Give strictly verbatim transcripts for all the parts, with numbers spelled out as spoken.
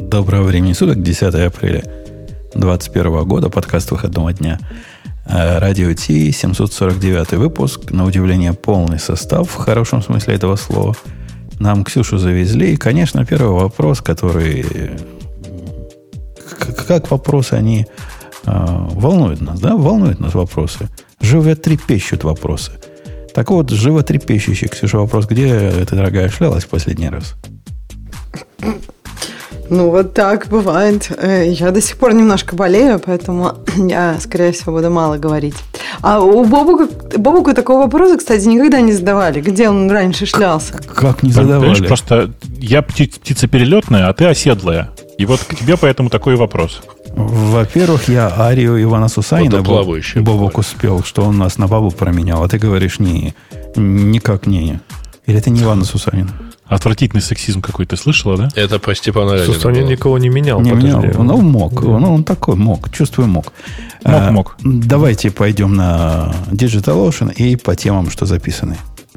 Доброго времени суток, десятое апреля двадцать первого года, подкаст выходного дня. Радио Ти, семьсот сорок девятый выпуск. На удивление, полный состав, в хорошем смысле этого слова. Нам Ксюшу завезли. И, конечно, первый вопрос, который... Как вопросы, они волнуют нас, да? Волнуют нас вопросы. Животрепещут вопросы. Так вот, животрепещущий, Ксюша, вопрос, где ты, дорогая, шлялась в последний раз? Ну, вот так бывает. Я до сих пор немножко болею, поэтому я, скорее всего, буду мало говорить. А у Бобука, Бобуку такого вопроса, кстати, никогда не задавали. Где он раньше шлялся? Как не задавали? Понимаешь, просто я птица перелетная, а ты оседлая. И вот к тебе поэтому такой вопрос. Во-первых, я арию Ивана Сусанина Бобук успел, что он нас на бабу променял. А ты говоришь, не, никак не. Или это не Ивана Сусанина? Отвратительный сексизм какой-то, слышала, да? Это по Степану Разину. Сусанин никого не менял. Не менял. Он мог. Он, он такой мог. Чувствую, мог. Мог-мог. А, давайте пойдем на DigitalOcean и по темам, что записаны.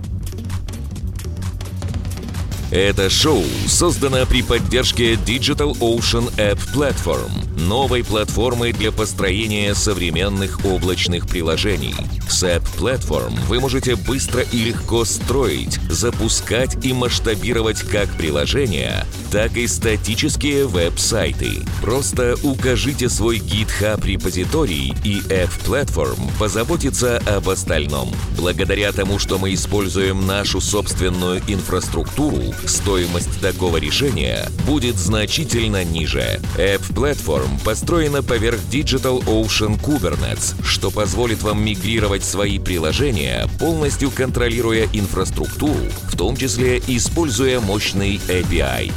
Это шоу создано при поддержке DigitalOcean App Platform, новой платформы для построения современных облачных приложений. С App Platform вы можете быстро и легко строить, запускать и масштабировать как приложения, так и статические веб-сайты. Просто укажите свой GitHub репозиторий, и App Platform позаботится об остальном. Благодаря тому, что мы используем нашу собственную инфраструктуру, стоимость такого решения будет значительно ниже. App Platform построена поверх DigitalOcean Kubernetes, что позволит вам мигрировать свои приложения, полностью контролируя инфраструктуру, в том числе используя мощный эй пи ай.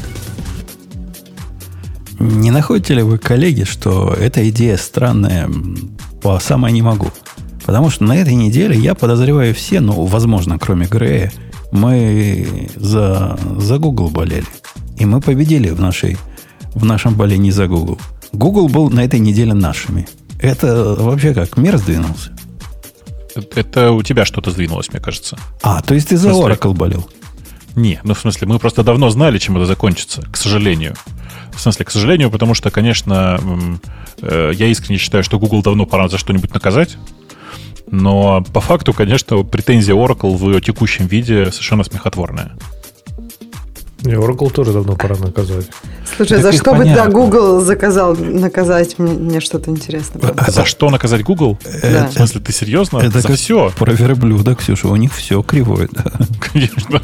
Не находите ли вы, коллеги, что эта идея странная по самой не могу? Потому что на этой неделе я подозреваю все, ну, возможно, кроме Грея, мы за, за Google болели. И мы победили в, нашей, в нашем болении за Google. Google был на этой неделе нашими. Это вообще как? Мир сдвинулся? Это у тебя что-то сдвинулось, мне кажется. А, то есть ты за Oracle болел? Не, ну в смысле, мы просто давно знали, чем это закончится, к сожалению. В смысле, к сожалению, потому что, конечно, э, я искренне считаю, что Google давно пора за что-нибудь наказать. Но по факту, конечно, претензия Oracle в ее текущем виде совершенно смехотворная. И Oracle тоже давно пора наказать. Слушай, так за что бы да, Google заказал наказать? Мне, мне что-то интересно. А за что наказать Google? Да. В смысле, ты серьезно? Это за как все? Про верблюда, Ксюша, у них все кривое. Да? Конечно.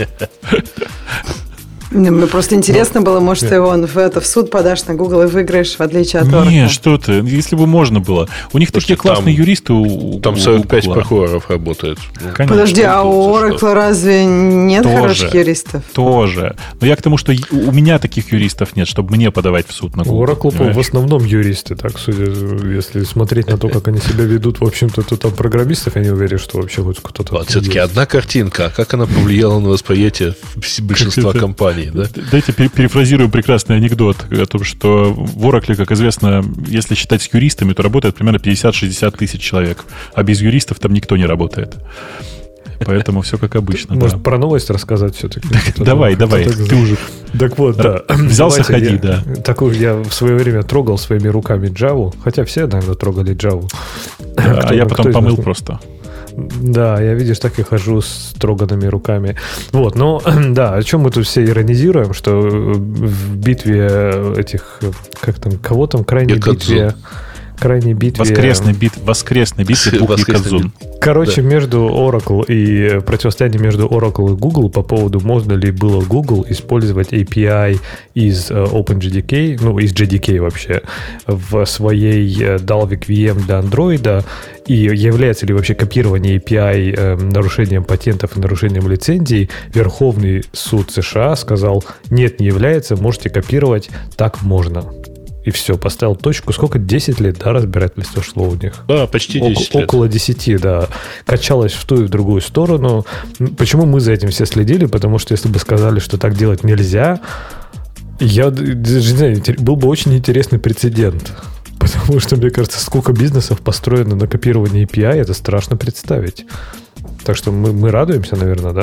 Мне просто интересно было, может, ты вон в, это, в суд подашь на Google и выиграешь, в отличие от Oracle. Не, что ты, если бы можно было. У них Слушайте, такие классные там, юристы. У, там сорок пять прокуроров работает. Конечно. Подожди, а у Oracle разве нет тоже, хороших юристов? Тоже. Но я к тому, что у меня таких юристов нет, чтобы мне подавать в суд на Google. У Oracle понимаешь? В основном юристы, так судя, если смотреть на то, как они себя ведут, в общем-то, то там программистов, я не уверен, что вообще хоть кто-то... Вот все-таки одна картинка, а как она повлияла на восприятие большинства компаний? Да? Дайте перефразирую прекрасный анекдот о том, что в Oracle, как известно, если считать с юристами, то работает примерно пятьдесят-шестьдесят тысяч человек, а без юристов там никто не работает. Поэтому все как обычно. Может, да. про новость рассказать все-таки? Так, давай, давай. Ты уже... Так вот, да. Взялся, ходи, да. Такую я в свое время трогал своими руками Java, хотя все, наверное, трогали Java. А я потом помыл просто. Да, я, видишь, так и хожу с троганными руками. Вот, но, да, о чем мы тут все иронизируем, что в битве этих, как там, кого там, крайней битве... крайней битве... Воскресной, бит, воскресной битве двух Якадзун. Короче, да. Между Oracle и противостояние между Oracle и Google по поводу, можно ли было Google использовать эй пи ай из OpenJDK, ну, из джей ди кей вообще, в своей Dalvik ви эм для Android, и является ли вообще копирование эй пи ай э, нарушением патентов и нарушением лицензий. Верховный суд США сказал, нет, не является, можете копировать, так можно. И все, поставил точку. Сколько? десять лет, да, разбирательство шло у них? Да, почти десять О- лет. Около десять, да. Качалось в ту и в другую сторону. Почему мы за этим все следили? Потому что если бы сказали, что так делать нельзя, я не знаю, был бы очень интересный прецедент. Потому что, мне кажется, сколько бизнесов построено на копировании эй пи ай, это страшно представить. Так что мы, мы радуемся, наверное, да?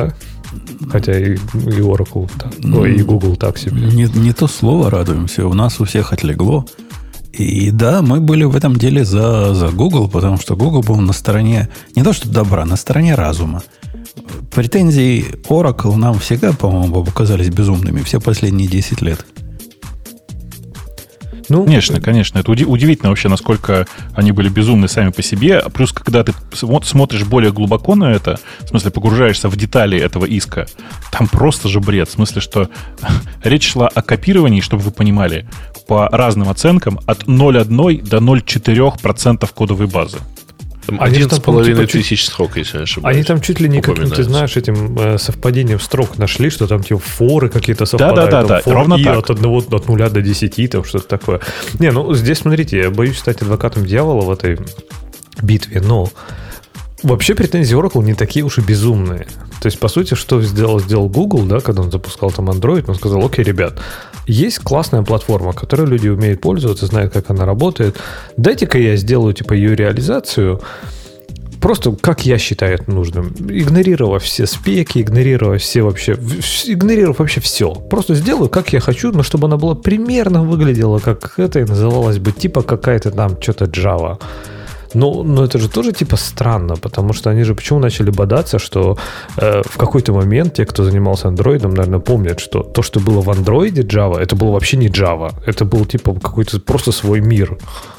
Хотя и, и Oracle, так, ну, и Google так себе. Не, не то слово радуемся. У нас у всех отлегло. И да, мы были в этом деле за, за Google, потому что Google был на стороне, не то что добра, на стороне разума. Претензии Oracle нам всегда, по-моему, показались безумными все последние десять лет. Ну, конечно, конечно. Это уди- удивительно вообще, насколько они были безумны сами по себе. Плюс, когда ты смотришь более глубоко на это, в смысле, погружаешься в детали этого иска, там просто же бред. В смысле, что речь шла о копировании, чтобы вы понимали, по разным оценкам от ноль целых одна десятая до ноль целых четыре десятых процента кодовой базы. Один с половиной тысяч строк, если не ошибаюсь. Они там чуть ли не, как ты знаешь, этим э, совпадением строк нашли, что там типа форы какие-то совпадают. Да-да-да, фор ровно и так. От, одного, от нуля до десяти, там что-то такое. Не, ну здесь, смотрите, я боюсь стать адвокатом дьявола в этой битве, но вообще претензии Oracle не такие уж и безумные. То есть, по сути, что сделал, сделал Google, да, когда он запускал там Android, он сказал: окей, ребят, есть классная платформа, которой люди умеют пользоваться, знают, как она работает. Дайте-ка я сделаю, типа, ее реализацию просто как я считаю это нужным. Игнорировав все спеки, игнорировав все вообще, игнорировав вообще все. Просто сделаю, как я хочу, но чтобы она была примерно выглядела, как это, и называлась бы типа какая-то там что-то Java. Но, но это же тоже типа странно, потому что они же почему начали бодаться, что э, в какой-то момент те, кто занимался андроидом, наверное, помнят, что то, что было в андроиде Java, это было вообще не Java. Это был типа какой-то просто свой мир.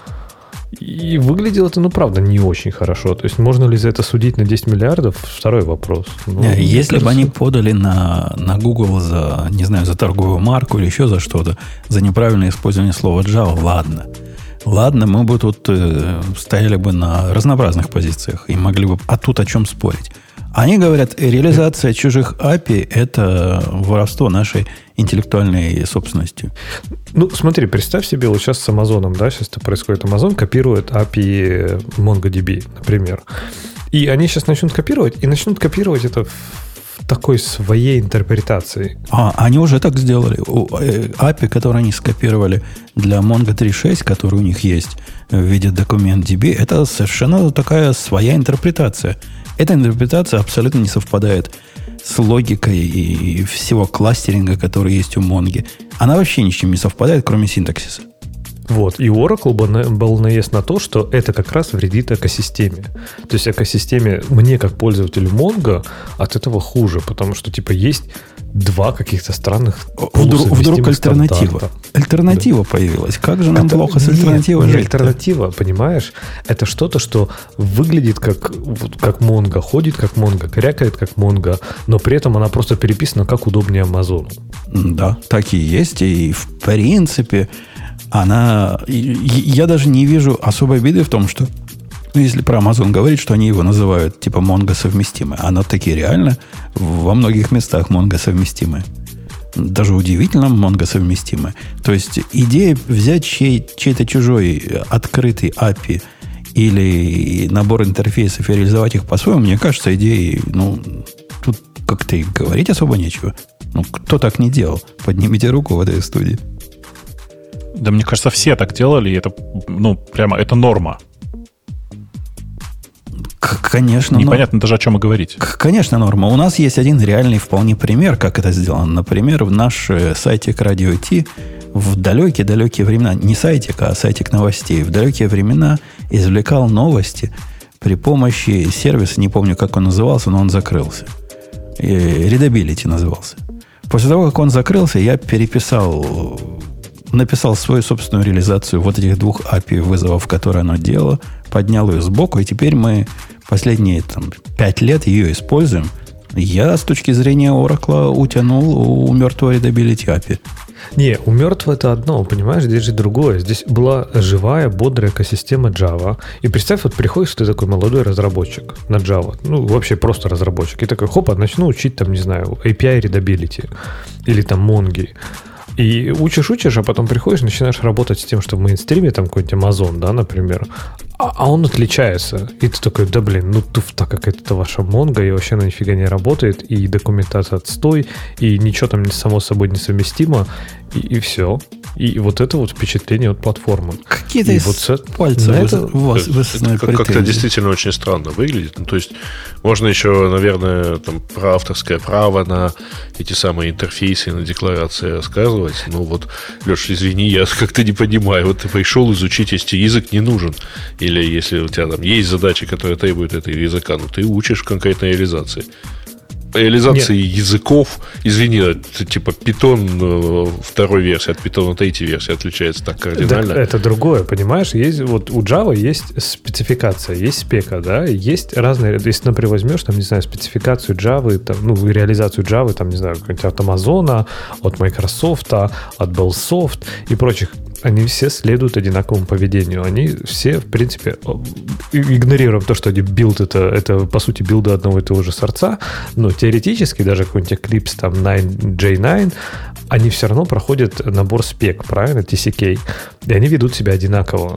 И выглядело это, ну, правда, не очень хорошо. То есть можно ли за это судить на десять миллиардов? Второй вопрос. Ну, Если кажется... бы они подали на, на Google за, не знаю, за торговую марку или еще за что-то, за неправильное использование слова Java, ладно. Ладно, мы бы тут э, стояли бы на разнообразных позициях и могли бы, а тут о чем спорить. Они говорят, реализация чужих эй пи ай – это воровство нашей интеллектуальной собственностью. Ну, смотри, представь себе, вот сейчас с Амазоном, да, сейчас это происходит. Amazon копирует эй пи ай MongoDB, например. И они сейчас начнут копировать, и начнут копировать это в такой своей интерпретации. А, они уже так сделали. эй пи ай, который они скопировали для Mongo три точка шесть, который у них есть в виде документ ди би, это совершенно такая своя интерпретация. Эта интерпретация абсолютно не совпадает с логикой и всего кластеринга, который есть у Монги. Она вообще ни с чем не совпадает, кроме синтаксиса. Вот. И Oracle был наезд на то, что это как раз вредит экосистеме. То есть экосистеме мне, как пользователю Mongo, от этого хуже, потому что типа есть два каких-то странных Вдруг, вдруг альтернатива. стандарта. Альтернатива да. появилась. Как же нам это, плохо с альтернативой нет, жить? Альтернатива, понимаешь? Это что-то, что выглядит как, как Mongo, ходит как Mongo, крякает как Mongo, но при этом она просто переписана как удобнее Амазону. Да, так и есть. И в принципе она... Я даже не вижу особой беды в том, что ну, если про Amazon говорить, что они его называют типа Mongo совместимы, оно таки реально во многих местах Mongo совместимы. Даже удивительно Mongo совместимы. То есть идея взять чей, чей-то чужой открытый эй пи ай или набор интерфейсов и реализовать их по-своему, мне кажется, идеей, ну, тут как-то и говорить особо нечего. Ну, кто так не делал? Поднимите руку в этой студии. Да, мне кажется, все так делали, и это, ну, прямо, это норма. Конечно. Непонятно но... даже, о чем и говорить. Конечно, норма. У нас есть один реальный вполне пример, как это сделано. Например, в наш сайтик Radio T в далекие-далекие времена, не сайтик, а сайтик новостей, в далекие времена извлекал новости при помощи сервиса, не помню, как он назывался, но он закрылся. Readability назывался. После того, как он закрылся, я переписал, написал свою собственную реализацию вот этих двух эй пи ай вызовов, которые оно делало, поднял ее сбоку, и теперь мы последние там, пять лет ее используем. Я с точки зрения Oracle утянул у мертвого Readability эй пи ай. Не, у мертвого это одно, понимаешь, здесь же другое. Здесь была живая, бодрая экосистема Java. И представь, вот приходишь, ты такой молодой разработчик на Java, ну, вообще просто разработчик, и такой, хопа, начну учить, там, не знаю, эй пи ай Readability или там Mongo. И учишь-учишь, а потом приходишь, начинаешь работать с тем, что в мейнстриме, там какой-нибудь Amazon, да, например, а, а он отличается. И ты такой, да блин, ну туфта какая-то ваша Mongo, и вообще она нифига не работает, и документация отстой, и ничего там само собой не совместимо, и, и все. И вот это вот впечатление от платформы. Какие-то из вот пальцев это, высосанные это как-то действительно очень странно выглядит. Ну, то есть можно еще, наверное, там, про авторское право на эти самые интерфейсы, на декларации рассказывать. Ну вот, Леш, извини, я как-то не понимаю. Вот ты пришел изучить, если язык не нужен. Или если у тебя там есть задачи, которые требуют этого языка, ну ты учишь конкретной реализации. Реализации Нет. языков, извини, это, типа Python второй версии от Python третьей версии отличается так кардинально. Так это другое, понимаешь? Есть, вот у Java есть спецификация, есть спека, да, есть разные, если, например, возьмешь, там, не знаю, спецификацию Java, там, ну, реализацию Java, там, не знаю, какой-нибудь от Amazon, от Microsoft, от Bellsoft и прочих, они все следуют одинаковому поведению. Они все, в принципе, игнорируем то, что они билд это, это по сути, билды одного и того же сорца, но теоретически даже какой-нибудь Eclipse там найн джей найн, они все равно проходят набор спек, правильно, ти си кей, и они ведут себя одинаково.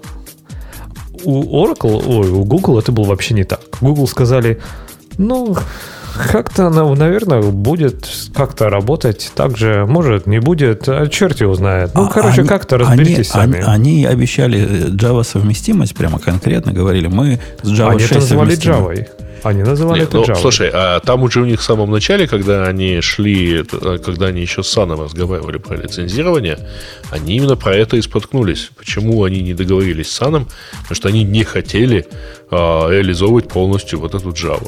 У Oracle, ой, у Google это было вообще не так. Google сказали, ну... Как-то она, наверное, будет как-то работать так же. Может, не будет. А черт его знает. Ну, а, короче, они, как-то разберитесь они, сами. Они, они обещали Java совместимость, прямо конкретно говорили. Мы с Java они шесть называли Java. Они называли Нет, это ну, Java. Слушай, а там уже у них в самом начале, когда они шли, когда они еще с Саном разговаривали про лицензирование, они именно про это и споткнулись. Почему они не договорились с Саном? Потому что они не хотели а, реализовывать полностью вот эту Java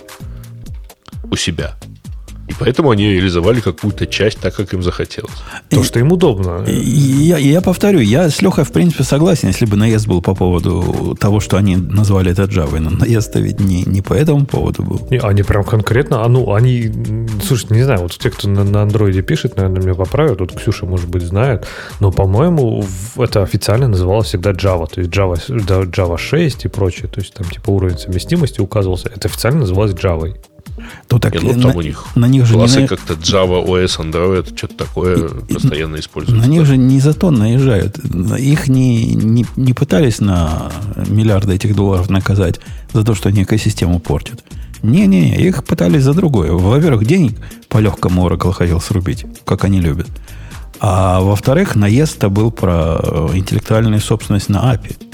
у себя. И поэтому они реализовали какую-то часть так, как им захотелось. То, что им удобно. Я, я повторю, я с Лехой, в принципе, согласен, если бы наезд был по поводу того, что они назвали это Java. Но наезд-то ведь не, не по этому поводу был. Не, они прям конкретно, а ну, они, слушай, не знаю, вот те, кто на, на андроиде пишет, наверное, меня поправят, вот Ксюша, может быть, знает, но, по-моему, это официально называлось всегда Java, то есть Java, Java шесть и прочее, то есть там типа уровень совместимости указывался, это официально называлось Java. То так, Нет, ну, на, там у них на них же классы не... как-то Java, о эс, Android, что-то такое и, постоянно используют. На них же не за то наезжают. Их не, не, не пытались на миллиарды этих долларов наказать за то, что они экосистему портят. Не-не, их пытались за другое. Во-первых, денег по-легкому Oracle хотел срубить, как они любят. А во-вторых, наезд-то был про интеллектуальную собственность на эй пи ай.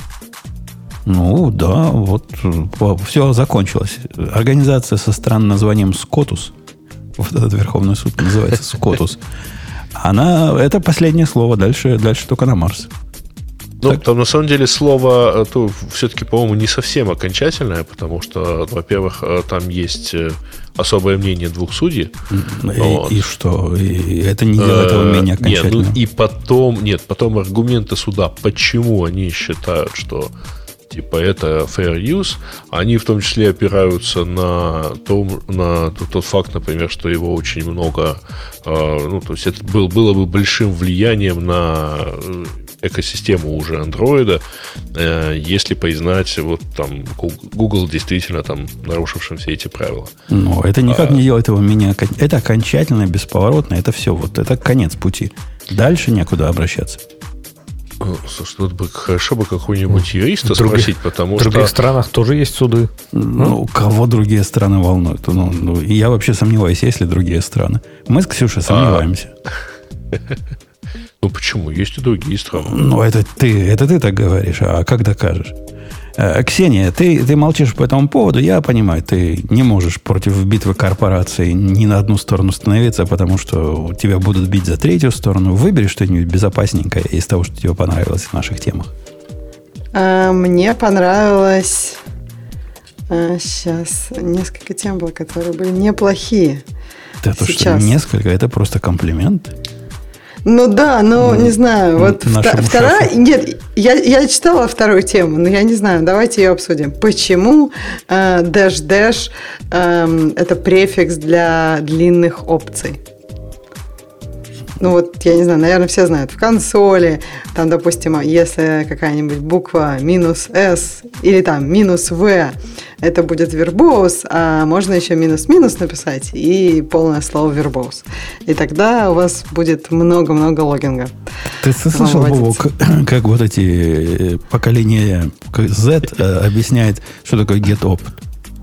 Ну, да, вот все закончилось. Организация со странным названием SCOTUS, вот этот Верховный суд называется SCOTUS, она, это последнее слово, дальше, дальше только на Марс. Ну, так. Там на самом деле слово то, все-таки, по-моему, не совсем окончательное, потому что, во-первых, там есть особое мнение двух судей. И, вот. и что? И это не делает его менее окончательным. Нет, ну и потом, нет, потом аргументы суда, почему они считают, что типа это fair use, они в том числе опираются на, том, на тот, тот факт, например, что его очень много, э, ну, то есть это был, было бы большим влиянием на экосистему уже андроида, э, если признать вот там Google действительно там нарушившим все эти правила. Но это никак а, не делает его менее... Это окончательно, бесповоротно, это все, вот это конец пути. Дальше некуда обращаться. Слушай, тут бы хорошо бы какого-нибудь юриста других, спросить, потому что... что... В других странах тоже есть суды. Ну, кого другие страны волнуют? Ну, ну, я вообще сомневаюсь, есть ли другие страны. Мы с Ксюшей сомневаемся. А... Ну, почему? Есть и другие страны. Ну, это ты, это ты так говоришь, а как докажешь? Ксения, ты, ты молчишь по этому поводу, я понимаю, ты не можешь против битвы корпораций ни на одну сторону становиться, потому что тебя будут бить за третью сторону. Выбери что-нибудь безопасненькое из того, что тебе понравилось в наших темах. А, мне понравилось... А, сейчас несколько тем было, которые были неплохие. Да то, что несколько, это просто комплимент. Ну да, но ну, не знаю. Вот вта- вторая. Шефу. Нет, я, я читала вторую тему, но я не знаю. Давайте ее обсудим. Почему э, dash-dash э, это префикс для длинных опций? Ну вот, я не знаю, наверное, все знают. В консоли, там, допустим, если какая-нибудь буква минус S или там минус V, это будет verbose, а можно еще минус-минус написать и полное слово verbose. И тогда у вас будет много-много логинга. Ты слышал, Бобок, как, как вот эти поколения Z объясняет, что такое get-opt?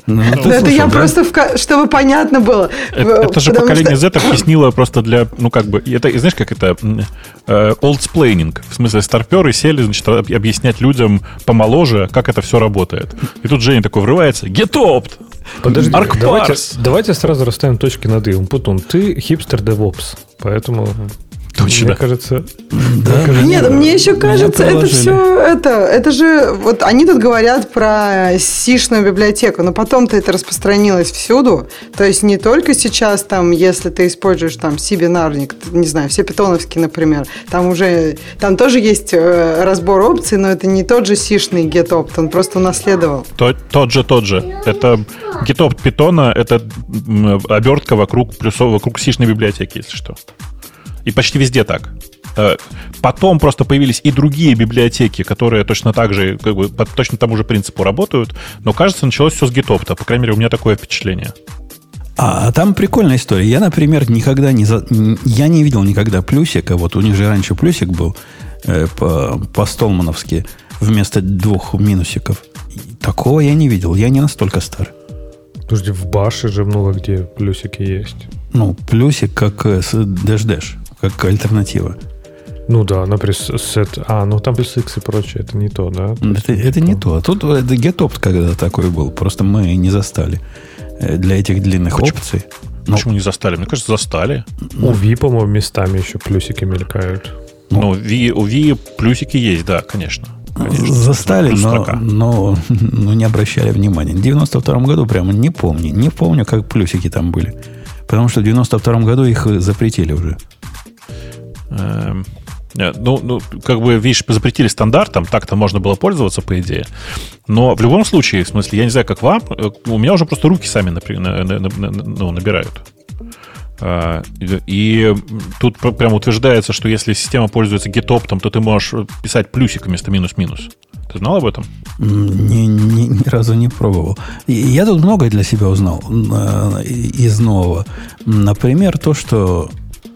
Ну, Ну, ты это слушал, я да? просто, в ка- чтобы понятно было. Это, это же Потому поколение что- Z объяснило просто для, ну, как бы, это, знаешь, как это, э, олдсплейнинг. В смысле, старперы сели, значит, об- объяснять людям помоложе, как это все работает. И тут Женя такой врывается, GitOpt! Подожди, Arc давайте, Parse. давайте сразу расставим точки над «и». Путун, ты хипстер DevOps, поэтому, Точно. мне кажется... Да. Нет, мне еще Меня кажется, это приложили. все, это, это же, вот они тут говорят про сишную библиотеку, но потом-то это распространилось всюду, то есть не только сейчас, там, если ты используешь там си-бинарник, не знаю, все питоновские, например, там уже, там тоже есть э, разбор опций, но это не тот же сишный GetOpt, он просто унаследовал. Тот, тот же, тот же. Это GitOpt питона, это м, обертка вокруг плюсов, вокруг сишной библиотеки, если что. И почти везде так. Э, Потом просто появились и другие библиотеки, которые точно так же, как бы, по точно тому же принципу работают, но, кажется, началось все с GitOpt. По крайней мере, у меня такое впечатление. А, а там прикольная история. Я, например, никогда не... За... Я не видел никогда плюсика. Вот у них же раньше плюсик был э, по, по-столмановски вместо двух минусиков. Такого я не видел. Я не настолько стар. Подожди, в баше же много где плюсики есть. Ну, плюсик как э, с Dash-Dash, как альтернатива. Ну да, например, сет... А, ну там плюс X и прочее, это не то, да? Это, это не то. Тут это GetOpt когда такой был. Просто мы не застали э, для этих длинных Почему? опций. Ну, Почему не застали? Мне кажется, застали. У Ви, по-моему, местами еще плюсики мелькают. Ну, Ви- у Ви плюсики есть, да, конечно. Конечно. застали, Плюс но, строка. но, но не обращали внимания. В девяносто втором году прямо не помню. Не помню, как плюсики там были. Потому что в девяносто втором году их запретили уже. Эм, э, Ну, ну, как бы, видишь, запретили стандартом, так-то можно было пользоваться, по идее. Но в любом случае, в смысле, я не знаю, как вам, э, у меня уже просто руки сами напри- на- на- на- на- ну, набирают. А, И, и тут пр- прямо утверждается, что если система пользуется GitOpt, то ты можешь писать плюсик вместо минус-минус. Ты знал об этом? М, Ни, ни, ни разу не пробовал. И я тут многое для себя узнал э, из нового. Например, то, что...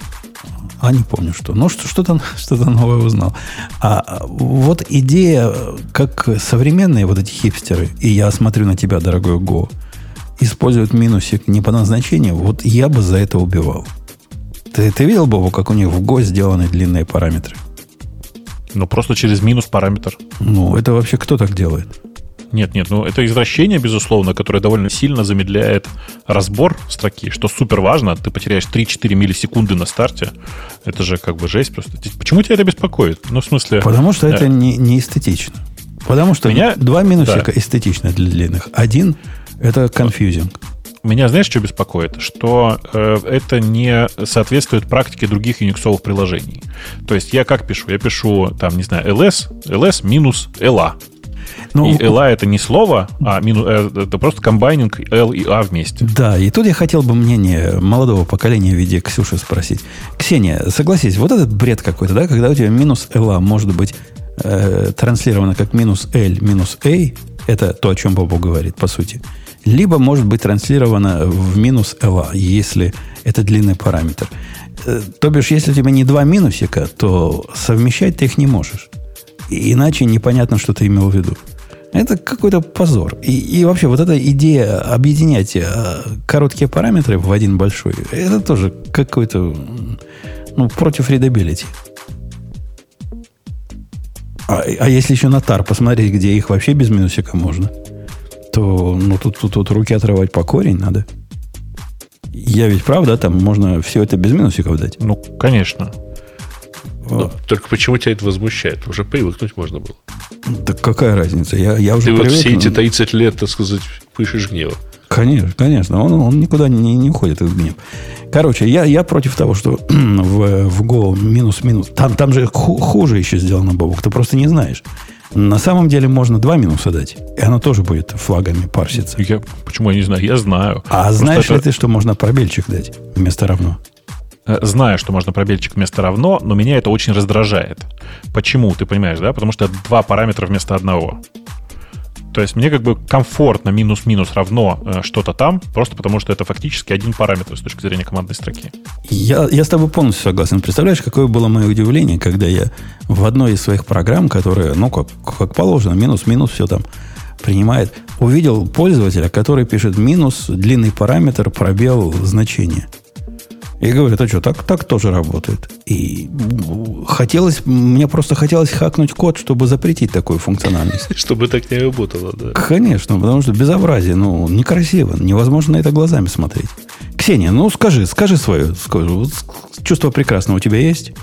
А не помню, что. Ну, что, что-то, что-то новое узнал. А вот идея, как современные вот эти хипстеры, и я смотрю на тебя, дорогой Го, используют минусик не по назначению, вот я бы за это убивал. Ты, ты видел, Бобу, как у них в Го сделаны длинные параметры? Ну, просто через минус параметр. Ну, это вообще кто так делает? Нет, нет, ну это извращение, безусловно, которое довольно сильно замедляет разбор строки, что супер важно. Ты потеряешь три-четыре миллисекунды на старте. Это же как бы жесть просто. Почему тебя это беспокоит? Ну, в смысле... Потому что э, это не, не эстетично. Потому что Меня- два минусика да. эстетично для длинных. Один – это конфьюзинг. Меня, знаешь, что беспокоит? Что э, это не соответствует практике других юниксовых приложений. То есть я как пишу? Я пишу, там, не знаю, ls, ls минус la. Ну, И la это не слово, а мину, э, это просто комбайнинг l и a вместе. Да, и тут я хотел бы мнение молодого поколения в виде Ксюши спросить. Ксения, согласись, вот этот бред какой-то, да, когда у тебя минус la может быть э, транслировано как минус l минус a, это то, о чем Бобу говорит, по сути, либо может быть транслировано в минус la, если это длинный параметр. Э, то бишь, если у тебя не два минусика, то совмещать ты их не можешь. И- Иначе непонятно, что ты имел в виду. Это какой-то позор. И, и вообще вот эта идея объединять э, короткие параметры в один большой, это тоже какой-то м, ну, против readability. А, а если еще на тар посмотреть, где их вообще без минусика можно, то ну, тут, тут, тут руки отрывать по корень надо. Я ведь прав, да, там можно все это без минусиков дать. Ну, конечно. Ну, только почему тебя это возмущает? Уже привыкнуть можно было. Так какая разница? Я, я уже Ты вот привык, все эти но- тридцать лет, так сказать, пышешь гнева. Конечно, конечно. Он, он никуда не, не уходит, этот гнев. Короче, я, я против того, что в, в Go минус-минус. Там, там же ху- хуже еще сделано, Бобок. Ты просто не знаешь. На самом деле можно два минуса дать. И оно тоже будет флагами парситься. Я, почему я не знаю? Я знаю. А Просто знаешь это- ли ты, что можно пробельчик дать вместо равно? Э, Знаю, что можно пробельчик вместо равно, но меня это очень раздражает. Почему? Ты понимаешь, да? Потому что это два параметра вместо одного. То есть мне как бы комфортно минус-минус равно э, что-то там, просто потому что это фактически один параметр с точки зрения командной строки. Я, я с тобой полностью согласен. Представляешь, какое было мое удивление, когда я в одной из своих программ, которая, ну, как, как положено, минус-минус все там принимает, увидел пользователя, который пишет минус, длинный параметр, пробел, значение. И говорит, а что, так, так тоже работает. И хотелось, мне просто хотелось хакнуть код, чтобы запретить такую функциональность. Чтобы так не работало, да. Конечно, потому что безобразие, ну, некрасиво. Невозможно на это глазами смотреть. Ксения, ну скажи, скажи свое. Скажи, чувство прекрасного у тебя есть?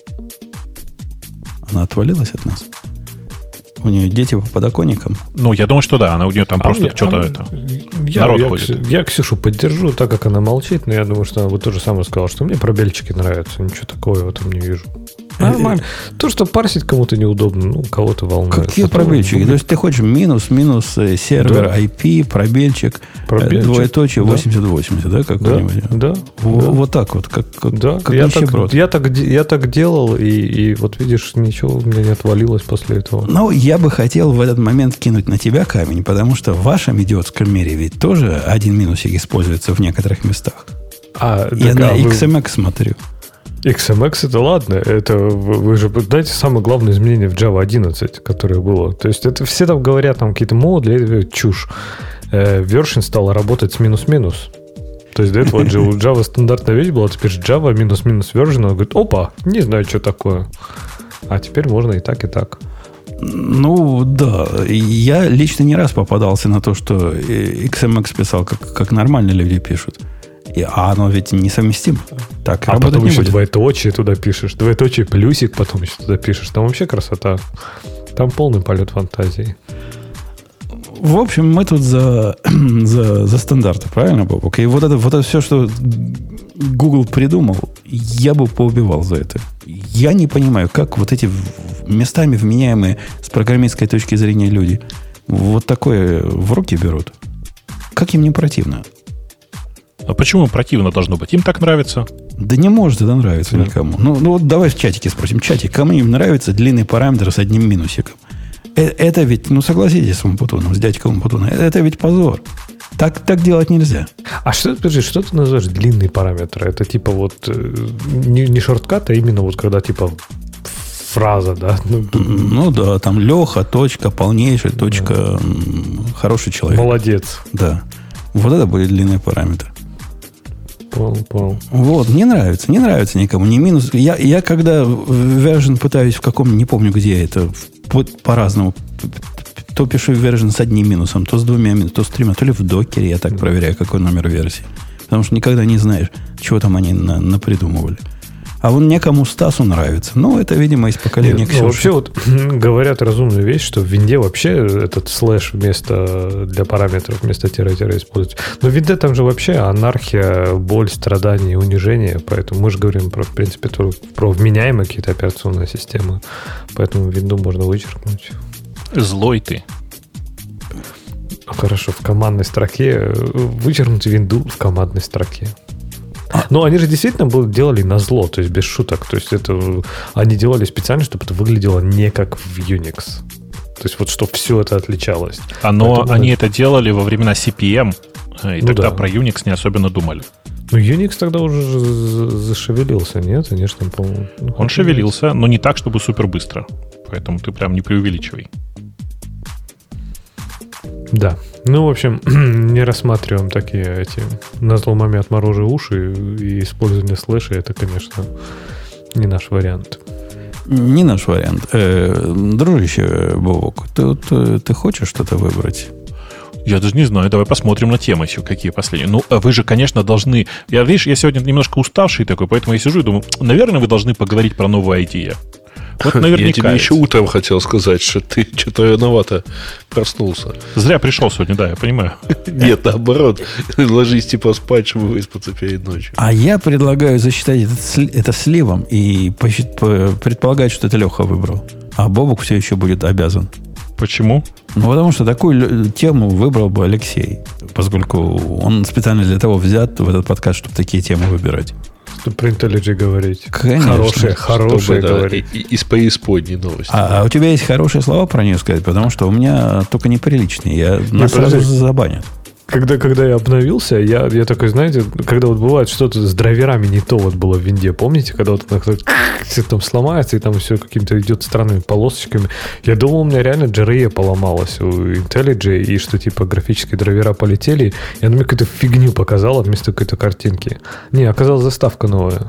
Она отвалилась от нас. У нее дети по подоконникам. Ну, я думаю, что да. Она у нее там а просто мне, что-то а это. Я, народ я, ходит. Я Ксюшу поддержу, так как она молчит, но я думаю, что она бы то же самое сказала, что мне пробельчики нравятся. Ничего такого я в этом не вижу. Нормально. То, что парсить кому-то неудобно, ну, кого-то волнует. Какие пробельчики? То есть ты хочешь минус, минус сервер, да. ай пи, пробельчик, пробельчик двоеточие, да. восемьдесят восемьдесят, да, какой-нибудь? Да, да. Вот, да. вот так вот, как, как, Да, как я, так, нищеброд. я, так, я так делал, и, и вот видишь, ничего у меня не отвалилось после этого. Ну, я бы хотел в этот момент кинуть на тебя камень, потому что в вашем идиотском мире ведь тоже один минусик используется в некоторых местах. А, я так, на а вы... икс эм экс смотрю. икс эм экс это ладно, это вы, вы же знаете самое главное изменение в Java одиннадцать, которое было. То есть это все там говорят, там какие-то модули, чушь. Э, version стала работать с минус-минус. То есть до этого у Java стандартная вещь была, теперь Java минус-минус version, он говорит, опа, не знаю, что такое. А теперь можно и так, и так. Ну, да. Я лично не раз попадался на то, что икс эм экс писал, как, как нормальные люди пишут. И, а оно ведь несовместимо. Так, а потом не еще будет. двоеточие туда пишешь. Двоеточие плюсик потом еще туда пишешь. Там вообще красота. Там полный полет фантазии. В общем, мы тут за, за, за стандарты, правильно, Бобок? И вот это, вот это все, что Google придумал, я бы поубивал за это. Я не понимаю, как вот эти местами вменяемые с программистской точки зрения люди вот такое в руки берут. Как им не противно? А почему противно должно быть? Им так нравится. Да не может это нравиться никому. Ну, ну вот давай в чатике спросим. Чатик, кому им нравится длинный параметр с одним минусиком? Это ведь, ну согласитесь с Умпутуном, с дядькой Умпутуном, это ведь позор. Так, так делать нельзя. А что, подожди, что ты называешь длинные параметры? Это типа вот не, не шорткат, а именно вот когда типа фраза, да? Ну, ну да, там Леха, точка, полнейшая, точка, да. Хороший человек. Молодец. Да. Вот это были длинные параметры. Понял, понял. Вот, не нравится, не нравится никому. Не минус. Я, я когда version пытаюсь в каком, не помню, где это, по, по-разному. То пишу version с одним минусом, то с двумя минусами, то с тремя, то ли в докере я так проверяю, какой номер версии. Потому что никогда не знаешь, чего там они на, напридумывали. А вон некому Стасу нравится. Ну, это, видимо, из поколения Нет, Ксюши. Ну, вообще вот говорят разумную вещь, что в винде вообще этот слэш вместо для параметров вместо тире-тире используется. Но в винде там же вообще анархия, боль, страдания, унижение. Поэтому мы же говорим про, в принципе, про вменяемые какие-то операционные системы. Поэтому винду можно вычеркнуть. Злой ты. Хорошо, в командной строке вычеркнуть винду в командной строке. Но они же действительно делали на зло, то есть без шуток. То есть это они делали специально, чтобы это выглядело не как в Unix. То есть вот чтобы все это отличалось. Но Поэтому они это делали во времена си пи эм, и ну тогда да. про Unix не особенно думали. Ну, Unix тогда уже зашевелился, нет? Конечно, по-моему. Ну, Он шевелился, но не так, чтобы супер быстро. Поэтому ты прям не преувеличивай. Да. Ну, в общем, не рассматриваем такие эти на зломами отморожие уши и использование слэша. Это, конечно, не наш вариант. Не наш вариант. Э, дружище Бобок, ты, ты, ты хочешь что-то выбрать? Я даже не знаю. Давай посмотрим на темы еще, какие последние. Ну, вы же, конечно, должны... Я, видишь, я сегодня немножко уставший такой, поэтому я сижу и думаю, наверное, вы должны поговорить про новую ай ди. Вот наверняка. Я тебе еще утром хотел сказать, что ты что-то рановато проснулся. Зря пришел сегодня, да, я понимаю. Нет, наоборот. Ложись типа спать, чтобы выспаться перед ночью. А я предлагаю засчитать это, это сливом и предполагать, что это Леха выбрал. А Бобук все еще будет обязан. Почему? Ну, потому что такую тему выбрал бы Алексей, поскольку он специально для того взят в этот подкаст, чтобы такие темы выбирать. Чтобы про IntelliJ говорить. Конечно. Хорошие, хорошие Чтобы, да, говорить. и- и- из преисподней новости. А, а у тебя есть хорошие слова про нее сказать, потому что у меня только неприличные. Я, нас подожди. сразу забанят. Когда, когда я обновился, я, я такой, знаете, когда вот бывает что-то с драйверами не то вот было в винде, помните, когда вот все там сломается и там все какими-то идет странными полосочками. Я думал, у меня реально джи ар и поломалась у IntelliJ, и что типа графические драйвера полетели, и она мне какую-то фигню показала вместо какой-то картинки. Не, оказалась заставка новая.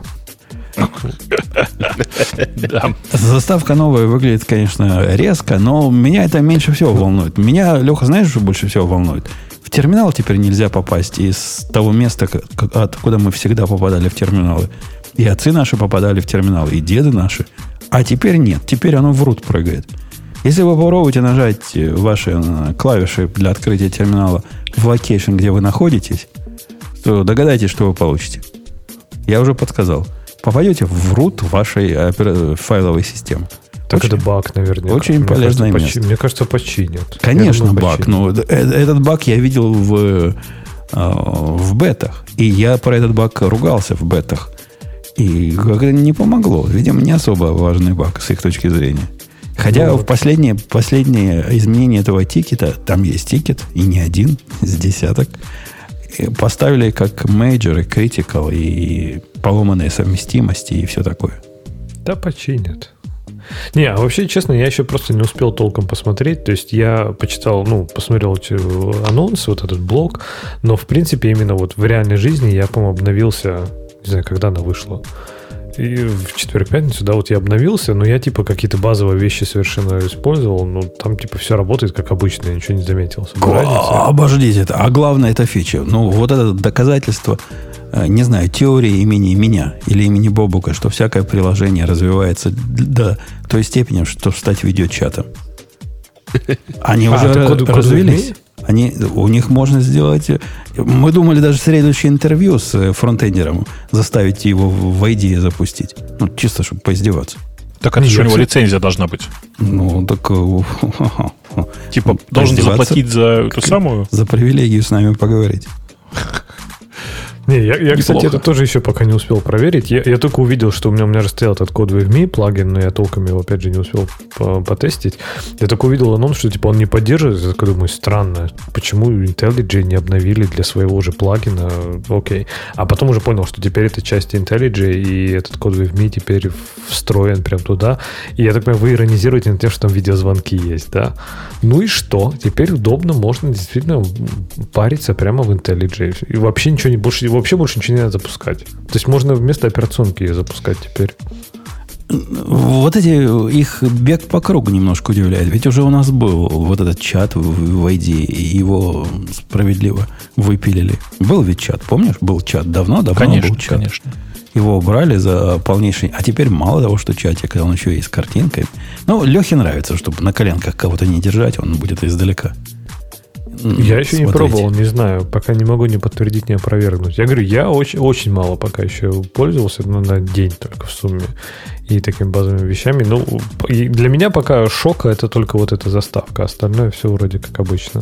Заставка новая выглядит, конечно, резко, но меня это меньше всего волнует. Меня, Леха, знаешь, что больше всего волнует? В терминал теперь нельзя попасть из того места, откуда мы всегда попадали в терминалы. И отцы наши попадали в терминалы, и деды наши. А теперь нет, теперь оно в root прыгает. Если вы попробуете нажать ваши клавиши для открытия терминала в локейшн, где вы находитесь, то догадайтесь, что вы получите. Я уже подсказал. Попадете в root вашей файловой системы. Так очень, это баг, наверное. Очень мне полезное кажется, место. Почи, мне кажется, починят. Конечно, думаю, баг. Но этот баг я видел в, в бетах. И я про этот баг ругался в бетах. И как-то не помогло. Видимо, не особо важный баг с их точки зрения. Хотя ну, в последнее, последнее изменение этого тикета, там есть тикет, и не один, с десяток, поставили как major и critical, и поломанные совместимости, и все такое. Да починят. Не, а вообще, честно, я еще просто не успел толком посмотреть. То есть я почитал, ну, посмотрел анонс, вот этот блог, но, в принципе, именно вот в реальной жизни я, по-моему, обновился, не знаю, когда она вышла. И в четверг-пятницу, да, вот я обновился, но я, типа, какие-то базовые вещи совершенно использовал. Ну, там, типа, все работает как обычно, я ничего не заметил. А, обождите, это, а главное, это фича. Ну, вот это доказательство, не знаю, теории имени меня или имени Бобука, что всякое приложение развивается до той степени, что стать видеочатом. Они уже развились. Они, у них можно сделать... Мы думали даже следующее интервью с фронтендером заставить его в ай ди и запустить. Ну, чисто, чтобы поиздеваться. Так это же у него лицензия должна быть. Ну, так... Типа, должен заплатить за эту самую... За привилегию с нами поговорить. Не, я, я кстати, это тоже еще пока не успел проверить. Я, я только увидел, что у меня, у меня же стоял этот CodeWave.me плагин, но я толком его, опять же, не успел потестить. Я только увидел анонс, что типа он не поддерживает. Я такой думаю, странно, почему IntelliJ не обновили для своего же плагина? Окей. А потом уже понял, что теперь это часть IntelliJ, и этот CodeWave.me теперь встроен прям туда. И я так понимаю, вы иронизируете над тем, что там видеозвонки есть, да? Ну и что? Теперь удобно, можно действительно париться прямо в IntelliJ. И вообще ничего не больше... Вообще больше ничего не надо запускать. То есть можно вместо операционки ее запускать теперь. Вот эти их бег по кругу немножко удивляет. Ведь уже у нас был вот этот чат в ай ди, и его справедливо выпилили. Был ведь чат, помнишь? Был чат. Давно-давно конечно, был чат. Конечно. Его убрали за полнейший... А теперь мало того, что чатик, он еще и с картинкой. Ну, Лехе нравится, чтобы на коленках кого-то не держать, он будет издалека. Я еще смотреть. Не пробовал, не знаю. Пока не могу ни подтвердить, ни опровергнуть. Я говорю, я очень, очень мало пока еще пользовался, но на день только в сумме. И такими базовыми вещами. Ну, для меня пока шока это только вот эта заставка. Остальное все вроде как обычно.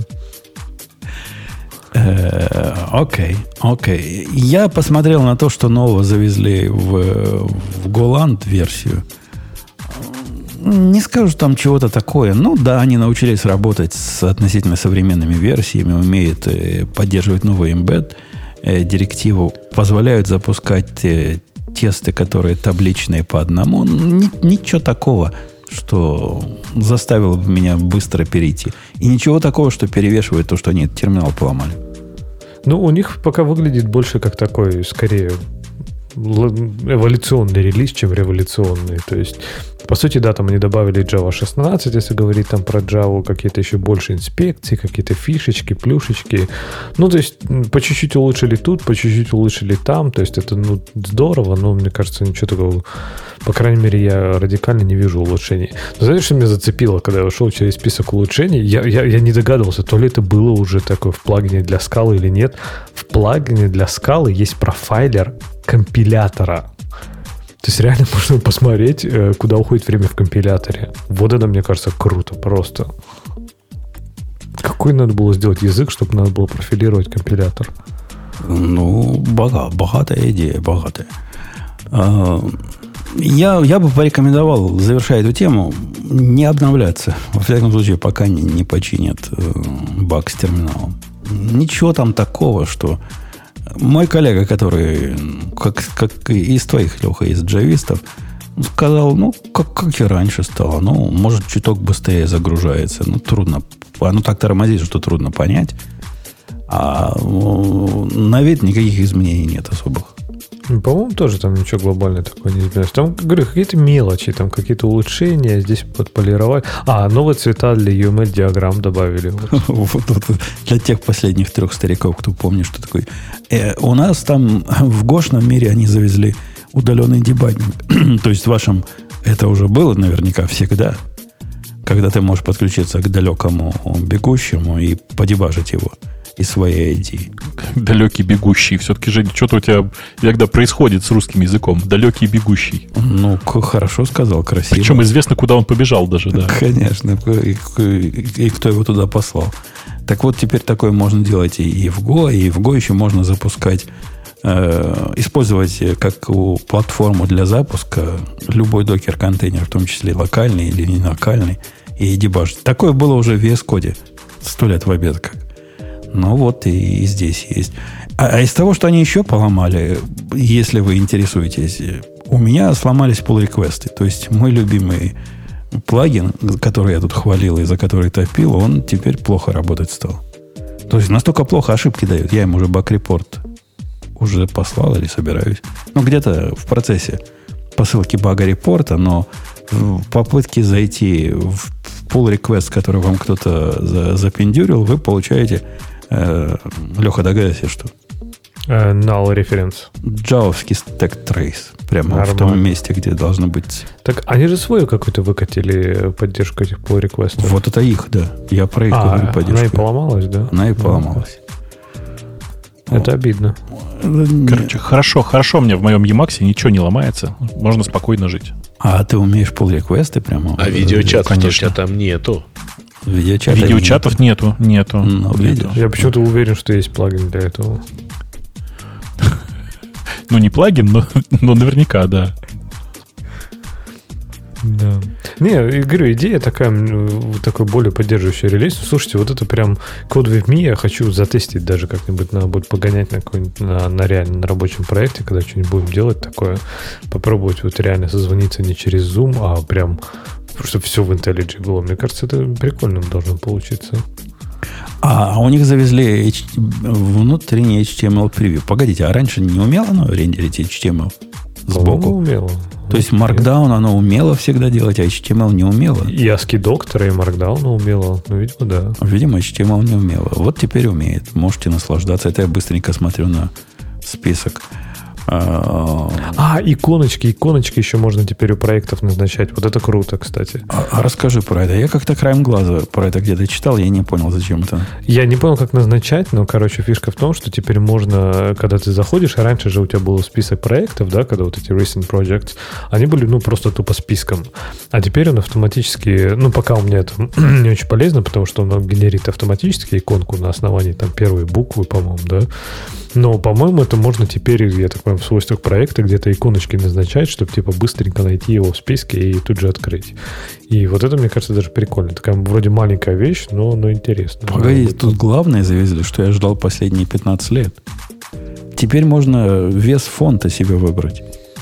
Окей, окей. Я посмотрел на то, что нового завезли в, в Golang версию. Не скажу, что там чего-то такое. Ну, да, они научились работать с относительно современными версиями, умеют э, поддерживать новый embed, э, директиву, позволяют запускать э, тесты, которые табличные по одному. Ни, ничего такого, что заставило бы меня быстро перейти. И ничего такого, что перевешивает то, что они терминал поломали. Ну, у них пока выглядит больше как такой, скорее, эволюционный релиз, чем революционный. То есть, по сути, да, там они добавили Java шестнадцать, если говорить там про Java, какие-то еще больше инспекции, какие-то фишечки, плюшечки. Ну, то есть, по чуть-чуть улучшили тут, по чуть-чуть улучшили там. То есть, это, ну, здорово, но, мне кажется, ничего такого, по крайней мере, я радикально не вижу улучшений. Но знаете, что меня зацепило, когда я ушел через список улучшений? Я, я, я не догадывался, то ли это было уже такое в плагине для скалы или нет. В плагине для скалы есть профайлер компилятора. То есть реально можно посмотреть, куда уходит время в компиляторе. Вот это, мне кажется, круто просто. Какой надо было сделать язык, чтобы надо было профилировать компилятор? Ну, бога, богатая идея, богатая. Я, я бы порекомендовал, завершая эту тему, не обновляться. Во всяком случае, пока не, не починят баг с терминалом. Ничего там такого, что... Мой коллега, который, как, как и из твоих, Леха, из джавистов, сказал, ну, как, как и раньше стало. Ну, может, чуток быстрее загружается. Ну, трудно. Оно так тормозит, что трудно понять. А ну, на вид никаких изменений нет особых. По-моему, тоже там ничего глобального такого не изменилось. Там, говорю, какие-то мелочи, там какие-то улучшения, здесь подполировать. А, новые цвета для ю эм эль-диаграмм добавили. Вот, вот, для тех последних трех стариков, кто помнит, что такое. Э, у нас там в гошном мире они завезли удаленный дебагинг. То есть в вашем это уже было наверняка всегда, когда ты можешь подключиться к далекому бегущему и подебажить его из своей ай ди. Далекий бегущий. Все-таки, Женя, что-то у тебя иногда происходит с русским языком. Далекий бегущий. Ну, хорошо сказал, красиво. Причем известно, куда он побежал даже, да. Конечно. И, и, и кто его туда послал. Так вот, теперь такое можно делать и в Go, и в Go еще можно запускать, э, использовать как платформу для запуска любой докер-контейнер, в том числе локальный или не локальный, и дебажить. Такое было уже в ви эс Code сто лет в обед как. Ну вот и, и здесь есть. А, а из того, что они еще поломали, если вы интересуетесь, у меня сломались pull-реквесты. То есть мой любимый плагин, который я тут хвалил и за который топил, он теперь плохо работать стал. То есть настолько плохо ошибки дает. Я им уже баг-репорт уже послал или собираюсь. Ну, где-то в процессе посылки бага-репорта, но в попытке зайти в pull-request, который вам кто-то за, запендюрил, вы получаете... Э, Леха, догадайся, что? Uh, null reference. Джавовский stack trace. Прямо нормально. В том месте, где должно быть. Так они же свою какую-то выкатили поддержку этих pull request'ов. Вот это их, да. Я про их а, говорю поддержку. Она и поломалась, да? Она и поломалась. Это обидно. Короче, хорошо, хорошо, мне в моем Emacs ничего не ломается. Можно спокойно жить. А ты умеешь pull-реквесты прямо? А видеочатов у тебя там нету. Видеочата Видеочатов нету. Нету. Ну, нету. Я почему-то уверен, что есть плагин для этого. Ну, не плагин, но, но наверняка, да. Да. Не, я говорю, идея такая, такой более поддерживающий релиз. Слушайте, вот это прям Code with Me я хочу затестить даже как-нибудь, надо будет погонять на какой-нибудь на, на реально на рабочем проекте, когда что-нибудь будем делать такое. Попробовать вот реально созвониться не через Zoom, а прям чтобы все в IntelliJ было. Мне кажется, это прикольно должно получиться. А, а у них завезли H- внутренний эйч ти эм эл превью. Погодите, а раньше не умело оно рендерить эйч ти эм эл сбоку? Ну, умело. То есть Markdown оно умело всегда делать, а эйч ти эм эл не умело? И ASCII доктора, и Markdown умело. Ну, видимо, да. Видимо, эйч ти эм эл не умело. Вот теперь умеет. Можете наслаждаться. Это я быстренько смотрю на список. А, иконочки, иконочки еще можно теперь у проектов назначать. Вот это круто, кстати. А, а расскажи про это. Я как-то краем глаза про это где-то читал, я не понял, зачем это. Я не понял, как назначать, но, короче, фишка в том, что теперь можно, когда ты заходишь, раньше же у тебя был список проектов, да, когда вот эти recent projects, они были, ну, просто тупо списком. А теперь он автоматически, ну, пока у меня это не очень полезно, потому что он генерит автоматически иконку на основании там первой буквы, по-моему, да. Но, по-моему, это можно теперь, я так понимаю, в свойствах проекта где-то иконочки назначать, чтобы типа быстренько найти его в списке и тут же открыть. И вот это, мне кажется, даже прикольно. Такая вроде маленькая вещь, но, но интересная. Погоди, тут главное завезли, что я ждал последние пятнадцать лет. Теперь можно вес фонта себе выбрать.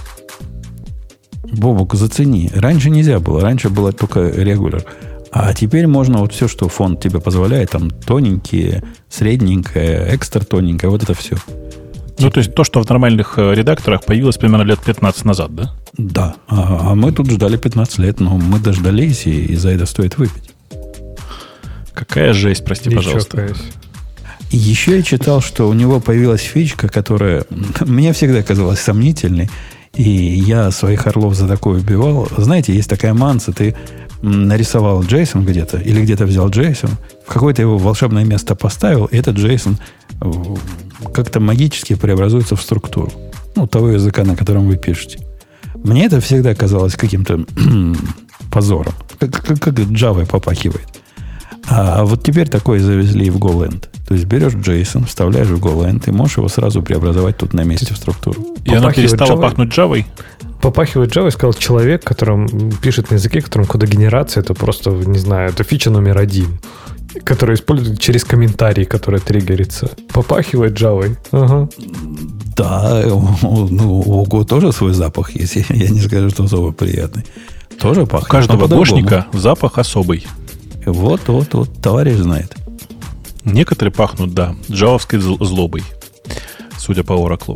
Бобук, зацени. Раньше нельзя было. Раньше было только регуляр. А теперь можно вот все, что фонд тебе позволяет, там тоненькие, средненькое, экстра тоненькое, вот это все. Ну, то есть то, что в нормальных редакторах появилось примерно лет пятнадцать назад, да? Да. А, а мы тут ждали пятнадцать лет, но мы дождались, и, и за это стоит выпить. Какая жесть, прости, Ничего, пожалуйста. конечно. И еще я читал, что у него появилась фичка, которая мне всегда казалась сомнительной, и я своих орлов за такое убивал. Знаете, есть такая манса, ты нарисовал JSON где-то, или где-то взял JSON, в какое-то его волшебное место поставил, и этот JSON как-то магически преобразуется в структуру. Ну, того языка, на котором вы пишете. Мне это всегда казалось каким-то позором. Как, как, как Java попахивает. А вот теперь такое завезли в GoLand. То есть берешь JSON, вставляешь в GoLand, и можешь его сразу преобразовать тут на месте в структуру. И оно перестало пахнуть Java? Попахивает Java, сказал человек, который пишет на языке, в котором кодогенерация, это просто, не знаю, это фича номер один. Который используют через комментарий, который триггерится. Попахивает Java. Ага. Да, ну, у Go тоже свой запах есть. Я не скажу, что особо приятный. Тоже пахнет. У каждого гошника запах особый. Вот, вот, вот, товарищ знает. Некоторые пахнут, да, джавовской злобой, судя по Oracle.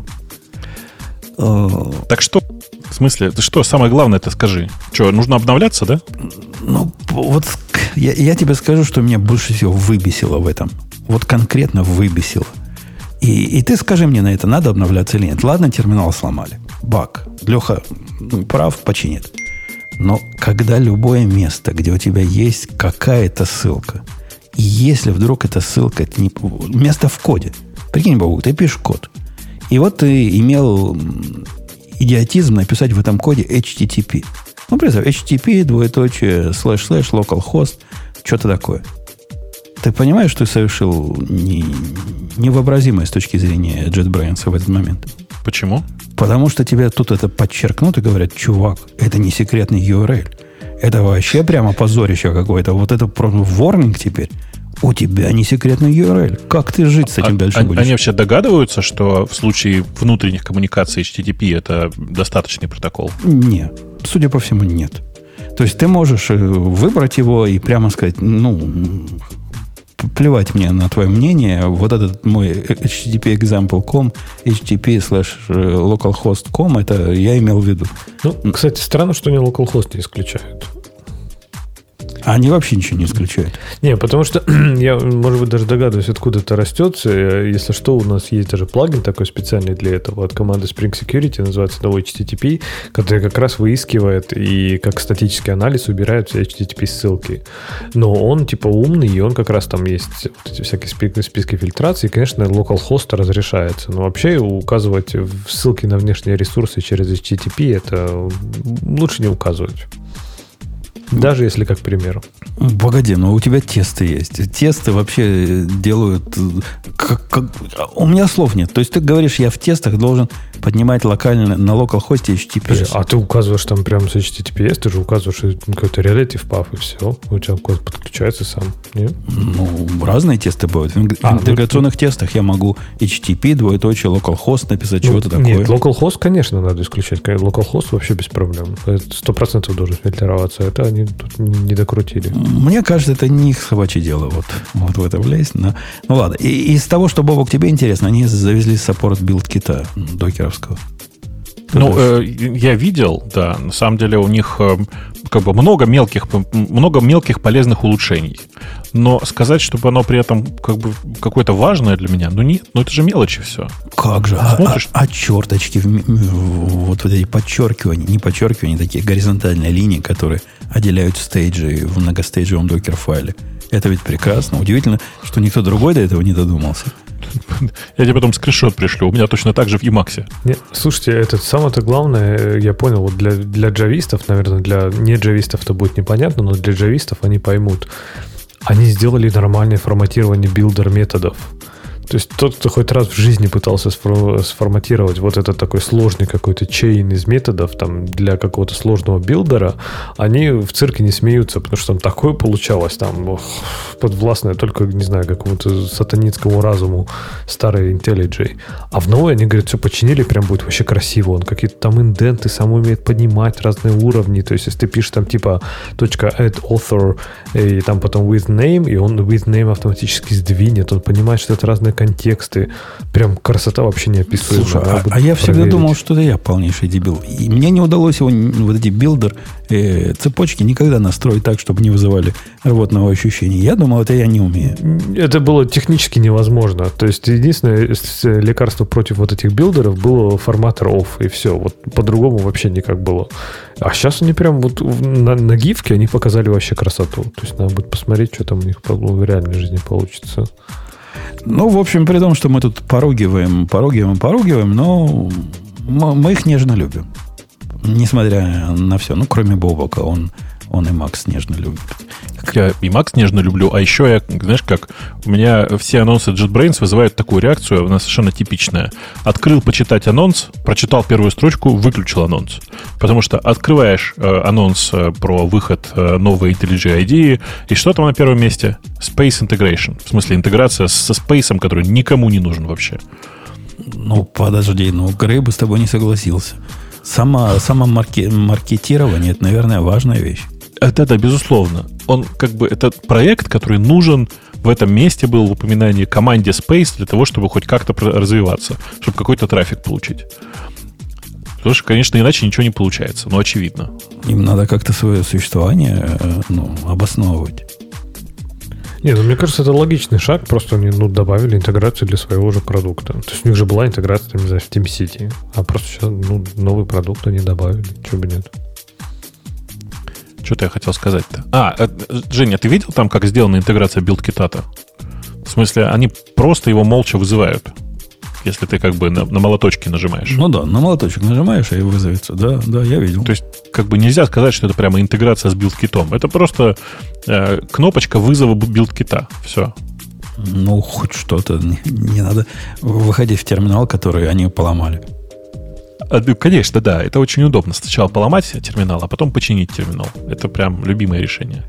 Так что, в смысле, ты что, самое главное это скажи. Что, нужно обновляться, да? Ну, вот я, я тебе скажу, что меня больше всего выбесило в этом. Вот конкретно выбесило. И, и ты скажи мне на это, надо обновляться или нет. Ладно, терминал сломали. Баг. Леха ну, прав, починит. Но когда любое место, где у тебя есть какая-то ссылка, и если вдруг эта ссылка, это не, место в коде, прикинь, Богу, ты пишешь код, и вот ты имел идиотизм написать в этом коде эйч ти ти пи. Ну, представь, эйч ти ти пи, двоеточие, слэш-слэш, localhost, что-то такое. Ты понимаешь, что ты совершил не, невообразимое с точки зрения JetBrains в этот момент? Почему? Потому что тебя тут это подчеркнут и говорят, чувак, это не секретный ю ар эл. Это вообще прямо позорище какое-то. Вот это просто ворнинг теперь. У тебя не секретный ю ар эл. Как ты жить с этим а, дальше а, будешь? Они вообще догадываются, что в случае внутренних коммуникаций эйч ти ти пи это достаточный протокол? Нет. Судя по всему, нет. То есть ты можешь выбрать его и прямо сказать, ну, плевать мне на твое мнение, вот этот мой эйч ти ти пи example точка ком, эйч ти ти пи слэш localhost точка ком, это я имел в виду. Ну, кстати, странно, что они localhost не исключают. Они вообще ничего не исключают. Не, потому что я, может быть, даже догадываюсь, откуда это растет. Если что, у нас есть даже плагин такой специальный для этого от команды Spring Security, называется новый эйч ти ти пи, который как раз выискивает и как статический анализ убирает все эйч ти ти пи ссылки. Но он типа умный, и он как раз там есть вот эти всякие списки, списки фильтрации, и, конечно, localhost разрешается. Но вообще указывать ссылки на внешние ресурсы через эйч ти ти пи это лучше не указывать. Даже если как пример. Погоди, но у тебя тесты есть. Тесты вообще делают... Как, как, у меня слов нет. То есть ты говоришь, я в тестах должен поднимать локально на localhost эйч ти ти пи. А ты указываешь там прямо с эйч ти ти пи эс, ты же указываешь какой-то relative path, и все. У тебя код подключается сам. Нет? Ну, разные тесты бывают. В а, интеграционных ну, тестах я могу эйч ти ти пи, двоеточие, localhost написать, ну, чего-то такое. Нет, localhost, конечно, надо исключать. Localhost вообще без проблем. Сто процентов должен фильтроваться. Это они тут не докрутили. Мне кажется, это не их собачье дело вот, вот в это влезть. Но, ну ладно. И, из того, что, Бобок, тебе интересно, они завезли саппорт билд-кита докеровского. Ну, э, я видел, да, на самом деле у них э, как бы много мелких, много мелких полезных улучшений. Но сказать, чтобы оно при этом как бы какое-то важное для меня, ну нет, ну это же мелочи все. Как же? Смотришь? А, а, а черточки, вот, вот эти подчеркивания, не подчеркивания, такие горизонтальные линии, которые отделяют стейджи в многостейджевом докер-файле. Это ведь прекрасно. Удивительно, что никто другой до этого не додумался. Я тебе потом скриншот пришлю. У меня точно так же в Emacs. Нет, слушайте, это самое-то главное, я понял, вот для, для джавистов, наверное, для не джавистов это будет непонятно, но для джавистов они поймут. Они сделали нормальное форматирование билдер методов. То есть тот, кто хоть раз в жизни пытался сформатировать вот этот такой сложный какой-то чейн из методов там, для какого-то сложного билдера, они в цирке не смеются, потому что там такое получалось, там ох, подвластное только, не знаю, какому-то сатанинскому разуму старой IntelliJ. А в новой они говорят, все починили, прям будет вообще красиво. Он какие-то там инденты сам умеет поднимать разные уровни. То есть если ты пишешь там типа .add author и там потом with name, и он with name автоматически сдвинет, он понимает, что это разные контексты. Прям красота вообще неописуемая. Слушай, а, а я всегда проверить. думал, что это я полнейший дебил. И мне не удалось его, вот эти билдер э, цепочки никогда настроить так, чтобы не вызывали рвотного ощущения. Я думал, это я не умею. Это было технически невозможно. То есть единственное лекарство против вот этих билдеров было форматор off, и все. Вот по-другому вообще никак было. А сейчас они прям вот на, на гифке они показали вообще красоту. То есть надо будет посмотреть, что там у них в реальной жизни получится. Ну, в общем, при том, что мы тут поругиваем, поругиваем, поругиваем, но мы их нежно любим. Несмотря на все. Ну, кроме Бобока. Он, он и Макс нежно любит. Я и Макс нежно люблю, а еще я, знаешь, как у меня все анонсы JetBrains вызывают такую реакцию, она совершенно типичная. Открыл почитать анонс, прочитал первую строчку, выключил анонс. Потому что открываешь э, анонс э, про выход э, новой IntelliJ ай ди, и что там на первом месте? Space Integration. В смысле, интеграция со Space, который никому не нужен вообще. Ну, подожди, ну, Грей бы с тобой не согласился. Само, само марки, маркетирование, это, наверное, важная вещь. Да, да, безусловно. Он как бы это проект, который нужен в этом месте был в упоминании команде Space для того, чтобы хоть как-то развиваться, чтобы какой-то трафик получить. Потому что, конечно, иначе ничего не получается, но очевидно. Им надо как-то свое существование ну, обосновывать. Не, ну мне кажется, это логичный шаг. Просто они ну, добавили интеграцию для своего же продукта. То есть у них же была интеграция, там, не знаю, в TeamCity. А просто сейчас ну, новый продукт они добавили. Чего бы нет. Что-то я хотел сказать-то. А, Женя, ты видел там, как сделана интеграция билд-кита-то? В смысле, они просто его молча вызывают, если ты как бы на, на молоточки нажимаешь. Ну да, на молоточек нажимаешь, и вызовется. Да, да, я видел. То есть, как бы нельзя сказать, что это прямо интеграция с билд-китом. Это просто э, кнопочка вызова билд-кита. Все. Ну, хоть что-то. Не, не надо выходить в терминал, который они поломали. Конечно, да, это очень удобно. Сначала поломать терминал, а потом починить терминал. Это прям любимое решение.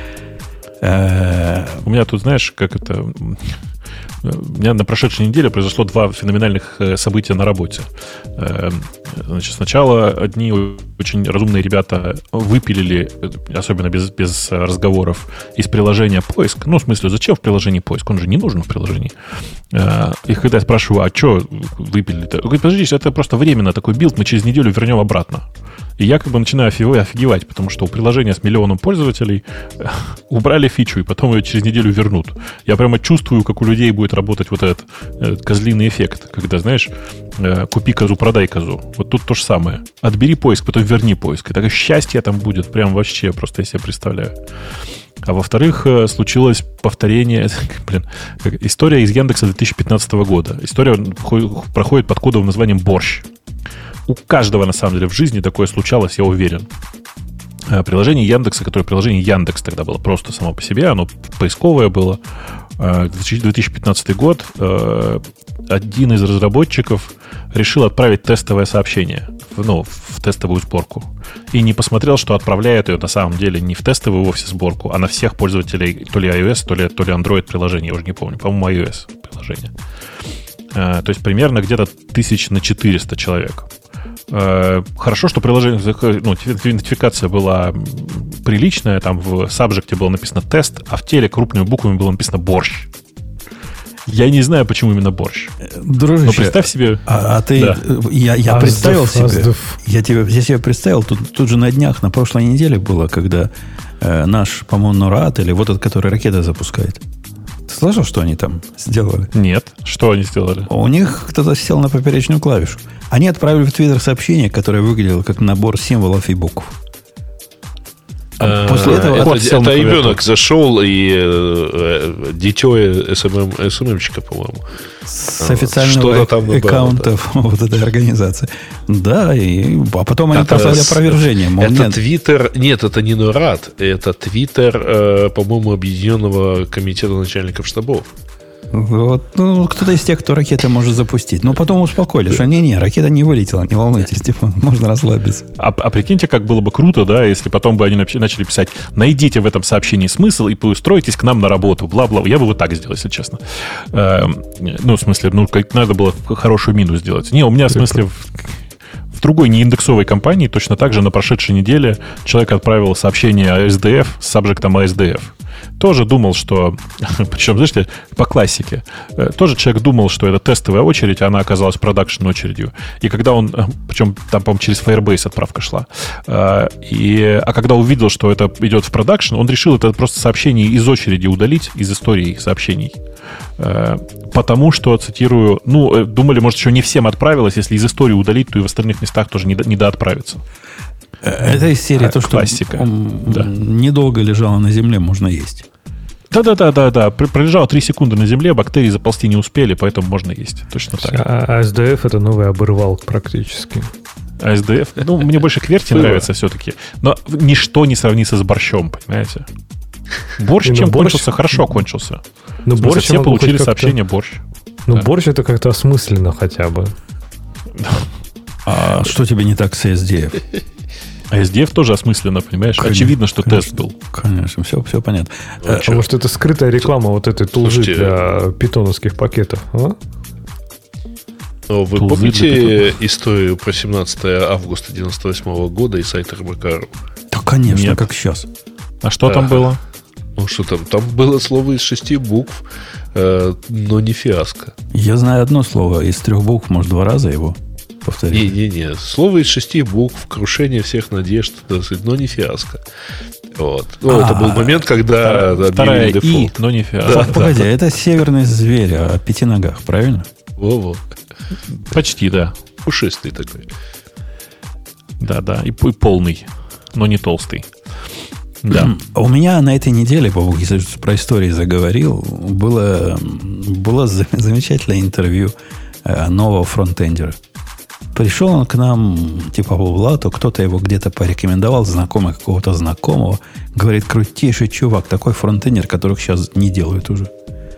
У меня тут, знаешь, как это... У меня на прошедшей неделе произошло два феноменальных события на работе. Значит, сначала одни очень разумные ребята выпилили, особенно без, без разговоров, из приложения поиск. Ну, в смысле, зачем в приложении поиск? Он же не нужен в приложении. И когда я спрашиваю, а что выпилили-то? Он говорит, подождите, это просто временно такой билд, мы через неделю вернем обратно. И я как бы начинаю офигевать, потому что у приложения с миллионом пользователей убрали фичу, и потом ее через неделю вернут. Я прямо чувствую, как у людей будет работать вот этот, этот козлиный эффект, когда, знаешь, купи козу, продай козу. Вот тут то же самое. Отбери поиск, потом верни поиск. И такое счастье там будет, прям вообще, просто я себе представляю. А во-вторых, случилось повторение, блин, история из Яндекса две тысячи пятнадцатого года. История проходит под кодовым названием «Борщ». У каждого, на самом деле, в жизни такое случалось, я уверен. Приложение Яндекса, которое приложение Яндекс тогда было просто само по себе, оно поисковое было. две тысячи пятнадцатый год. Один из разработчиков решил отправить тестовое сообщение, ну, в тестовую сборку. И не посмотрел, что отправляет ее на самом деле не в тестовую вовсе сборку, а на всех пользователей то ли iOS, то ли, то ли Android приложения, я уже не помню. По-моему, iOS приложение. То есть примерно где-то тысяч на четыреста человек. Хорошо, что приложение, ну, идентификация была приличная, там в сабжекте было написано тест, а в теле крупными буквами было написано борщ. Я не знаю, почему именно борщ. Дружище, но представь себе. А, а ты, да. я, я аздов, представил себе, аздов. я тебе, я себе представил, тут, тут же на днях, на прошлой неделе было, когда э, наш, по-моему, Нурат, или вот этот, который ракеты запускает. Ты слышал, что они там сделали? Нет. Что они сделали? У них кто-то сел на поперечную клавишу. Они отправили в Твиттер сообщение, которое выглядело как набор символов и букв. А после этого это, отсел это на ребенок клавиатуру. зашел и э, дитё эс эм эм, эс эм эм-чика, по-моему. С официального там аккаунта, да. Вот этой организации. Да, и, а потом они это послали опровержение. Мол, это нет. Твиттер... Нет, это не Нурат. Это Твиттер, э, по-моему, Объединенного комитета начальников штабов. Вот, ну, кто-то из тех, кто ракеты может запустить. Но потом успокоили, что не-не, ракета не вылетела, не волнуйтесь, типа, можно расслабиться. А, а прикиньте, как было бы круто, да, если потом бы они начали писать, найдите в этом сообщении смысл и устроитесь к нам на работу, бла-бла. Я бы вот так сделал, если честно. Э, ну, в смысле, ну, как надо было хорошую мину сделать. Не, у меня, в смысле... В, в другой неиндексовой компании точно так же на прошедшей неделе человек отправил сообщение о эс ди эф с сабжектом эй эс ди эф. Тоже думал, что... Причем, знаете, по классике. Тоже человек думал, что это тестовая очередь, а она оказалась продакшн очередью. И когда он... Причем там, по-моему, через Firebase отправка шла. И, а когда увидел, что это идет в продакшн, он решил это просто сообщение из очереди удалить, из истории сообщений. Потому что, цитирую, ну, думали, может, еще не всем отправилось. Если из истории удалить, то и в остальных местах тоже не, до, не доотправится. Это из серии то, что классика. Да. Недолго лежало на земле, можно есть. Да-да-да-да-да. Пролежало три секунды на земле, бактерии заползти не успели, поэтому можно есть. Точно так. А эс ди эф это новый оборвалк практически. А эс ди эф? Ну, мне больше QWERTY нравится все-таки. Но ничто не сравнится с борщом, понимаете? Борщ ну, чем борщ... кончился? Хорошо кончился. Ну, борщ все получили сообщение борщ. Ну, да. борщ это как-то осмысленно хотя бы. А что тебе не так с эс ди эф? А эс ди эф тоже осмысленно, понимаешь? Конечно, очевидно, что конечно, тест был. Конечно, все, все понятно. Ну, А может, это скрытая реклама вот этой тулзы Слушайте, для питоновских пакетов? А? Но вы Тулзы помните историю про семнадцатое августа девяносто восьмого года и сайт эр бэ ка точка ру? Да, конечно, Нет. как сейчас. А что Ага. там было? Ну, что там? Там было слово из шести букв, э, но не фиаско. Я знаю одно слово из трех букв, может, два раза его повторить. Не-не-не. Слово из шести букв, крушение всех надежд, так сказать, но не фиаско. Вот. Ну, это был момент, когда Вторая объявили И, дефолт. но не Да. фиаско. Погоди, это северный зверь о пяти ногах, правильно? Во-во. Почти, да. Пушистый такой. Да-да, и, и полный, но не толстый. Да. У меня на этой неделе, Бобук, если про истории заговорил, было, было замечательное интервью нового фронтендера. Пришел он к нам, типа по блату, кто-то его где-то порекомендовал, знакомый какого-то знакомого. Говорит, крутейший чувак, такой фронтендер, которых сейчас не делают уже.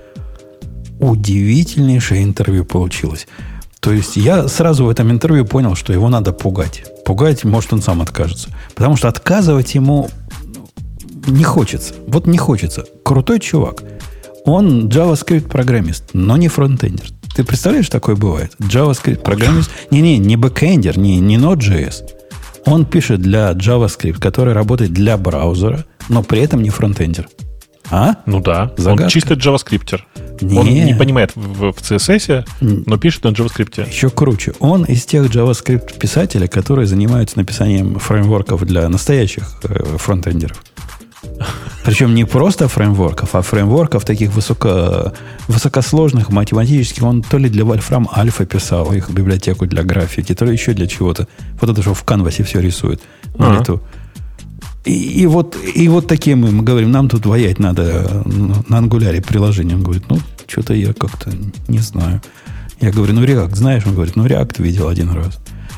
Удивительнейшее интервью получилось. То есть я сразу в этом интервью понял, что его надо пугать. Пугать, может, он сам откажется. Потому что отказывать ему не хочется. Вот не хочется. Крутой чувак. Он JavaScript-программист, но не фронтендер. Ты представляешь, такое бывает? JavaScript-программист. Не-не, не бэкэндер, не, не Node.js. Он пишет для JavaScript, который работает для браузера, но при этом не фронтендер. А? Ну да, Загадка. он чисто джаваскриптер. Не. Он не понимает в, в си эс эс, но пишет на JavaScript. Еще круче. Он из тех JavaScript-писателей, которые занимаются написанием фреймворков для настоящих э, фронтендеров. Причем не просто фреймворков, а фреймворков таких высоко, высокосложных, математических. Он то ли для Wolfram Alpha писал их библиотеку для графики, то ли еще для чего-то. Вот это, что в канвасе все рисует на Ага. лету. И, и, вот, и вот такие мы, мы говорим, нам тут воять надо на ангуляре приложение. Он говорит, ну, что-то я как-то не знаю. Я говорю, ну, React знаешь? Он говорит, ну, React видел один раз.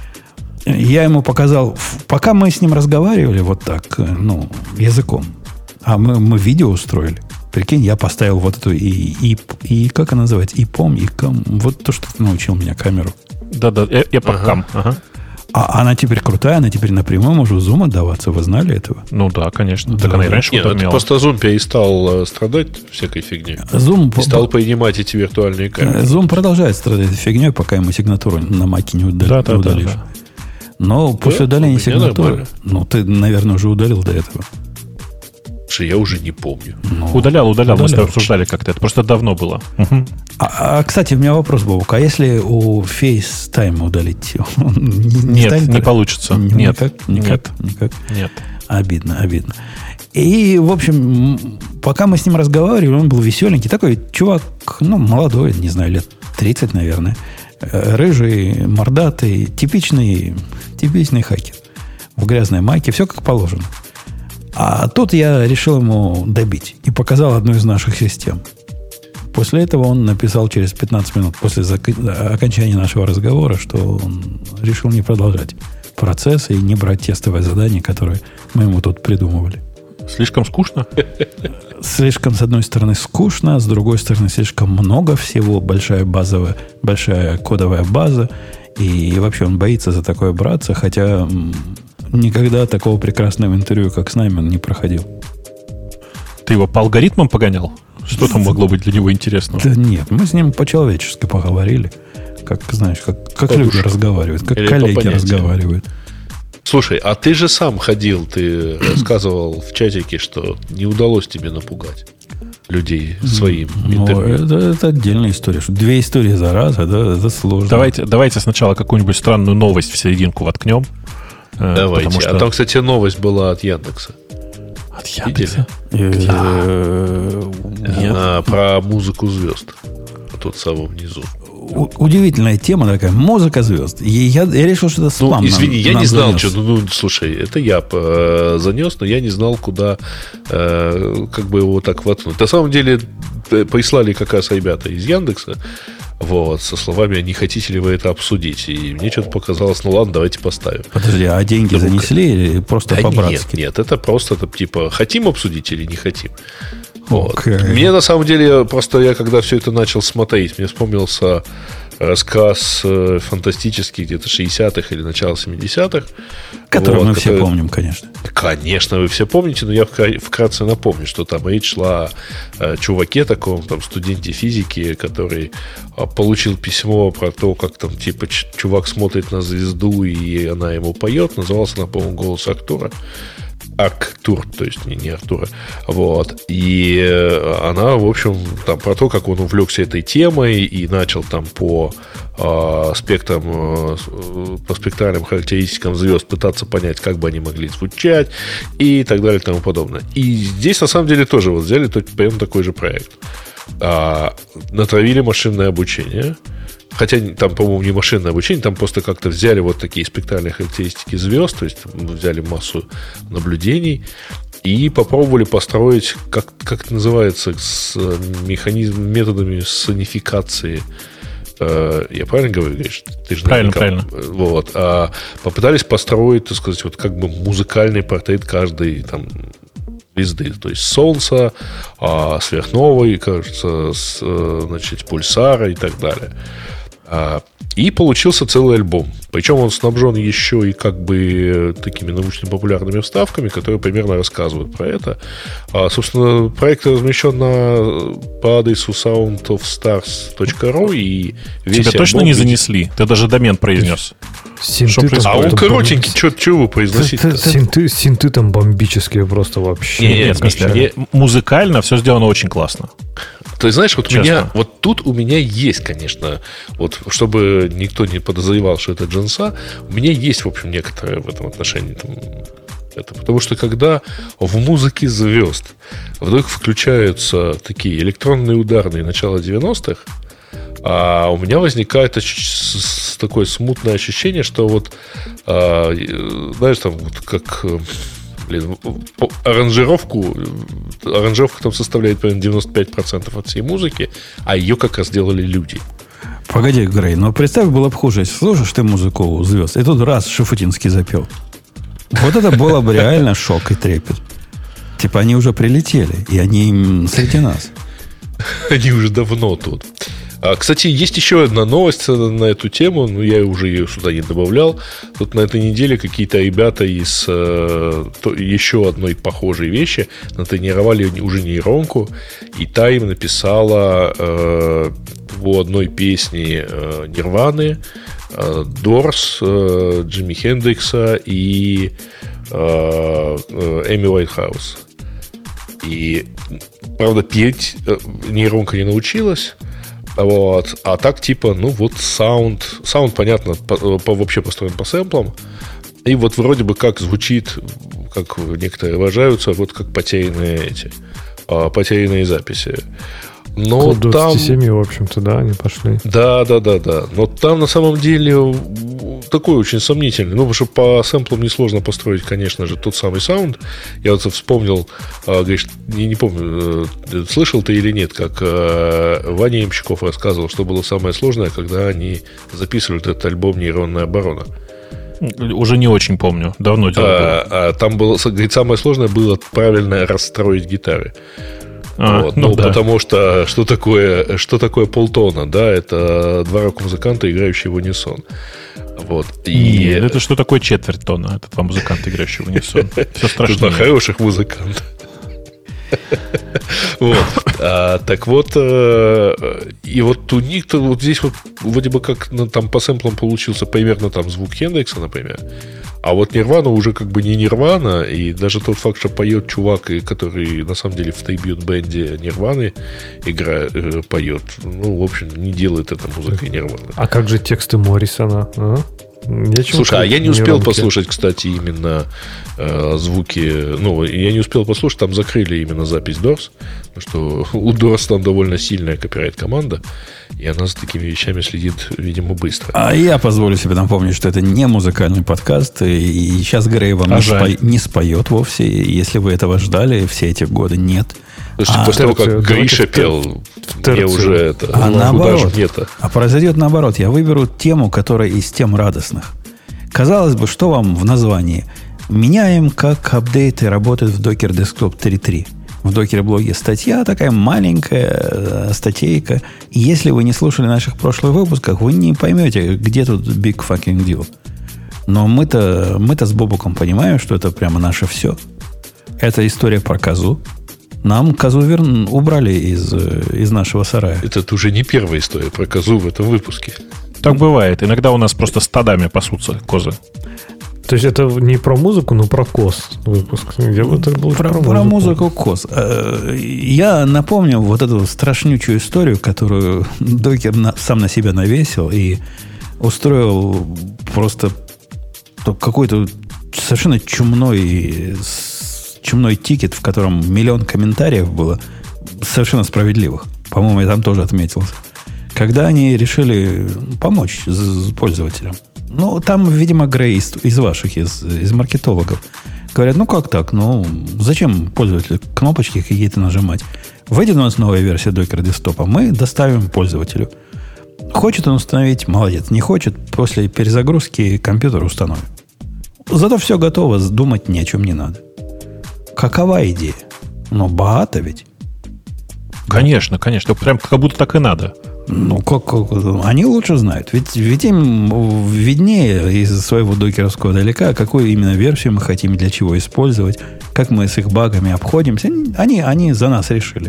Я ему показал, пока мы с ним разговаривали вот так, ну, языком, а мы, мы видео устроили. Прикинь, я поставил вот эту и, и, и как она называется? ИПОМ, ИКОМ. Вот то, что ты научил меня камеру. Да-да, эпокам. Ага. Ага. А она теперь крутая, она теперь напрямую может в зум отдаваться. Вы знали этого? Ну да, конечно. Да. Так она и раньше Нет, вот это умела. просто Zoom перестал э, страдать всякой фигней. Zoom, И стал принимать эти виртуальные камеры. Zoom продолжает страдать этой фигней, пока ему сигнатуру на маке не, удали, Да, да, не да, удалишь. да. Но после удаления у меня сигнатуры, нормально. ну, ты, наверное, уже удалил до этого. Слушай, я уже не помню. Ну, Удалял, удалял, мы с тобой удалял. обсуждали как-то. Это просто давно было. Мгм. А, а, кстати, у меня вопрос, Бобук. А если у FaceTime удалить? Он не, не Нет, станет не так? получится. Н- Нет. Никак, никак, Нет. никак. Нет. Обидно, обидно. И, в общем, м, пока мы с ним разговаривали, он был веселенький. Такой чувак, ну, молодой, не знаю, лет тридцать, наверное. Э, Рыжий, мордатый, типичный, типичный хакер. В грязной майке, все как положено. А тут я решил ему добить и показал одну из наших систем. После этого он написал через пятнадцать минут после зак- окончания нашего разговора, что он решил не продолжать процесс и не брать тестовое задание, которое мы ему тут придумывали. Слишком скучно? Слишком, с одной стороны, скучно, с другой стороны, слишком много всего, большая базовая, большая кодовая база, и вообще он боится за такое браться, хотя м, никогда такого прекрасного интервью, как с нами, он не проходил. Ты его по алгоритмам погонял? Что там могло быть для него интересного? Да нет, мы с ним по-человечески поговорили. Как, знаешь, как, как По люди душе. разговаривают, как Или по коллеги понятиям. разговаривают. Слушай, а ты же сам ходил, ты рассказывал в чатике, что не удалось тебе напугать людей своим Ну, интервью. это, это отдельная история. Что две истории за раз, это, это сложно. Давайте, давайте сначала какую-нибудь странную новость в серединку воткнем. э, Давайте. потому что- А там, кстати, новость была от Яндекса. От Яндекса? Э, Нет. Она про музыку звезд. Вот тут самом внизу. у- Удивительная тема такая. Музыка звезд. И я, я решил, что это Ну, спам. извини, нам- я нам не знал, занес. что. Ну, ну, слушай, это я э, занес, но я не знал, куда э, как бы его так воткнуть. На самом деле, п- прислали как раз ребята из Яндекса. Вот, со словами, не хотите ли вы это обсудить? И мне что-то показалось, ну ладно, давайте поставим. Подожди, а деньги да, занесли или просто да по-братски? Нет, нет, это просто типа хотим обсудить или не хотим. Вот. Okay. Мне на самом деле, просто я когда все это начал смотреть, мне вспомнился рассказ э, фантастический где-то шестидесятых или начала семидесятых. Который вот, мы который... все помним, конечно. Конечно, вы все помните, но я вкратце напомню, что там речь шла о чуваке таком, там, студенте физики, который получил письмо про то, как там, типа, чувак смотрит на звезду, и она ему поет. Назывался она, по-моему, «Голос Артура». Арктур, то есть не, не Артура. Вот. И она, в общем, там про то, как он увлекся этой темой и начал там по э, спектрам, э, по спектральным характеристикам звезд пытаться понять, как бы они могли звучать и так далее и тому подобное. И здесь, на самом деле, тоже вот взяли прям такой же проект. А, натравили машинное обучение. Хотя там, по-моему, не машинное обучение, там просто как-то взяли вот такие спектральные характеристики звезд, то есть взяли массу наблюдений и попробовали построить, как, как это называется, с механизм, методами сонификации. Я правильно говорю, Гриш? Ты же правильно, правильно. Вот. А попытались построить, так сказать, вот как бы музыкальный портрет каждой там звезды, то есть Солнца, сверхновой, кажется, значит, пульсара и так далее. И получился целый альбом. Причем он снабжен еще и как бы такими научно-популярными вставками, которые примерно рассказывают про это. А, собственно, проект размещен на, по адресу саунд оф старс точка ру. И весь тебя точно не занесли? Ты даже домен произнес. Синты а он коротенький, что вы произносите? Синты, синты там бомбические просто вообще. Нет, нет, в смысле, не, музыкально все сделано очень классно. То есть, знаешь, вот Честно. у меня, вот тут у меня есть, конечно, вот чтобы никто не подозревал, что это джинса, у меня есть, в общем, некоторые в этом отношении там, это, потому что когда в музыке звезд вдруг включаются такие электронные ударные начала девяностых, а у меня возникает такое смутное ощущение, что вот, а, знаешь, там вот как... Блин, аранжировку, аранжировка там составляет примерно девяносто пять процентов от всей музыки, а ее как раз делали люди. Погоди, Грей, но представь, было бы хуже, если слушаешь ты музыку у звезд, и тут раз Шафутинский запел. Вот это было бы реально шок и трепет. Типа они уже прилетели, и они среди нас. Они уже давно тут. А, кстати, есть еще одна новость на эту тему, но я уже ее сюда не добавлял. Тут на этой неделе какие-то ребята из э, то, еще одной похожей вещи натренировали уже нейронку, и та им написала э, по одной песне э, Нирваны, э, Дорс, э, Джимми Хендрикса и э, э, Эми Уайтхаус. И, правда, петь э, нейронка не научилась. Вот. А так типа, ну вот саунд, саунд, понятно, по, по, вообще построен по сэмплам. И вот вроде бы как звучит, как некоторые выражаются, вот как потерянные эти, потерянные записи. Но Код там... двадцать семь, в общем-то, да, они пошли. Да, да, да, да. Но там на самом деле такой очень сомнительный. Ну, потому что по сэмплам несложно построить, конечно же, тот самый саунд. Я вот вспомнил, говоришь, не, не помню, слышал ты или нет, как Ваня Ямщиков рассказывал, что было самое сложное, когда они записывали этот альбом «Нейронная оборона». Уже не очень помню, давно дело было. А, а там было, говорит, самое сложное было правильно расстроить гитары. А, вот, ну, ну, да. Потому что что такое, что такое полтона? Да, это два рок-музыканта, играющие в унисон. Вот. И... Нет, это что такое четверть тона? Это два музыканта, играющие в унисон. Все страшно. Два хороших музыканта. Вот. А, так вот, и вот у них-то вот здесь вот вроде бы как ну, там по сэмплам получился примерно там звук Хендрикса, например. А вот Нирвана уже как бы не Нирвана, и даже тот факт, что поет чувак, который на самом деле в трибьют-бенде Нирваны играет, э, поет, ну, в общем, не делает это музыкой Нирваны. А как же тексты Моррисона? А? Слушай, а я не успел нейронки. послушать, кстати, именно э, звуки. Ну, я не успел послушать, там закрыли именно запись Дорс. Потому что у Дорс там довольно сильная копирайт-команда, и она за такими вещами следит, видимо, быстро. А я позволю себе напомнить, что это не музыкальный подкаст, и, и сейчас Грей вам а не, спо, не споет вовсе. Если вы этого ждали все эти годы, нет. Слушайте, А, после того, как Терцию, Гриша давайте пел, в мне Терцию. уже это... А ну, наоборот. даже мне-то. А произойдет наоборот. Я выберу тему, которая из тем радостных. Казалось бы, что вам в названии? Меняем, как апдейты работают в Docker Desktop три точка три. В докер-блоге статья, такая маленькая э, статейка. И если вы не слушали наших прошлых выпусках, вы не поймете, где тут big fucking deal. Но мы-то, мы-то с Бобуком понимаем, что это прямо наше все. Это история про козу. Нам козу верн... убрали из, из нашего сарая. Это уже не первая история про козу в этом выпуске. Так бывает. Иногда у нас просто стадами пасутся козы. То есть это не про музыку, но про коз выпуск. Я бы так был Про, про музыку коз. Э, Я напомню вот эту страшнючую историю, которую Докер на- сам на себя навесил и устроил просто какой-то совершенно чумной, с- чумной тикет, в котором миллион комментариев было, совершенно справедливых. По-моему, я там тоже отметился. Когда они решили помочь з- пользователям. Ну, там, видимо, Грей из, из ваших, из, из маркетологов. Говорят, ну как так? Ну, зачем пользователю кнопочки какие-то нажимать? Выйдет у нас новая версия Docker Desktop, мы доставим пользователю. Хочет он установить, молодец. Не хочет, после перезагрузки компьютер установим. Зато все готово, думать ни о чем не надо. Какова идея? Ну, богато ведь. Конечно, конечно. Прям как будто так и надо. Ну, как, как- они лучше знают. Ведь, ведь им виднее из своего докеровского далека, какую именно версию мы хотим и для чего использовать, как мы с их багами обходимся. Они, они за нас решили.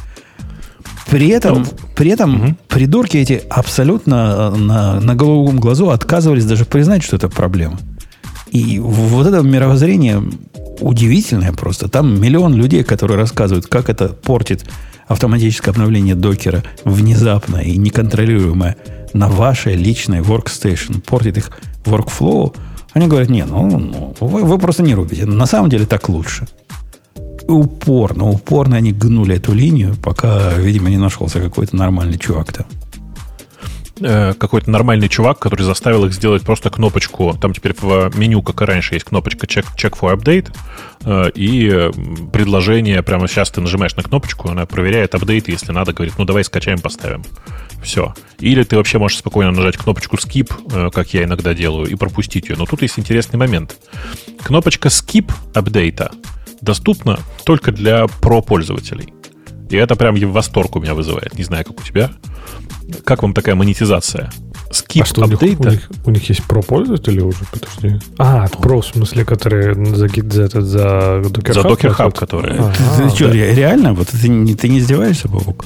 При этом, при этом Мгм. придурки эти абсолютно на, на голубом глазу отказывались даже признать, что это проблема. И вот это мировоззрение удивительное просто. Там миллион людей, которые рассказывают, как это портит автоматическое обновление докера внезапно и неконтролируемое на вашей личной workstation, портит их workflow. Они говорят, не, ну, ну вы, вы просто не рубите. На самом деле так лучше. И упорно, упорно они гнули эту линию, пока, видимо, не нашелся какой-то нормальный чувак там. Э, какой-то нормальный чувак, который заставил их сделать просто кнопочку. Там теперь в меню, как и раньше, есть кнопочка check, check for update. э, И э, предложение, прямо сейчас ты нажимаешь на кнопочку, она проверяет апдейт, если надо, говорит, ну давай скачаем, поставим. Все. Или ты вообще можешь спокойно нажать кнопочку skip, э, как я иногда делаю, и пропустить ее. Но тут есть интересный момент. Кнопочка skip апдейта доступна только для про-пользователей. И это прям восторг у меня вызывает. Не знаю, как у тебя. Как вам такая монетизация? Скип А что, у них, апдейта? у, них, у них есть про-пользователи уже? Подожди. А, это про, в смысле, которые за, гид- за, этот, за Docker За Hub Docker Hub, платят? которые... А, Ты, а, ты что, да. ре- реально? Вот ты, не- ты не издеваешься, Бобок?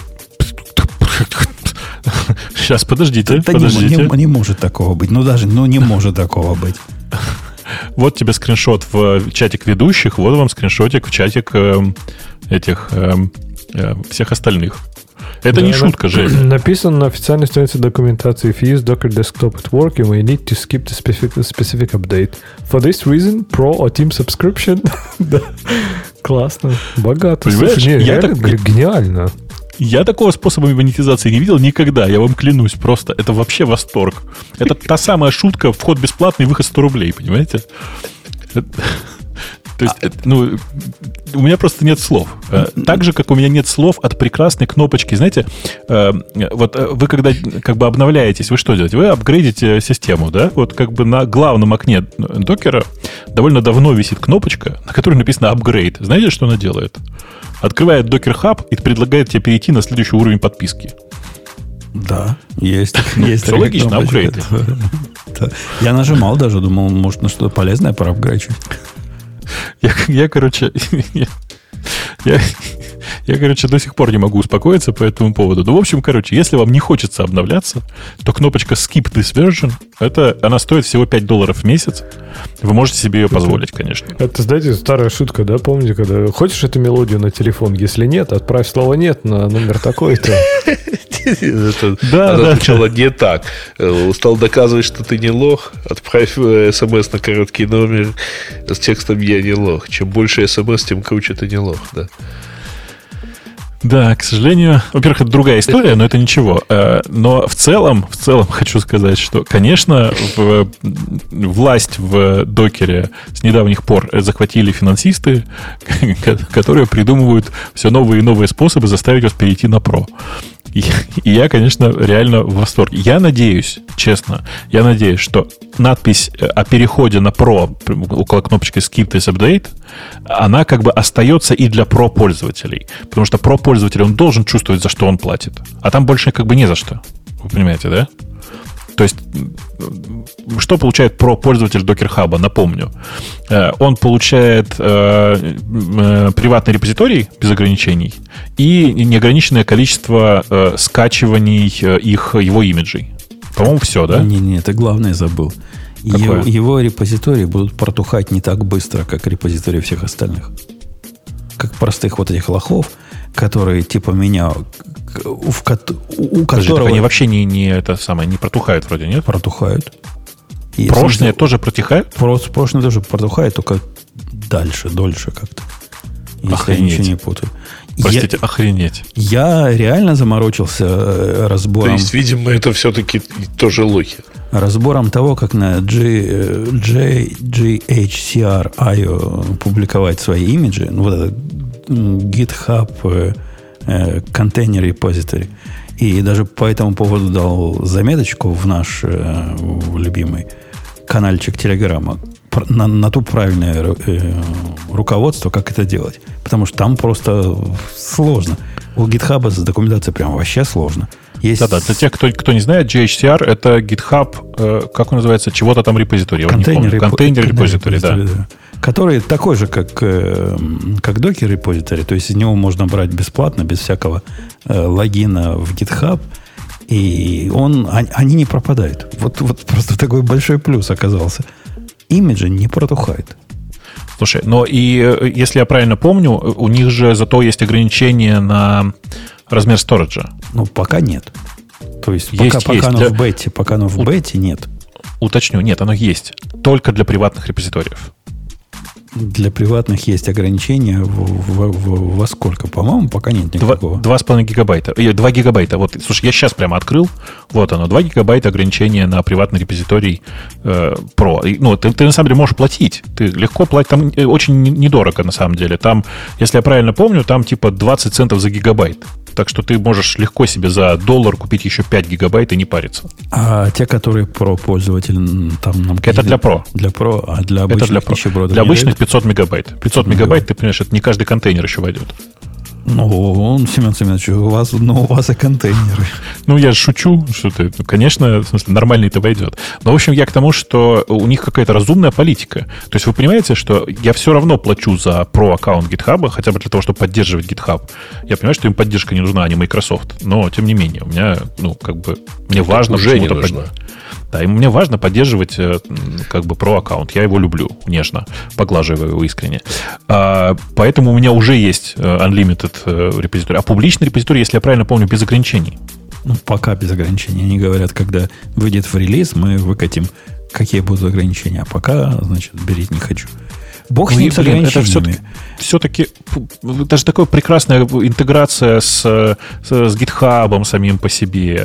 Сейчас, подождите, Да не, подождите. не- не может такого быть. Ну, даже, ну, не может такого быть. Вот тебе скриншот в чатик ведущих, вот вам скриншотик в чатик эм, этих эм, э, всех остальных. Это Да, не на- шутка, Женя. Написано на официальной странице документации: if you use Docker Desktop at work, you may need to skip the specific, specific update. For this reason, Pro or Team subscription. Да. Классно. Богато. Понимаешь, Слушай, не, я реально так- г- гениально. Я такого способа монетизации не видел никогда, я вам клянусь, просто это вообще восторг. Это та самая шутка, вход бесплатный, выход сто рублей, понимаете? Это- То есть, это, ну, у меня просто нет слов. Э, Так же, как у меня нет слов от прекрасной кнопочки. Знаете, э, вот э, вы когда как бы обновляетесь, вы что делаете? Вы апгрейдите систему, да? Вот как бы на главном окне докера довольно давно висит кнопочка, на которой написано «Апгрейд». Знаете, что она делает? Открывает Docker Hub и предлагает тебе перейти на следующий уровень подписки. Да, есть. есть Всё такая логично, кнопочка. апгрейд. Да. Я нажимал даже, думал, может, на что-то полезное пора апгрейчить. Я, я, короче, я, я, я, короче, до сих пор не могу успокоиться по этому поводу. Ну, в общем, короче, если вам не хочется обновляться, то кнопочка Skip this version, это, она стоит всего пять долларов в месяц. Вы можете себе ее позволить, конечно. Это, знаете, старая шутка, да? Помните, когда хочешь эту мелодию на телефон? Если нет, отправь слово «нет» на номер такой-то. Это Да, она да. звучала не так. Э, Устал доказывать, что ты не лох. Отправь э, смс на короткий номер с текстом «Я не лох». Чем больше смс, тем круче ты не лох. Да. Да, к сожалению, во-первых, это другая история, но это ничего. Но в целом, в целом хочу сказать, что, конечно, в, власть в докере с недавних пор захватили финансисты, которые придумывают все новые и новые способы заставить вас перейти на про. И, и я, конечно, реально в восторге. Я надеюсь, честно, я надеюсь, что надпись о переходе на Pro около кнопочки Skip this update, она как бы остается и для Pro-пользователей. Потому что Pro-пользователь, он должен чувствовать, за что он платит. А там больше как бы не за что. Вы понимаете, да? То есть, что получает Pro-пользователь Docker Hub? Напомню. Он получает э, э, приватный репозиторий без ограничений и неограниченное количество э, скачиваний их, его имиджей. По-моему, все, да? Не-не, это главное забыл. Его, его репозитории будут протухать не так быстро, как репозитории всех остальных. Как простых вот этих лохов, которые типа меня... У, в, у Подожди, которого... они вообще не, не, это самое, не протухают вроде, нет? Протухают. И прошлые тоже протихают? Прошлые тоже протухают, только дальше, дольше как-то. Если Охренеть. я ничего не путаю. Простите, я, охренеть. Я реально заморочился разбором... То есть, видимо, это все-таки тоже лохи. Разбором того, как на G, G, джи эйч си ар ай о публиковать свои имиджи. Ну, вот это GitHub контейнер репозиторий. И даже по этому поводу дал заметочку в наш э, любимый канальчик Телеграма на, на ту правильное э, руководство, как это делать. Потому что там просто сложно. У GitHub с документацией прям вообще сложно. Есть... Да-да, для тех, кто, кто не знает, джи эйч си ар это GitHub, э, как он называется, чего-то там репозиторий. Контейнер, Контейнер репозиторий, да. да. Который такой же, как, э, как Docker репозиторий. То есть из него можно брать бесплатно, без всякого э, логина в GitHub. И он, они, они не пропадают. Вот, вот просто такой большой плюс оказался. Имиджи не протухают. Слушай, но и если я правильно помню, у них же зато есть ограничения на размер сториджа. Ну, пока нет. То есть, есть, пока, пока есть. оно Для... в бете, пока оно в У... бете, нет. Уточню, нет, оно есть. Только для приватных репозиториев. Для приватных есть ограничения в, в, в, во сколько? По-моему, пока нет никакого. два с половиной гигабайта. два гигабайта. Вот, слушай, я сейчас прямо открыл. Вот оно. два гигабайта ограничения на приватный репозиторий э, Pro. И, ну, ты, ты на самом деле можешь платить. Ты легко платить. Там очень недорого, на самом деле. Там, если я правильно помню, там типа двадцать центов за гигабайт. Так что ты можешь легко себе за доллар купить еще пять гигабайт и не париться. А те, которые Pro пользователь, там нам... Это для Pro. Для Pro, а для обычных это для Pro. нищебродов для обычных пятьсот мегабайт. пятьсот мегабайт, ты понимаешь, это не каждый контейнер еще войдет. Ну, он, Семен Семенович, у вас, ну, у вас и контейнеры. Ну, я шучу, что ты, ну, конечно, в смысле, нормально это войдет. Но, в общем, я к тому, что у них какая-то разумная политика. То есть вы понимаете, что я все равно плачу за про-аккаунт GitHub, хотя бы для того, чтобы поддерживать GitHub. Я понимаю, что им поддержка не нужна, а не Microsoft. Но, тем не менее, у меня, ну, как бы, мне важно... Уже не нужна. Под... Да, и мне важно поддерживать как бы про-аккаунт. Я его люблю нежно, поглаживаю его искренне. А, поэтому у меня уже есть unlimited репозиторий. А публичный репозиторий, если я правильно помню, без ограничений. Ну, пока без ограничений. Они говорят, когда выйдет в релиз, мы выкатим, какие будут ограничения. А пока, значит, берить не хочу. Бог ну, с ним, с ограничениями. Все-таки, все-таки даже такая прекрасная интеграция с, с, с GitHub самим по себе.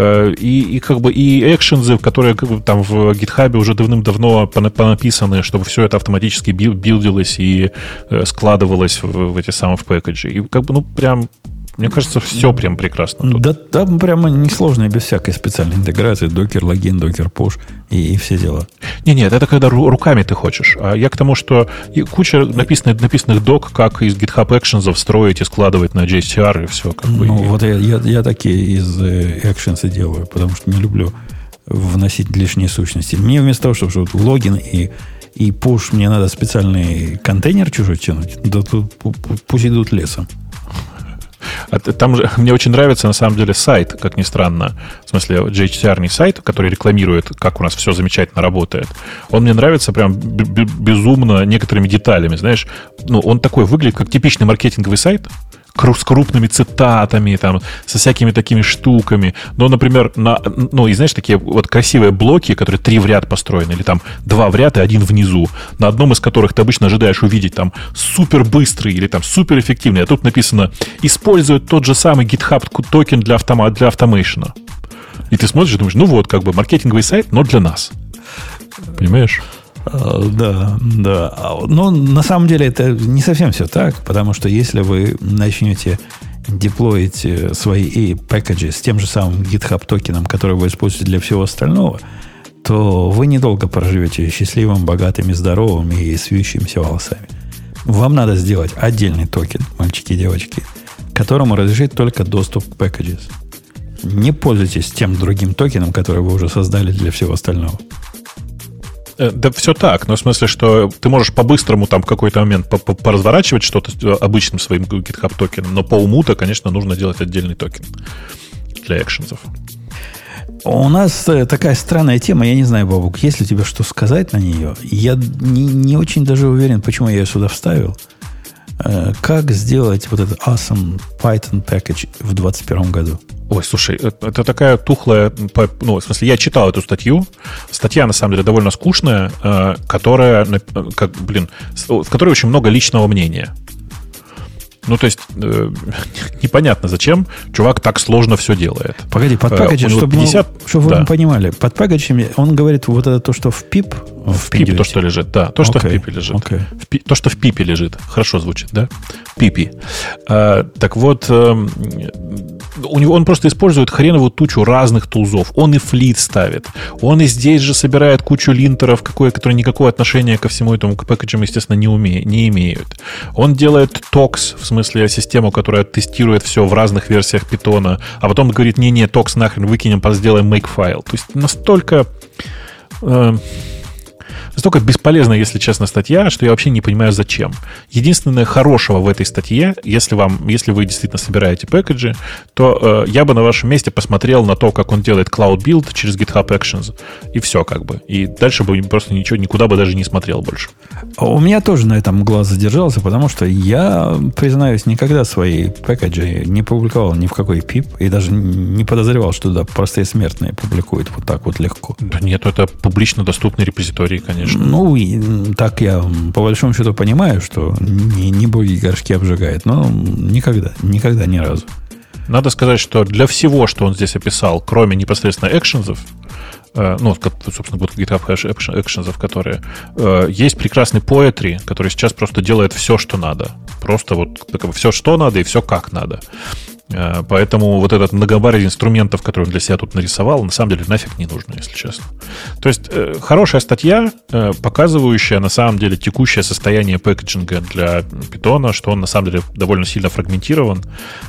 И, и как бы и экшензы, которые там в GitHub уже давным-давно понаписаны, чтобы все это автоматически билдилось и складывалось в, в эти самые в пэкэджи. И как бы, ну, прям... Мне кажется, все прям прекрасно тут. Да, там прямо несложно и без всякой специальной интеграции. Докер, логин, докер, пуш и, и все дела. Не, нет, это когда руками ты хочешь. А я к тому, что куча написанных, написанных док, как из GitHub Actions строить и складывать на джей эйч си ар и все. Как бы. Ну, вот я, я, я такие из Actions и делаю, потому что не люблю вносить лишние сущности. Мне вместо того, чтобы вот логин и, и пуш, мне надо специальный контейнер чужой тянуть. Да тут пусть идут лесом. Там же мне очень нравится, на самом деле, сайт, как ни странно. В смысле, джей эйч си ар-ный сайт, который рекламирует, как у нас все замечательно работает. Он мне нравится прям безумно некоторыми деталями, знаешь. Ну, он такой выглядит, как типичный маркетинговый сайт, с крупными цитатами, там, со всякими такими штуками. Но, например, на, ну, и знаешь, такие вот красивые блоки, которые три в ряд построены, или там два в ряд и один внизу, на одном из которых ты обычно ожидаешь увидеть там супер быстрый или там супер эффективный, а тут написано «Использует тот же самый GitHub токен для, автома, для автомейшена». И ты смотришь и думаешь, ну вот, как бы маркетинговый сайт, но для нас. Понимаешь? Да, да. Но на самом деле это не совсем все так, потому что если вы начнете деплоить свои пэкэджи с тем же самым GitHub токеном, который вы используете для всего остального, то вы недолго проживете счастливым, богатым и здоровым и с вьющимися волосами. Вам надо сделать отдельный токен, мальчики и девочки, которому разрешит только доступ к packages. Не пользуйтесь тем другим токеном, который вы уже создали для всего остального. Да все так, но в смысле, что ты можешь по-быстрому там в какой-то момент поразворачивать что-то обычным своим GitHub токеном, но по уму-то, конечно, нужно делать отдельный токен для экшензов. У нас такая странная тема, я не знаю, Бобук, есть ли у тебя что сказать на нее? Я не, не очень даже уверен, почему я ее сюда вставил. Как сделать вот этот awesome Python package в двадцать первом году? Ой, слушай, это такая тухлая... Ну, в смысле, я читал эту статью. Статья, на самом деле, довольно скучная, которая, как, блин, в которой очень много личного мнения. Ну, то есть, э, непонятно, зачем чувак так сложно все делает. Погоди, под пакетом, чтобы, пятьдесят, мы, чтобы да. вы понимали, под пакетом он говорит вот это то, что в пип. В, в пип то, что лежит, да. То, okay. что в пипе лежит. Okay. В пи, то, что в пипе лежит. Хорошо звучит, да? Пипи. А, так вот, э, у него, он просто использует хреновую тучу разных тулзов. Он и флит ставит. Он и здесь же собирает кучу линтеров, какое, которые никакого отношения ко всему этому к пакетам, естественно, не, уме, не имеют. Он делает токс, в смысле систему, которая тестирует все в разных версиях питона, а потом говорит, не-не, токс нахрен выкинем, сделаем makefile. То есть настолько... Э, Настолько бесполезна, если честно, статья, что я вообще не понимаю, зачем. Единственное хорошего в этой статье, если, вам, если вы действительно собираете пэкэджи, то э, я бы на вашем месте посмотрел на то, как он делает Cloud Build через GitHub Actions, и все как бы. И дальше бы просто ничего, никуда бы даже не смотрел больше. У меня тоже на этом глаз задержался, потому что я, признаюсь, никогда свои пэкэджи не публиковал ни в какой пип, и даже не подозревал, что туда простые смертные публикуют вот так вот легко. Да нет, это публично доступный репозиторий, конечно. Ну, и так я по большому счету понимаю, что не, не боги горшки обжигает, но никогда, никогда, ни разу. Надо сказать, что для всего, что он здесь описал, кроме непосредственно экшензов, э, ну, собственно, вот GitHub экшензов, которые, э, есть прекрасный Poetry, который сейчас просто делает все, что надо. Просто вот так, все, что надо, и все, как надо. Поэтому вот этот многообразие инструментов, который он для себя тут нарисовал, на самом деле нафиг не нужно, если честно. То есть хорошая статья, показывающая на самом деле текущее состояние пэкэджинга для Python, что он на самом деле довольно сильно фрагментирован.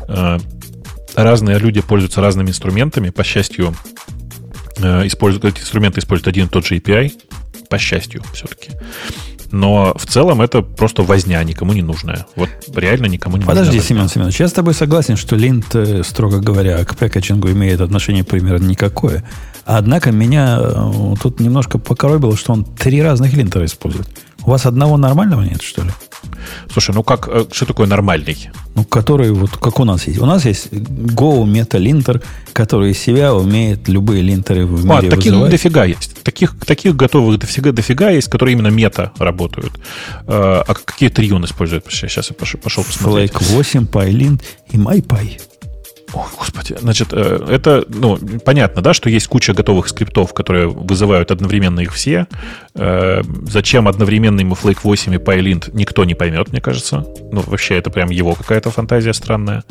Разные люди пользуются разными инструментами. По счастью, используют, эти инструменты используют один и тот же эй пи ай. По счастью, все-таки. Но в целом это просто возня, никому не нужная. Вот реально никому не нужная. Подожди, Семен Семенович, я с тобой согласен, что линт, строго говоря, к пэкэджингу имеет отношение примерно никакое. Однако меня тут немножко покоробило, что он три разных линтера использует. У вас одного нормального нет, что ли? Слушай, ну как, что такое нормальный? Ну, который вот, как у нас есть. У нас есть Go Meta Linter, который из себя умеет любые линтеры в мире а, таких вызывать. дофига есть. Таких, таких готовых дофига, дофига есть, которые именно мета работают. А какие три он использует? Сейчас я пошел, пошел посмотреть. Flake восемь, PyLint и MyPy. Ой, господи. Значит, это, ну, понятно, да, что есть куча готовых скриптов, которые вызывают одновременно их все. Зачем одновременно ему Flake восемь и PyLint, никто не поймет, мне кажется. Ну, вообще, это прям его какая-то фантазия странная.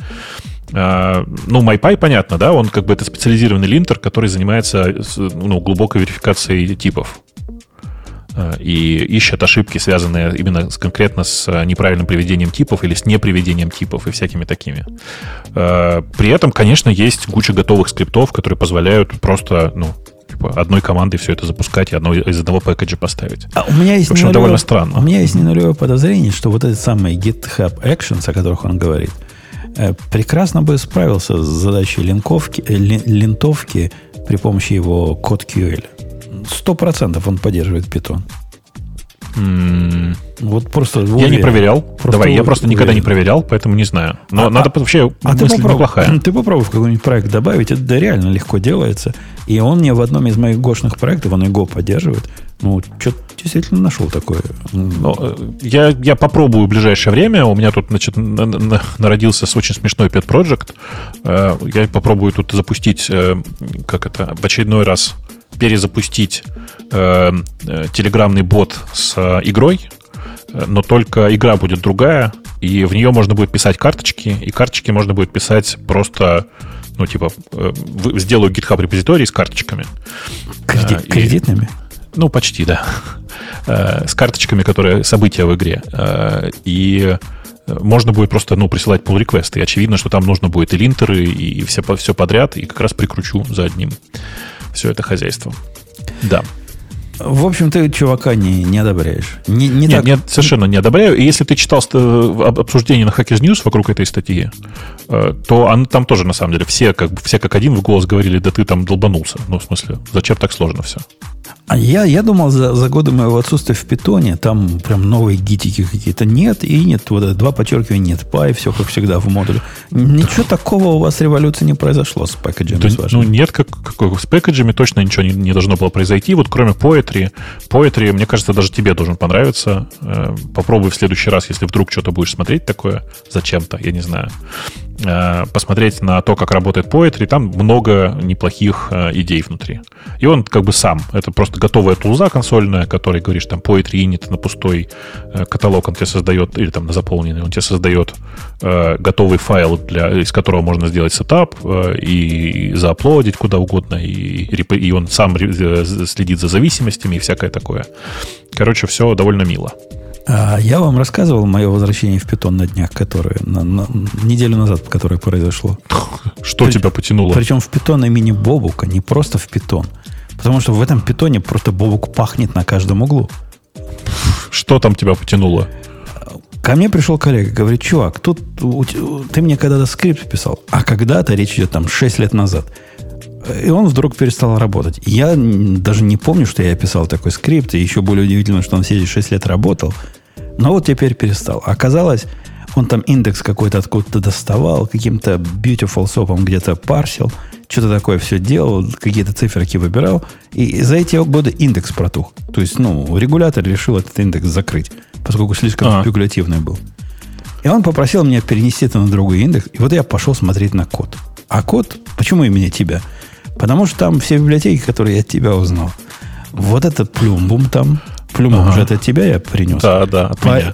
Ну, MyPy, понятно, да, он как бы это специализированный линтер, который занимается, ну, глубокой верификацией типов. И ищет ошибки, связанные именно с, конкретно с неправильным приведением типов или с неприведением типов и всякими такими. При этом, конечно, есть куча готовых скриптов, которые позволяют просто, ну, типа, одной командой все это запускать и одно, из одного пэкэджа поставить. А у меня есть в общем, нулевое, довольно странно. У меня есть ненулевое подозрение, что вот этот самый GitHub Actions, о которых он говорит, прекрасно бы справился с задачей линковки, линтовки при помощи его код кью эль. Сто процентов он поддерживает Python. М-м- Вот просто Я уверен. не проверял. Просто Давай, я у- просто никогда не уверен. проверял, поэтому не знаю. Но А- надо а- вообще А ты мысль попробуй, неплохая. ты попробуй в какой-нибудь проект добавить. Это да, реально легко делается. И он мне в одном из моих гошных проектов, он и Go поддерживает. Ну, что-то действительно нашел такое. Ну, э, я, я попробую в ближайшее время. У меня тут, значит, на- на- народился очень смешной pet project. Э, Я попробую тут запустить, э, как это, в очередной раз перезапустить э, э, телеграмный бот с э, игрой, э, но только игра будет другая, и в нее можно будет писать карточки, и карточки можно будет писать просто, ну, типа, э, в- сделаю GitHub репозиторий с карточками. Креди- Э, и- Кредитными? Ну, почти, да. Э, С карточками, которые события в игре. Э, И можно будет просто, ну, присылать pull реквесты. И очевидно, что там нужно будет и линтеры, и все, по- все подряд, и как раз прикручу за одним все это хозяйство. Да. В общем, ты чувака не, не одобряешь. Не, не Нет, так. нет, совершенно не одобряю. И если ты читал ст- об- обсуждение на Hackers News вокруг этой статьи, э, то он, там тоже, на самом деле, все как, бы- все как один в голос говорили, да ты там долбанулся. Ну, в смысле, зачем так сложно все? А я, я думал, за, за годы моего отсутствия в питоне там прям новые гитики какие-то нет, и нет, вот это два подчеркивания, нет, пай, все как всегда в модуле. Ничего такого у вас революции не произошло с пэкэджами, Да, с вашими. ну, нет, как, как, с пэкэджами точно ничего не, не должно было произойти. Вот кроме Poetry. Poetry, мне кажется, даже тебе должен понравиться. Э, попробуй в следующий раз, если вдруг что-то будешь смотреть такое зачем-то, я не знаю, э, посмотреть на то, как работает Poetry. Там много неплохих э, идей внутри. И он как бы сам. Это просто готовая тулза консольная, которой говоришь, там, Poetry init на пустой э, каталог он тебе создает, или там на заполненный, он тебе создает э, готовый файл, для, из которого можно сделать сетап э, и зааплодить куда угодно, и, реп- и он сам ре- следит за зависимостями и всякое такое. Короче, все довольно мило. А я вам рассказывал мое возвращение в питон на днях, которое на, на- неделю назад, которое произошло. Что При- тебя потянуло? Причем в питон имени Бобука, не просто в питон. Потому что в этом питоне просто Бобук пахнет на каждом углу. Что там тебя потянуло? Ко мне пришел коллега, говорит, чувак, тут у те- ты мне когда-то скрипт писал, а когда-то, речь идет там шесть лет назад, и он вдруг перестал работать. Я н- даже не помню, что я писал такой скрипт, и еще более удивительно, что он все эти шесть лет работал. Но вот теперь перестал. Оказалось, он там индекс какой-то откуда-то доставал, каким-то beautiful сопом где-то парсил, что-то такое все делал, какие-то циферки выбирал, и за эти годы индекс протух. То есть, ну, регулятор решил этот индекс закрыть, поскольку слишком Ага. спекулятивный был. И он попросил меня перенести это на другой индекс, и вот я пошел смотреть на код. А код, почему именно тебя? Потому что там все библиотеки, которые я от тебя узнал. Вот это плюмбум там. Плюмбум Ага. уже это от тебя я принес. Да, да, от меня.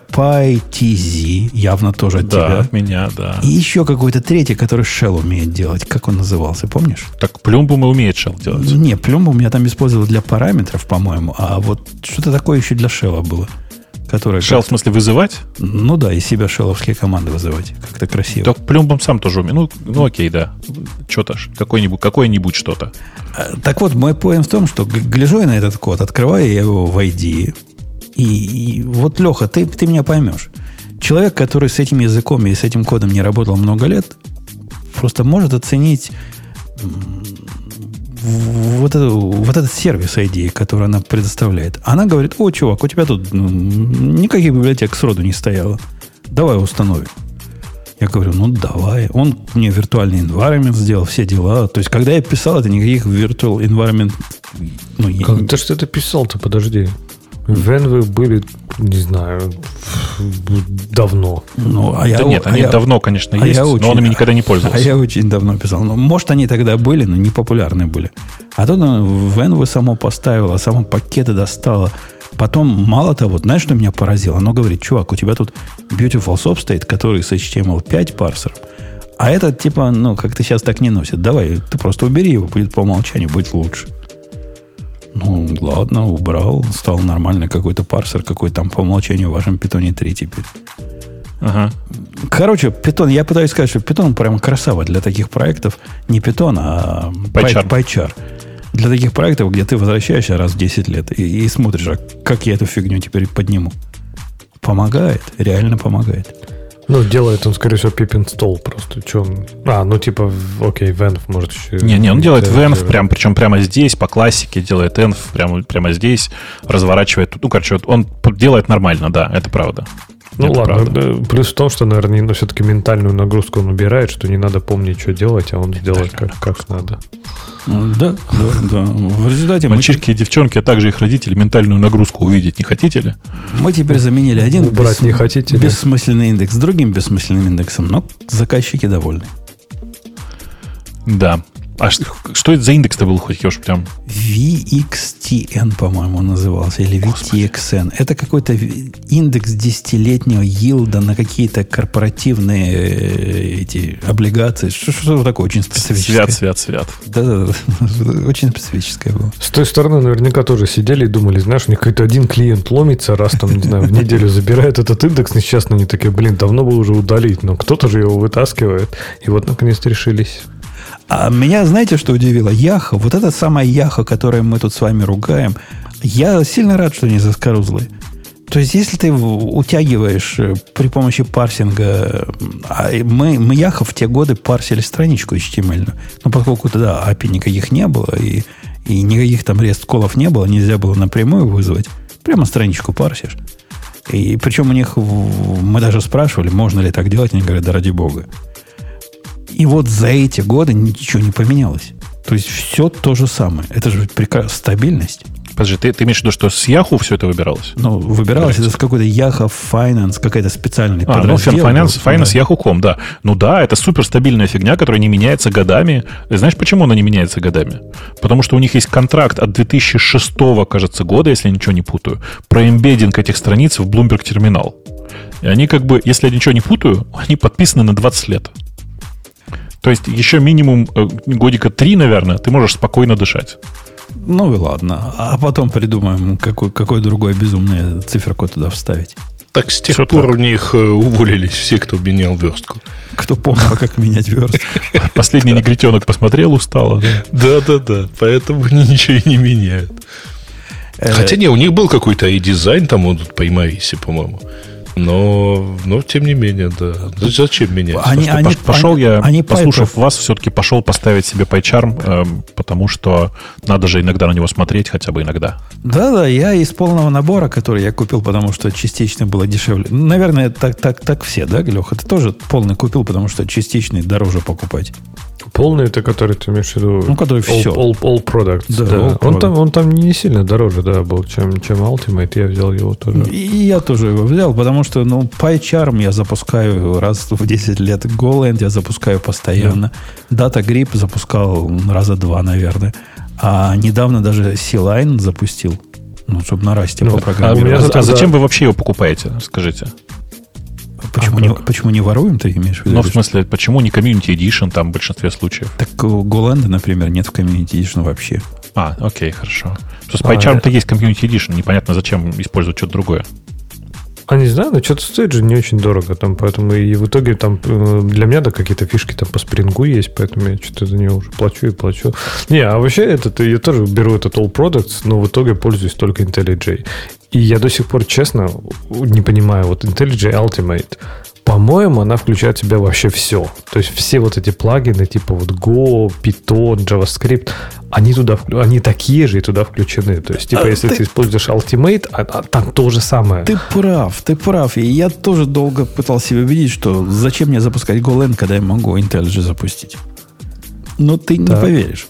PyTZ явно тоже от Да, тебя. от меня, да. И еще какой-то третий, который Shell умеет делать. Как он назывался, помнишь? Так Плюмбум и умеет Shell делать. Не, Плюмбум я там использовал для параметров, по-моему. А вот что-то такое еще для Shell было. Которое Shell в смысле вызывать? Ну да, из себя шелловские команды вызывать. Как-то красиво. Так Плюмбум сам тоже умеет. Ну, ну окей, да. Что-то ж. Какое-нибудь, какое-нибудь что-то. А, Так вот, мой поинт в том, что г- гляжу я на этот код, открываю я его в ай ди. И, и вот, Леха, ты, ты меня поймешь. Человек, который с этим языком и с этим кодом не работал много лет, просто может оценить м, вот, эту, вот этот сервис ай ди, который она предоставляет. Она говорит, о, чувак, у тебя тут ну, никаких библиотек сроду не стояло. Давай установим. Я говорю, ну давай. Он мне виртуальный environment сделал, все дела. То есть, когда я писал, это никаких virtual environment... Ну, я- Когда же ты это писал-то, подожди. Вен вы были, не знаю, давно. ну, а я, Да нет, а они я- давно, конечно, а есть, я но очень- он ими никогда не А пользовался. я очень давно писал. Ну, может, они тогда были, но не популярны были. А тут он в Envy само поставило, само пакеты достало. Потом, мало того, знаешь, что меня поразило? Оно говорит, чувак, у тебя тут Beautiful Soap стоит, который с эйч ти эм эл пять парсером. А этот, типа, ну, как-то сейчас так не носит. Давай, ты просто убери его, будет по умолчанию, будет лучше. Ну, ладно, убрал. Стал нормальный какой-то парсер, какой там по умолчанию в вашем питоне три теперь. Ага. Короче, питон, я пытаюсь сказать, что питон прямо красава для таких проектов. Не питон, а PyCharm. PyCharm. Для таких проектов, где ты возвращаешься раз в десять лет и, и смотришь, а как я эту фигню теперь подниму. Помогает, реально помогает. Ну, делает он, скорее всего, pip install просто. Че он... А, ну, типа, окей, venv может еще... Не-не, он делает venv, прям, причем прямо здесь, по классике, делает env прямо, прямо здесь, разворачивает. Ну, короче, он делает нормально, да, это правда. Ну, это ладно. правда. Плюс в том, что, наверное, ну, все-таки ментальную нагрузку он убирает, что не надо помнить, что делать, а он сделает как, как надо. Да, да, да. В результате мальчишки мы... и девчонки, а также их родители ментальную нагрузку увидеть не хотите ли? Мы теперь заменили один Убрать бес... не хотите бессмысленный индекс с другим бессмысленным индексом, но заказчики довольны. Да. А что, что это за индекс-то был хоть? Я уж прям... ви икс ти эн, по-моему, назывался, или ви ти экс эн. Это какой-то индекс десятилетнего йилда на какие-то корпоративные эти облигации. Что, что такое очень специфическое? Свят, свят, свят. Да-да-да. Очень специфическое было. С той стороны наверняка тоже сидели и думали, знаешь, у них какой-то один клиент ломится, раз там, не знаю, в неделю забирает этот индекс несчастно, они такие, блин, давно бы уже удалить, но кто-то же его вытаскивает. И вот, наконец-то, решились. А меня, знаете, что удивило? Яха, вот эта самая Яха, которую мы тут с вами ругаем, я сильно рад, что они заскорузлые. То есть, если ты утягиваешь при помощи парсинга, а мы, мы Яха в те годы парсили страничку эйч ти эм эль, но поскольку тогда эй пи ай никаких не было, и, и никаких там рест-колов не было, нельзя было напрямую вызвать, прямо страничку парсишь. И причем у них, мы даже спрашивали, можно ли так делать, они говорят, да ради бога. И вот за эти годы ничего не поменялось. То есть все то же самое. Это же прекрасная стабильность. Подожди, ты, ты имеешь в виду, что с Yahoo все это выбиралось? Ну, выбиралось это с какой-то Yahoo Finance, какая-то специальная а, подраздел. Ну, Finance, Finance да. Yahoo точка ком, да. Ну да, это суперстабильная фигня, которая не меняется годами. И знаешь, почему она не меняется годами? Потому что у них есть контракт от две тысячи шестого, кажется, года, если я ничего не путаю, про эмбеддинг этих страниц в Bloomberg терминал. И они как бы, если я ничего не путаю, они подписаны на двадцать лет. То есть еще минимум годика три, наверное, ты можешь спокойно дышать. Ну и ладно. А потом придумаем, какой, какой другой безумный циферку туда вставить. Так с тех Что пор так? У них уволились все, кто менял верстку. Кто помнил, как менять верстку. Последний негритенок посмотрел, устало. Да-да-да. Поэтому они ничего и не меняют. Хотя не, у них был какой-то и дизайн там вот по Имарисе, по-моему. Но, но, тем не менее, да. Зачем менять? Они, они, пошел они, я, они послушав пайпов. Вас, все-таки пошел поставить себе PyCharm, э, потому что надо же иногда на него смотреть, хотя бы иногда. Да-да, я из полного набора, который я купил, потому что частично было дешевле. Наверное, так, так, так все, да, Леха? Ты тоже полный купил, потому что частичный дороже покупать. Полный это который ты имеешь в виду? Ну, который all, все. All, all products. Да, да. all он, там, он там не сильно дороже, да, был, чем, чем Ultimate. Я взял его тоже. И я тоже его взял, потому что, ну, PyCharm я запускаю раз в десять лет. GoLand я запускаю постоянно. Да. DataGrip запускал раза два, наверное. А недавно даже C-Line запустил. Ну, чтобы на расте ну, попрограммировать. А, а зачем вы вообще его покупаете? Скажите. Почему, а не, почему не воруем, ты имеешь в виду? Ну, в смысле, почему не Community Edition там в большинстве случаев? Так у GoLand, например, нет в Community Edition вообще. А, окей, хорошо. Что с PyCharm-то а, есть Community Edition, непонятно, зачем использовать что-то другое. А не знаю, но что-то стоит же не очень дорого там, поэтому и в итоге там для меня да какие-то фишки там по спрингу есть, поэтому я что-то за него уже плачу и плачу. Не, а вообще этот, я тоже беру этот All Products, но в итоге пользуюсь только IntelliJ. И я до сих пор, честно, не понимаю, вот IntelliJ Ultimate, по-моему, она включает в себя вообще все. То есть все вот эти плагины, типа вот Go, Python, JavaScript, они туда, они такие же и туда включены. То есть, типа, а если ты... ты используешь Ultimate, а, а там то же самое. Ты прав, ты прав. И я тоже долго пытался себя убедить, что зачем мне запускать GoLand, когда я могу IntelliJ запустить. Но ты так. не поверишь.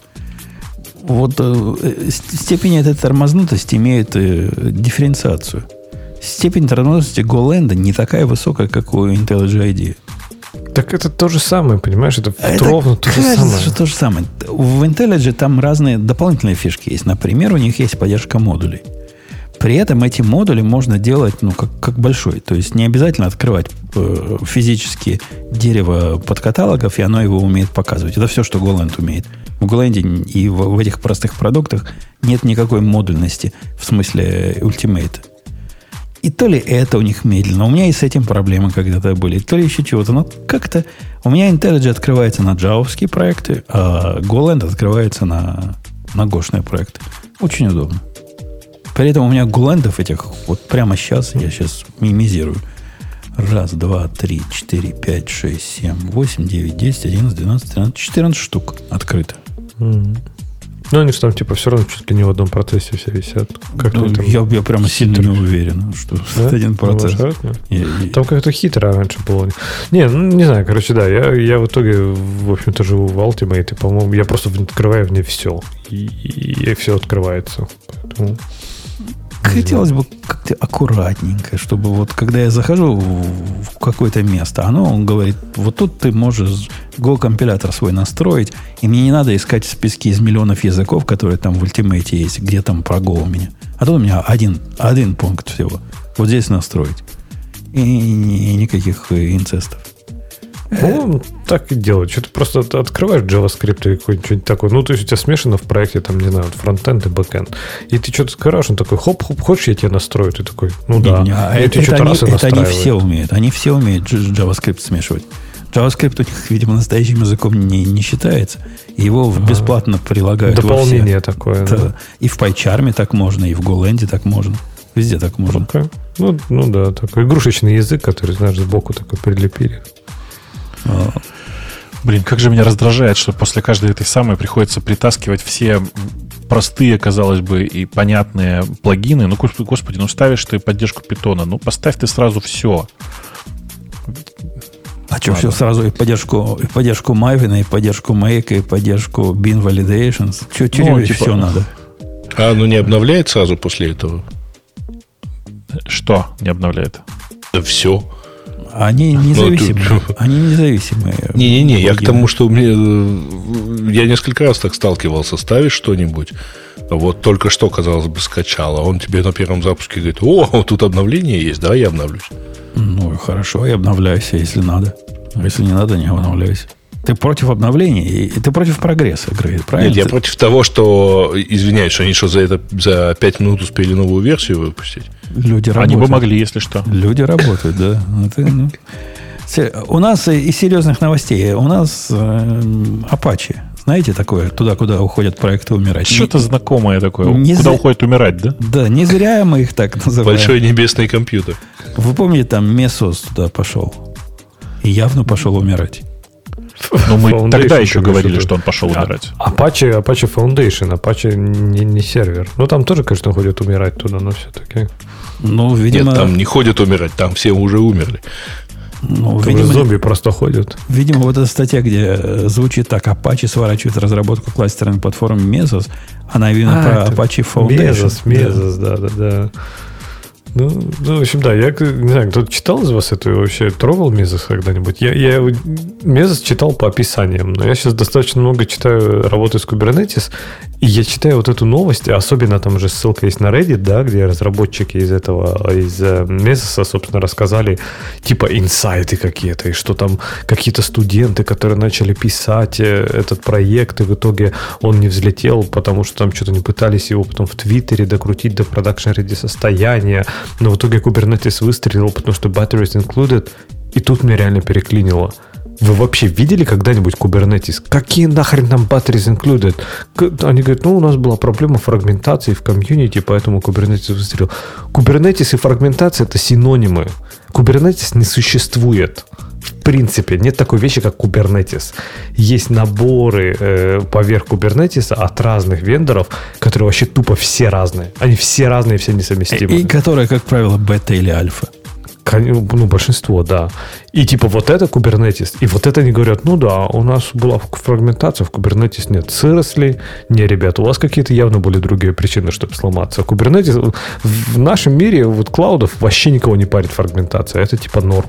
Вот э, степень этой тормознутости имеет э, дифференциацию. Степень тормознутости GoLand не такая высокая, как у IntelliJ ай ди. Так это то же самое, понимаешь? Это, это ровно то же самое. Что то же самое. В IntelliJ там разные дополнительные фишки есть. Например, у них есть поддержка модулей. При этом эти модули можно делать ну, как, как большой. То есть не обязательно открывать э, физически дерево подкаталогов, и оно его умеет показывать. Это все, что GoLand умеет. В GoLand и в, в этих простых продуктах нет никакой модульности в смысле ультимейта. И то ли это у них медленно. У меня и с этим проблемы когда-то были. То ли еще чего-то. Но как-то у меня IntelliJ открывается на джавовские проекты, а GoLand открывается на, на гошные проекты. Очень удобно. При этом у меня GoLand'ов этих вот прямо сейчас, я сейчас мимизирую, Раз, два, три, четыре, пять, шесть, семь, восемь, девять, десять, одиннадцать, двенадцать, тринадцать, четырнадцать штук открыто. Mm-hmm. Ну, они же там, типа, все равно чуть ли не в одном процессе все висят. Как ну, там я, я прямо сильно не уверен, что да? это один процесс. Ну, я, я... Там как-то хитро раньше было. Не, ну, не знаю, короче, да. Я, я в итоге, в общем-то, живу в Ultimate, и, по-моему, я просто открываю в ней все. И, и, и все открывается. Поэтому... Хотелось бы как-то аккуратненько, чтобы вот когда я захожу в какое-то место, оно говорит, вот тут ты можешь Go-компилятор свой настроить, и мне не надо искать списки из миллионов языков, которые там в Ultimate есть, где там про Go у меня. А тут у меня один, один пункт всего. Вот здесь настроить. И, и, и никаких инцестов. Ну, так и делать. Что-то просто открываешь JavaScript или какой-нибудь такой. Ну, то есть у тебя смешано в проекте, там, не знаю, фронтенд и бэкенд. И ты что-то открываешь, он такой, хоп-хоп, хочешь, я тебе настрою? Ты такой, ну да. Не, а и это, ты что-то это, раз они, и это они все умеют. Они все умеют JavaScript смешивать. JavaScript у них, видимо, настоящим языком не, не считается. Его ага. бесплатно прилагают. Дополнение такое. Да. Да. И в PyCharm так можно, и в GoLand так можно. Везде так можно. Okay. Ну, ну да, такой игрушечный язык, который, знаешь, сбоку такой прилепили. Блин, как же меня раздражает, что после каждой этой самой приходится притаскивать все простые, казалось бы, и понятные плагины. Ну, господи, ну ставишь ты поддержку питона, ну поставь ты сразу все. А что, все сразу и поддержку, и поддержку Maven, и поддержку Make, и поддержку Bean Validations? Что ну, типа... все надо? А оно не обновляет сразу после этого? Что не обновляет? Да все. Они независимые. Ну, тут... Они независимые. Не-не-не, я к тому, что мне... я несколько раз так сталкивался. Ставишь что-нибудь, вот только что, казалось бы, скачал, а он тебе на первом запуске говорит, о, тут обновление есть, да, я обновлюсь. Ну, хорошо, я обновляюсь, если надо. А если не надо, не обновляйся. Ты против обновлений, и ты против прогресса, Грей, правильно? Нет, я против того, что, извиняюсь, что они что, за это за пять минут успели новую версию выпустить? Люди работают. Они бы могли, если что. Люди работают, да. Это, ну. У нас из серьезных новостей, у нас э, Apache. Знаете такое? Туда, куда уходят проекты умирать. Что-то знакомое такое. Не куда за... уходят умирать, да? Да, не зря мы их так называем. Большой небесный компьютер. Вы помните, там Mesos туда пошел. И явно пошел умирать. Но мы Foundation, тогда еще говорили, что он пошел а, умирать. Apache, Apache Foundation, Apache не, не сервер. Ну, там тоже, конечно, ходят умирать туда, но все-таки. Ну, видимо... Нет, там не ходят умирать, там все уже умерли. Ну, там видимо, зомби просто ходят. Видимо, вот эта статья, где звучит так: Apache сворачивает разработку кластерной платформы Mesos, она именно а, про Apache Foundation. Mesos, Mesos, да, да, да. Ну, ну, в общем, да, я не знаю, кто-то читал из вас это и вообще трогал Mesos когда-нибудь? Я, я Mesos читал по описаниям, но я сейчас достаточно много читаю, работаю с Kubernetes, и я читаю вот эту новость, особенно там уже ссылка есть на Reddit, да, где разработчики из этого, из Mesos, собственно, рассказали типа инсайты какие-то, и что там какие-то студенты, которые начали писать этот проект, и в итоге он не взлетел, потому что там что-то не пытались его потом в Твиттере докрутить до продакшн-реди состояния. Но в итоге Kubernetes выстрелил, потому что batteries included, и тут меня реально переклинило. Вы вообще видели когда-нибудь Kubernetes? Какие нахрен там batteries included? Они говорят, ну, у нас была проблема фрагментации в комьюнити, поэтому Kubernetes выстрелил. Kubernetes и фрагментация – это синонимы. Kubernetes не существует. В принципе, нет такой вещи, как Kubernetes. Есть наборы э, поверх Kubernetes от разных вендоров, которые вообще тупо все разные. Они все разные, все несовместимы. И, и которые, как правило, бета или альфа. Ну, большинство, да. И типа вот это Kubernetes, и вот это они говорят, ну да, у нас была фрагментация, в Kubernetes нет. Seriously? Не, ребят, у вас какие-то явно были другие причины, чтобы сломаться. Kubernetes в нашем мире вот клаудов вообще никого не парит фрагментация. Это типа норм.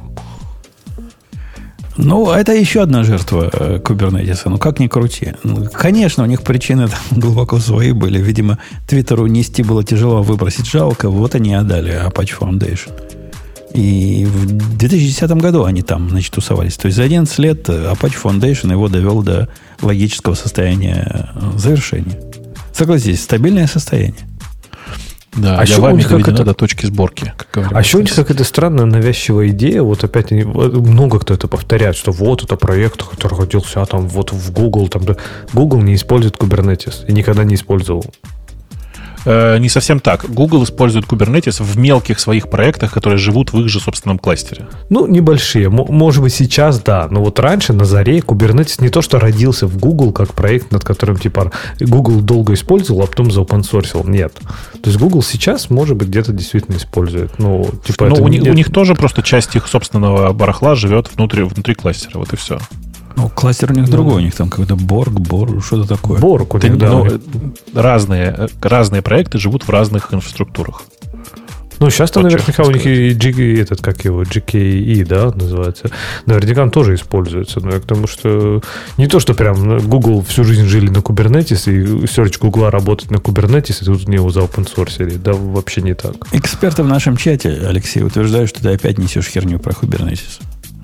Ну, это еще одна жертва э, Kubernetes. Ну, как ни крути. Ну, конечно, у них причины там глубоко свои были. Видимо, Твиттеру нести было тяжело, выбросить жалко. Вот они и отдали Apache Foundation. И в две тысячи десятом году они там, значит, тусовались. То есть за одиннадцать лет Apache Foundation его довел до логического состояния завершения. Согласитесь, стабильное состояние. Да, а я вами доведено это... до точки сборки. Как а еще у них какая-то странная навязчивая идея. Вот опять они, много кто это повторяет, что вот это проект, который родился там вот в Google. Там, да. Google не использует Kubernetes и никогда не использовал. Э, не совсем так. Google использует Kubernetes в мелких своих проектах, которые живут в их же собственном кластере. Ну, небольшие. М- может быть, сейчас да. Но вот раньше, на заре, Kubernetes не то, что родился в Google как проект, над которым типа Google долго использовал, а потом заопенсорсил. Нет. То есть Google сейчас, может быть, где-то действительно использует. Ну, типа, ну это у, не, них, у них тоже просто часть их собственного барахла живет внутри, внутри кластера. Вот и все. Ну, кластер у них ну, другой. У них там какой-то Borg, Borg, что-то такое. Borg у них, Ты, да. Ну, у них... разные, разные проекты живут в разных инфраструктурах. Ну, сейчас-то Вот наверняка у них и G, этот, как его, джей кей и, да, называется. Наверняка он тоже используется. Но я к тому, что не то, что прям Google всю жизнь жили на Kubernetes, и Search Google работает на Kubernetes, и тут у него заопенсорсили. Да, вообще не так. Эксперты в нашем чате, Алексей, утверждают, что ты опять несешь херню про Kubernetes.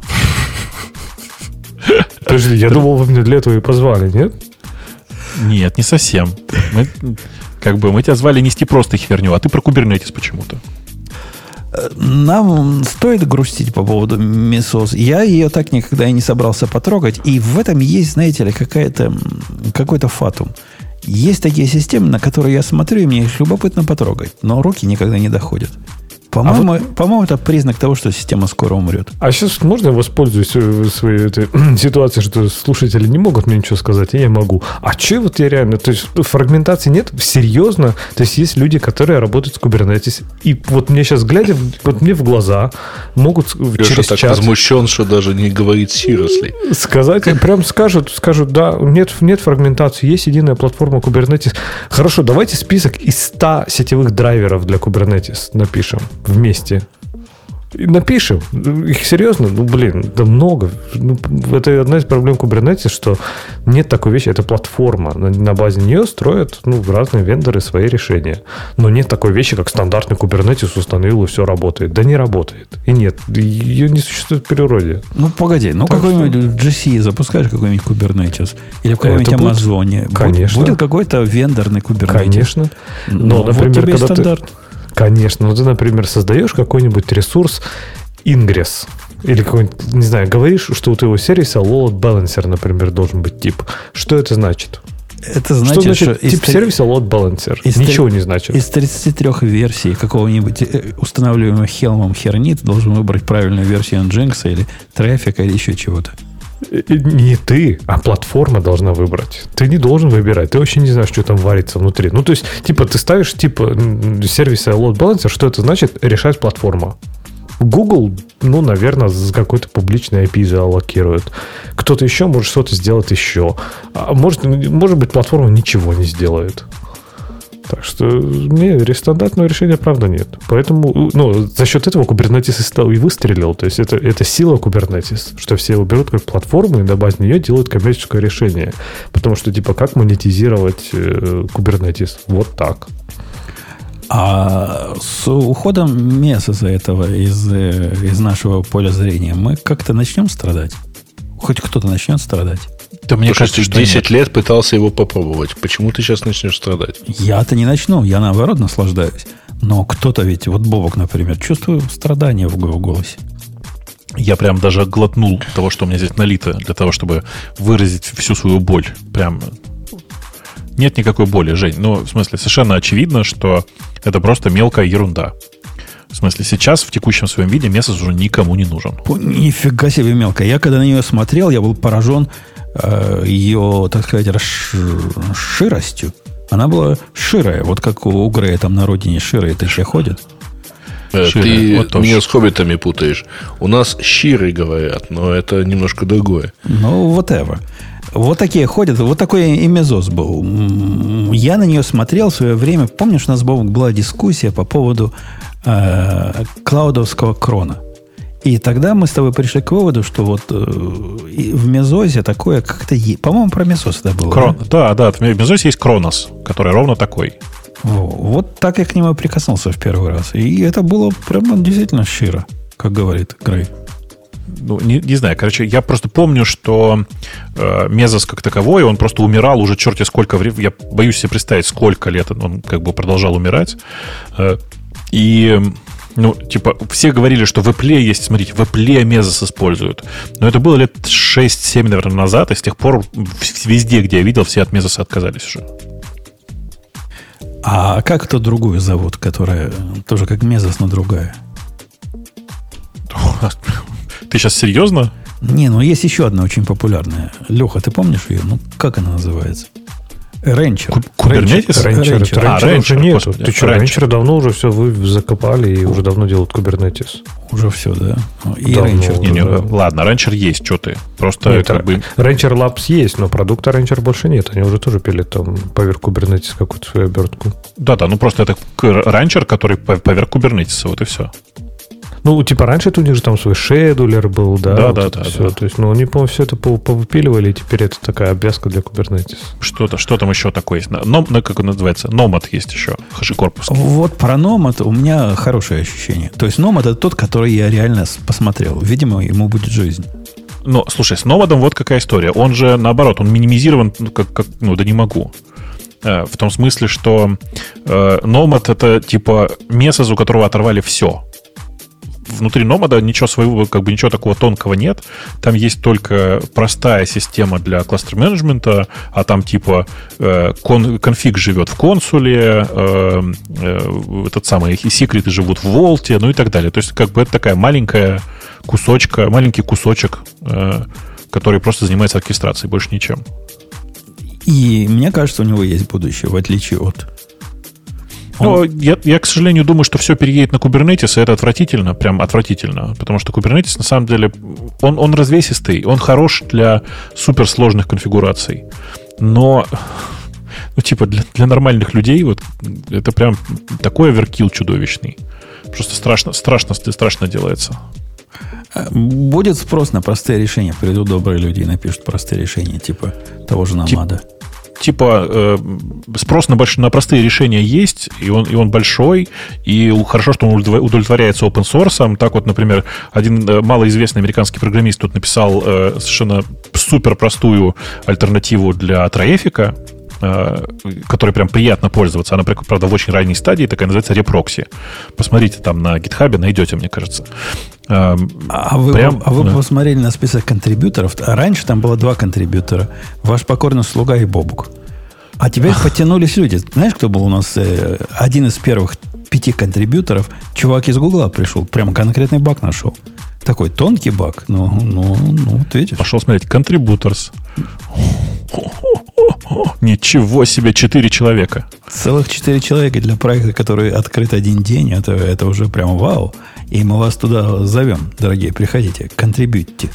Подожди, я думал, вы меня для этого и позвали, нет? Нет, не совсем. Мы, как бы, мы тебя звали нести просто херню, а ты про Kubernetes почему-то. Нам стоит грустить по поводу Mesos. Я ее так никогда и не собрался потрогать. И в этом есть, знаете ли, какая-то, какой-то фатум. Есть такие системы, на которые я смотрю, и мне их любопытно потрогать. Но руки никогда не доходят. По-моему, а вот, по-моему, это признак того, что система скоро умрет. А сейчас можно я воспользуюсь своей этой ситуацией, что слушатели не могут мне ничего сказать, а я могу. А че вот я реально... То есть фрагментации нет? Серьезно? То есть есть люди, которые работают с Kubernetes. И вот мне сейчас, глядя вот мне в глаза, могут Леша через так чат... возмущен, что даже не говорит seriously. Сказать, прям скажут, скажут, да, нет, нет фрагментации, есть единая платформа Kubernetes. Хорошо, давайте список из ста сетевых драйверов для Kubernetes напишем. Вместе. И напишем. Их серьезно? Ну, блин, да много. Ну, это одна из проблем Kubernetes, что нет такой вещи. Это платформа. На, на базе нее строят ну, разные вендоры свои решения. Но нет такой вещи, как стандартный Kubernetes установил и все работает. Да не работает. И нет. Ее не существует в природе. Ну, погоди. Ну, так какой-нибудь что... в джи си запускаешь какой-нибудь Kubernetes. Или в какой-нибудь Амазоне. Будет, конечно. Будет какой-то вендорный Kubernetes. Конечно. Но, ну, например, вот тебе когда стандарт. Ты... Конечно. Ну, ты, например, создаешь какой-нибудь ресурс Ingress. Или какой-нибудь, не знаю, говоришь, что у твоего сервиса load balancer, например, должен быть тип. Что это значит? Это значит, что значит что тип из, сервиса load balancer? Ничего не значит. Из тридцати трёх версий какого-нибудь устанавливаемого Helm херни ты должен выбрать правильную версию Nginx или трафика или еще чего-то. Не ты, а платформа должна выбрать. Ты не должен выбирать. Ты вообще не знаешь, что там варится внутри. Ну, то есть, типа, ты ставишь, типа, сервиса load balancer, что это значит? Решать платформа. Google, ну, наверное, за какой-то публичный ай пи зааллокирует. Кто-то еще может что-то сделать еще. А может, может быть, платформа ничего не сделает. Так что, не, стандартного решения, правда, нет. Поэтому, ну, за счет этого Kubernetes и стал и выстрелил. То есть, это, это сила Kubernetes, что все его берут как платформу и на базе нее делают коммерческое решение. Потому что, типа, как монетизировать э, Kubernetes? Вот так. А с уходом Месоса этого из, из нашего поля зрения мы как-то начнем страдать? Хоть кто-то начнет страдать? Да мне кажется, что десять лет пытался его попробовать. Почему ты сейчас начнешь страдать? Я-то не начну, я наоборот наслаждаюсь. Но кто-то ведь, вот Бобок, например, чувствую страдания в голосе. Я прям даже глотнул того, что у меня здесь налито, для того, чтобы выразить всю свою боль. Прям нет никакой боли, Жень. Ну, в смысле, совершенно очевидно, что это просто мелкая ерунда. В смысле, сейчас в текущем своем виде Mesos уже никому не нужен. Нифига себе мелкая. Я когда на нее смотрел, я был поражен э, ее, так сказать, расширостью. Она была ширая, вот как у Грея там на родине ширые такие ходят. Ширая, ты вот меня с хоббитами путаешь. У нас щиры говорят, но это немножко другое. Ну, whatever. Вот такие ходят. Вот такой и Mesos был. Я на нее смотрел в свое время. Помнишь, у нас, Бобок, была дискуссия по поводу э, клаудовского крона. И тогда мы с тобой пришли к выводу, что вот э, в Mesos такое как-то есть. По-моему, про Mesos это было. Крон, да, да, в Mesos есть Кронос, который ровно такой. О, вот так я к нему прикоснулся в первый раз. И это было прямо действительно щиро, как говорит Грей. Ну, не, не знаю, короче, я просто помню, что э, Mesos как таковой, он просто умирал уже черти сколько времени. Я боюсь себе представить, сколько лет он как бы продолжал умирать. Э, и, ну, типа, все говорили, что в Apple есть, смотрите, в Apple Mesos используют. Но это было лет шесть-семь, наверное, назад, и с тех пор везде, где я видел, все от Mesos отказались уже. А как эту другую зовут, которая тоже как Мезос, но другая? Ты сейчас серьезно? Не, ну есть еще одна очень популярная. Леха, ты помнишь ее? Ну, как она называется? Ренчер. Кубернетис? Ренчер. Ренчер. А, Ренчер уже нету. Господи, Ты что, Ренчер. Ренчер давно уже все вы закопали и уже давно делают Kubernetes. Уже все, да? И Давно. Ренчер. Не, не, Да. ладно, Rancher есть, что ты. Просто Нет, как бы... Rancher Labs есть, но продукта Rancher больше нет. Они уже тоже пили там поверх Kubernetes какую-то свою обертку. Да-да, ну просто это Rancher, который по- поверх Kubernetes, вот и все. Ну, типа, раньше у них же там свой шедулер был, да? Да, вот да, это да, все. да. То есть, ну, они, по-моему, все это пов- повыпиливали, и теперь это такая обвязка для Kubernetes. Что-то, что там еще такое есть? Ном, ну, как он называется? Nomad есть еще, хэшекорпусский. Вот про Nomad у меня хорошее ощущение. То есть Nomad это тот, который я реально с- посмотрел. Видимо, ему будет жизнь. Но, слушай, с Nomad вот какая история. Он же, наоборот, он минимизирован, ну, как, как ну, да не могу. Э, в том смысле, что э, Nomad это типа месяц, у которого оторвали все. Внутри Nomad ничего своего, как бы ничего такого тонкого нет. Там есть только простая система для кластер-менеджмента, а там типа э, кон, конфиг живет в консуле, э, э, этот самый, и секреты живут в Волте, ну и так далее. То есть как бы это такая маленькая кусочка, маленький кусочек, э, который просто занимается оркестрацией, больше ничем. И мне кажется, у него есть будущее, в отличие от... Но я, я, к сожалению, думаю, что все переедет на Kubernetes, и это отвратительно, прям отвратительно, потому что Kubernetes, на самом деле, он, он развесистый, он хорош для суперсложных конфигураций, но, ну, типа, для, для нормальных людей вот это прям такой оверкилл чудовищный. Просто страшно, страшно, страшно делается. Будет спрос на простые решения. Придут добрые люди и напишут простые решения, типа того же Nomad. Типа э, спрос на, больш... на простые решения есть, и он, и он большой, и хорошо, что он удовлетворяется open source. Так вот, например, один э, малоизвестный американский программист тут написал э, совершенно супер простую альтернативу для трафика, э, которой прям приятно пользоваться. Она, правда, в очень ранней стадии, такая называется репрокси. Посмотрите там на GitHub, найдете, мне кажется. А вы, Прям, а вы да. посмотрели на список контрибьюторов? А раньше там было два контрибьютора. Ваш покорный слуга и Бобук. А теперь подтянулись люди. Знаешь, кто был у нас э, один из первых пяти контрибьюторов? Чувак из Гугла пришел. Прямо конкретный баг нашел. Такой тонкий баг. Ну, ну, ну, вот видишь. Пошел смотреть. Contributors. Ничего себе, четыре человека. Целых четыре человека для проекта, который открыт один день. Это, это уже прям вау. И мы вас туда зовем, дорогие. Приходите, контрибьютьте.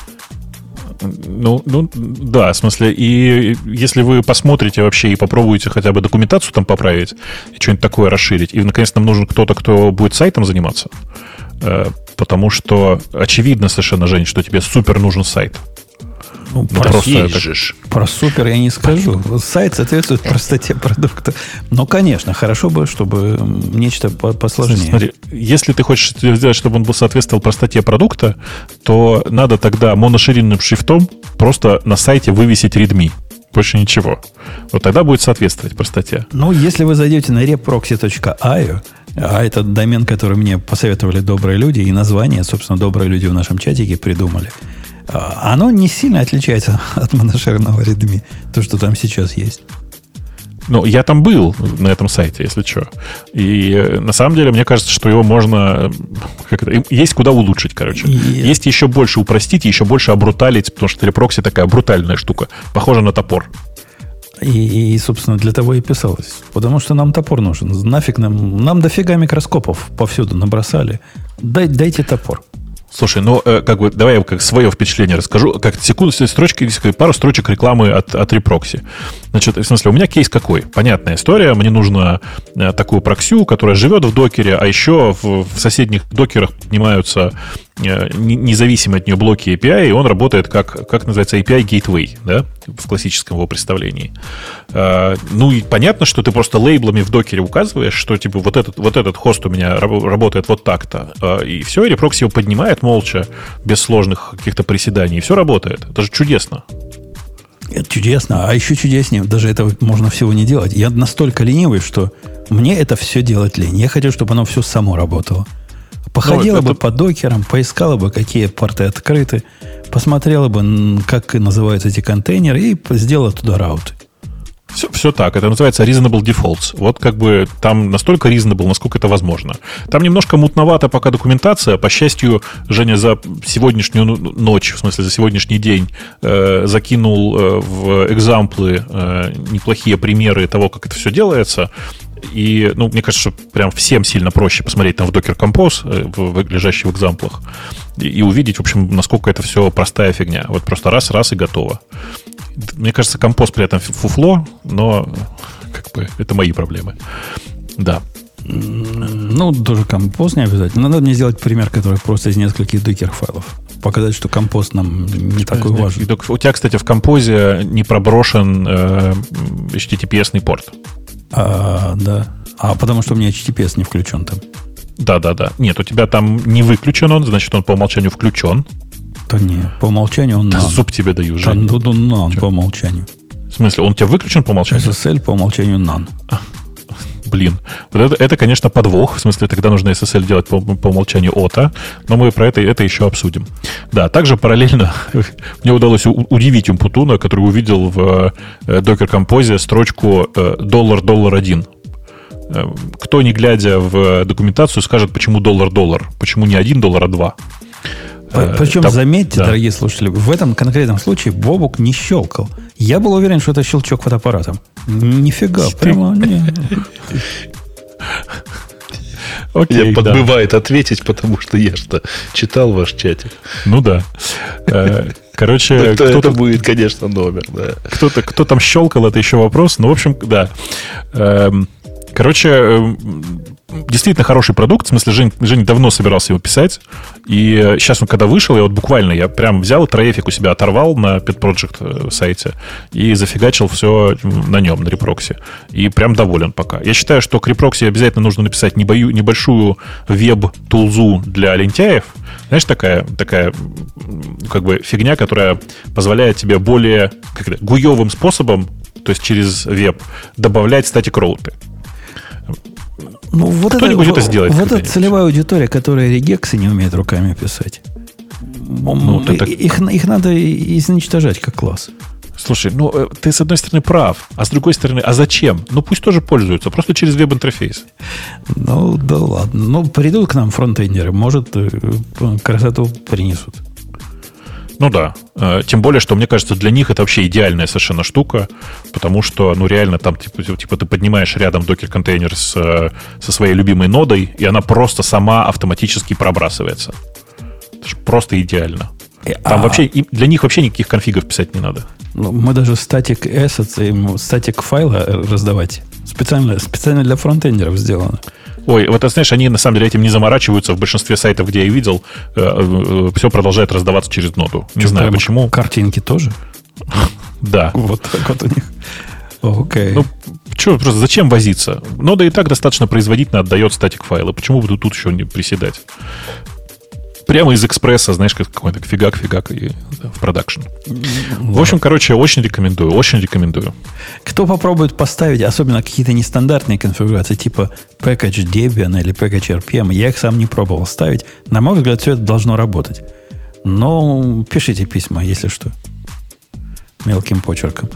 Ну, ну, да, в смысле, и если вы посмотрите вообще и попробуете хотя бы документацию там поправить, и что-нибудь такое расширить, и, наконец, нам нужен кто-то, кто будет сайтом заниматься, э, потому что очевидно совершенно, Жень, что тебе супер нужен сайт. Ну, Ну, про, просто это- Ездишь. про супер я не скажу. Сайт соответствует простоте продукта. Но, конечно, хорошо бы, чтобы м, нечто по- посложнее. Смотри, если ты хочешь сделать, чтобы он был соответствовал простоте продукта, то надо тогда моноширинным шрифтом просто на сайте вывесить readme. Больше ничего. Вот тогда будет соответствовать простоте. Ну, если вы зайдете на reproxy точка io, а это домен, который мне посоветовали добрые люди, и название, собственно, добрые люди в нашем чатике придумали, а, оно не сильно отличается от моноширного readme, то, что там сейчас есть. Ну, я там был на этом сайте, если что. И э, на самом деле, мне кажется, что его можно... э, Как это, есть куда улучшить, короче. И- Есть еще больше упростить, и еще больше обруталить, потому что репрокси такая брутальная штука. Похожа на топор. И, и, собственно, для того и писалось. Потому что нам топор нужен. Нафиг нам... Нам дофига микроскопов повсюду набросали. Дай, дайте топор. Слушай, ну, э, как бы, давай я как свое впечатление расскажу. Как секунду, строчки, пару строчек рекламы от, от репрокси. Значит, в смысле, у меня кейс какой? Понятная история. Мне нужно э, такую проксю, которая живет в докере, а еще в, в соседних докерах поднимаются э, не- независимые от нее блоки эй пи ай, и он работает как, как называется, эй пи ай Gateway, да, в классическом его представлении. Э, ну, и понятно, что ты просто лейблами в докере указываешь, что, типа, вот этот, вот этот хост у меня раб- работает вот так-то. Э, и все, и репрокси его поднимает молча, без сложных каких-то приседаний, и все работает. Это же чудесно. Это чудесно. А еще чудеснее, даже этого можно всего не делать. Я настолько ленивый, что мне это все делать лень. Я хочу, чтобы оно все само работало. Походила Ну, бы это- по докерам, поискала бы, какие порты открыты, посмотрела бы, м, как называются эти контейнеры, и сделала туда рауты. Все, все так. Это называется reasonable defaults. Вот как бы там настолько reasonable, насколько это возможно. Там немножко мутновата пока документация. По счастью, Женя за сегодняшнюю ночь, в смысле за сегодняшний день, э, закинул э, в экзамплы э, неплохие примеры того, как это все делается. И, ну, мне кажется, что прям всем сильно проще посмотреть там в Docker Compose, в, в, лежащий в экзамплах, и, и увидеть, в общем, насколько это все простая фигня. Вот просто раз-раз и готово. Мне кажется, Compose при этом фуфло, но как бы это мои проблемы. Да. Ну, тоже Compose не обязательно. Надо мне сделать пример, который просто из нескольких докер-файлов. Показать, что Compose нам не такой важен. У тебя, кстати, в Compose не проброшен э, эйч ти ти пи эс-ный порт. А, да. А потому что у меня эйч ти ти пи эс не включен там. Да, да, да. Нет, у тебя там не выключен он, значит, он по умолчанию включен. Да не, по умолчанию он да none. Зуб тебе даю, Жень. Да, ну, ну, none по умолчанию. В смысле, он у тебя выключен по умолчанию? эс эс эль по умолчанию none. Блин, вот это, это, конечно, подвох. В смысле, тогда нужно эс эс эль делать по, по умолчанию ота. Но мы про это, это еще обсудим. Да, также параллельно мне удалось у, удивить Умпутуна, который увидел в э, Docker Compose строчку э, доллар-доллар один. Э, кто, не глядя в документацию, скажет, почему доллар-доллар? Почему не один доллар, а два? Причем, Там, заметьте, да. дорогие слушатели, в этом конкретном случае Бобук не щелкал. Я был уверен, что это щелчок фотоаппаратом. Нифига, прямо не. Окей, Меня подбывает да. ответить, потому что я что читал ваш чатик. Ну да. Короче, это, это будет, конечно, номер. Да. Кто-то, кто там щелкал, это еще вопрос. Ну, в общем, да. Короче, действительно хороший продукт. В смысле, Жень, Жень давно собирался его писать. И сейчас он когда вышел, я вот буквально, я прям взял трафик у себя, оторвал на Pet Project сайте и зафигачил все на нем, на репроксе. И прям доволен пока. Я считаю, что к репроксе обязательно нужно написать небольшую веб-тулзу для лентяев. Знаешь, такая, такая как бы фигня, которая позволяет тебе более как это, гуевым способом, то есть через веб, добавлять статик-роуты. Ну, вот Кто-нибудь это, это сделает. Вот эта целевая аудитория, которая регексы не умеет руками писать. Ну, это... их, их надо изничтожать как класс. Слушай, ну ты с одной стороны прав, а с другой стороны, а зачем? Ну пусть тоже пользуются, просто через веб-интерфейс. Ну да ладно. Ну придут к нам фронтендеры, может, красоту принесут. Ну да. Тем более, что, мне кажется, для них это вообще идеальная совершенно штука, потому что, ну, реально, там, типа, типа ты поднимаешь рядом докер-контейнер с, со своей любимой нодой, и она просто сама автоматически пробрасывается. Это же просто идеально. Там а... вообще, для них вообще никаких конфигов писать не надо. Ну, мы даже статик assets, ему статик файла раздавать. Специально, специально для фронтендеров сделано. Ой, вот ты знаешь, они на самом деле этим не заморачиваются. В большинстве сайтов, где я видел, э, э, все продолжает раздаваться через ноду. Не Что, знаю почему. Картинки тоже? Да. Вот так вот у них. Окей. Ну, что, просто зачем возиться? Нода и так достаточно производительно отдает статик файлы. Почему бы тут еще не приседать? Прямо из экспресса, знаешь, какой-то фигак-фигак и да, в продакшн. В общем, короче, очень рекомендую, очень рекомендую. Кто попробует поставить, особенно какие-то нестандартные конфигурации, типа package Debian или package эр пи эм, я их сам не пробовал ставить. На мой взгляд, все это должно работать. Но пишите письма, если что. Мелким почерком.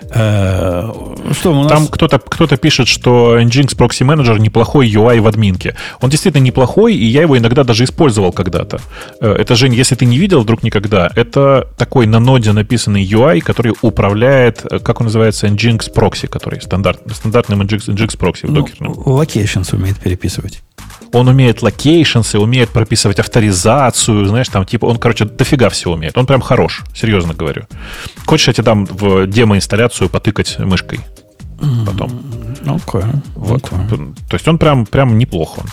Что у нас? Там кто-то, кто-то пишет, что Nginx Proxy Manager неплохой ю ай в админке. Он действительно неплохой, и я его иногда даже использовал когда-то. Это, Жень, если ты не видел вдруг никогда, это такой на ноде написанный ю ай, который управляет, как он называется, Nginx Proxy, который стандарт, стандартным Nginx, Nginx Proxy в докерном. Ну, locations умеет переписывать. Он умеет локейшнсы, умеет прописывать авторизацию, знаешь, там, типа, он, короче, дофига всего умеет. Он прям хорош, серьезно говорю. Хочешь, я тебе дам в демо-инсталляцию потыкать мышкой потом. Окей. Okay. Вот. Okay. То есть он прям, прям неплохо.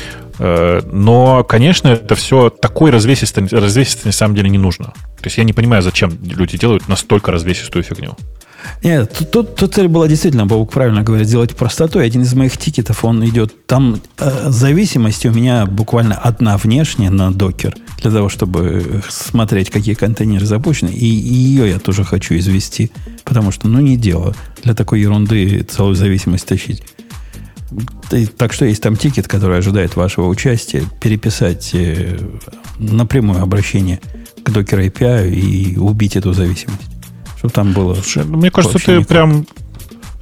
Но, конечно, это все такой развесистый, развесистый на самом деле не нужно. То есть я не понимаю, зачем люди делают настолько развесистую фигню. Нет, тут, тут, тут цель была действительно, Бобук правильно говорит, сделать простоту. Один из моих тикетов, он идет, там э, зависимости у меня буквально одна внешняя на докер, для того, чтобы смотреть, какие контейнеры запущены. И, и ее я тоже хочу извести, потому что, ну, не дело для такой ерунды целую зависимость тащить. И, так что есть там тикет, который ожидает вашего участия, переписать э, напрямую обращение к Docker эй пи ай и убить эту зависимость. Чтобы там было... Слушай, мне кажется, ты прям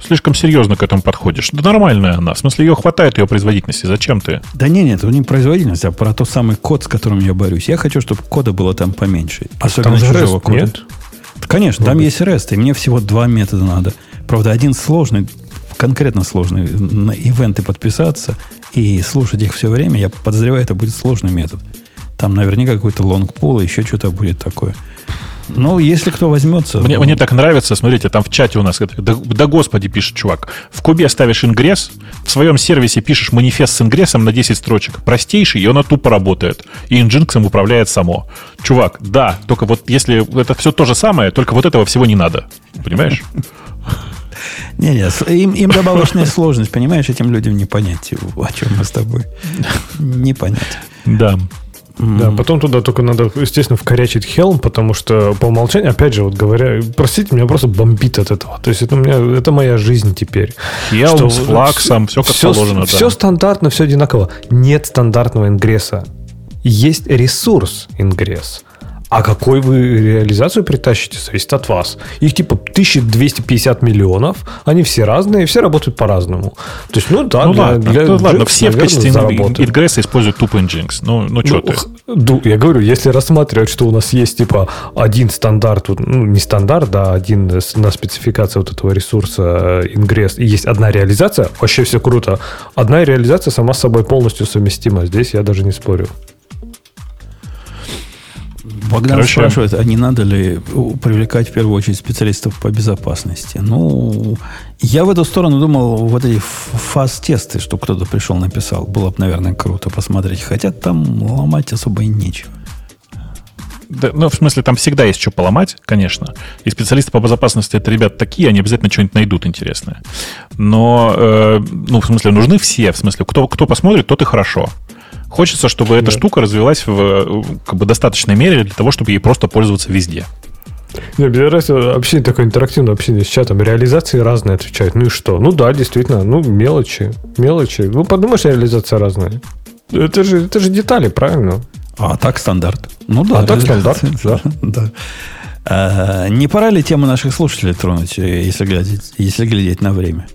слишком серьезно к этому подходишь. Да нормальная она. В смысле, ее хватает, ее производительности. Зачем ты? Да не, нет, это не производительность, а про тот самый код, с которым я борюсь. Я хочу, чтобы кода было там поменьше. Особенно там чужого REST, кода. Нет? Конечно, там есть REST, и мне всего два метода надо. Правда, один сложный, конкретно сложный, на ивенты подписаться и слушать их все время. Я подозреваю, это будет сложный метод. Там наверняка какой-то лонгпул, еще что-то будет такое. Ну, если кто возьмется... Мне, мне так нравится, смотрите, там в чате у нас... Да, да господи, пишет чувак. В кубе ставишь ингресс, в своем сервисе пишешь манифест с ингрессом на десять строчек. Простейший, и он тупо работает. И Nginx им управляет само. Чувак, да, только вот если это все то же самое, только вот этого всего не надо. Понимаешь? Не-не, им, им добавочная сложность, понимаешь, этим людям не понять, о чем мы с тобой. Не понять. Да. Да, потом туда только надо, естественно, вкорячить Helm, потому что по умолчанию, опять же, вот говоря, простите, меня просто бомбит от этого. То есть это, у меня, это моя жизнь теперь. Helm что с флаксом, все как все, положено. Все да. стандартно, все одинаково. Нет стандартного ингресса. Есть ресурс ингресс. А какой вы реализацию притащите, зависит от вас. Их типа тысяча двести пятьдесят миллионов, они все разные, и все работают по-разному. То есть, ну да, ну для, ладно, для ну, ладно, Nginx, все в наверное, качестве заработают. ингресса используют тупо Nginx. Ну, ну что Ну, ты? ду- я говорю, если рассматривать, что у нас есть типа один стандарт, вот, ну не стандарт, да, один с- на спецификация вот этого ресурса э, ингресс, и есть одна реализация, вообще все круто. Одна реализация сама с собой полностью совместима. Здесь я даже не спорю. Богдан Короче, спрашивает, а не надо ли привлекать в первую очередь специалистов по безопасности? Ну, я в эту сторону думал, вот эти фаз-тесты, что кто-то пришел, написал, было бы, наверное, круто посмотреть. Хотя там ломать особо и нечего. Да, ну, в смысле, там всегда есть что поломать, конечно. И специалисты по безопасности, это ребята такие, они обязательно что-нибудь найдут интересное. Но, э, ну, в смысле, нужны все. В смысле, кто, кто посмотрит, тот и хорошо. Хочется, чтобы да. эта штука развилась в как бы, достаточной мере для того, чтобы ей просто пользоваться везде. Мне нравится общение, такое интерактивное общение с чатом. Реализации разные отвечают. Ну и что? Ну да, действительно, ну мелочи. Мелочи. Ну подумаешь, реализация разная. Это же, это же детали, правильно? А так стандарт. Ну да. А так стандарт, да. да. А, не пора ли тему наших слушателей тронуть, если глядеть, если глядеть на время?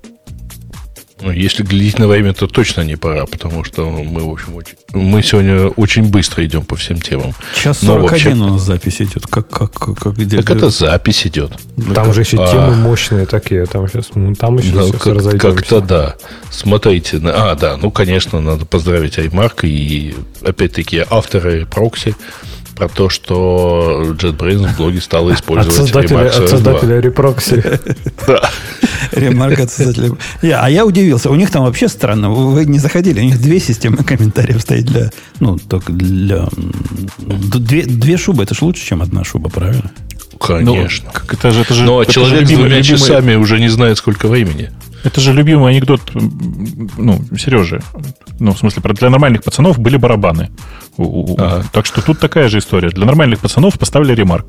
Ну, если глядеть на время, то точно не пора, потому что мы, в общем, очень, мы сегодня очень быстро идем по всем темам. Час сорок один у нас запись идет. Как, как, как, где так это запись идет. Там это, же еще а, темы мощные такие. Там, сейчас, там еще ну, сейчас как, разойдемся. Как-то да. Смотрите. На, а, да, ну, конечно, надо поздравить iMark и, опять-таки, авторы прокси про то, что JetBrains в блоге стало использовать от создателя, Remark от создателя репрокси. Да. Ремарк от создателя. А я удивился. У них там вообще странно. Вы не заходили. У них две системы комментариев стоит для... Ну, только для... Две, две шубы. Это же лучше, чем одна шуба, правильно? Конечно. Ну, это же, это же, Но это человек же любимый, с двумя любимый, часами уже не знает, сколько времени. Это же любимый анекдот, ну, Сережи. Ну, в смысле, для нормальных пацанов были барабаны. Ага. Так что тут такая же история. Для нормальных пацанов поставили ремарк.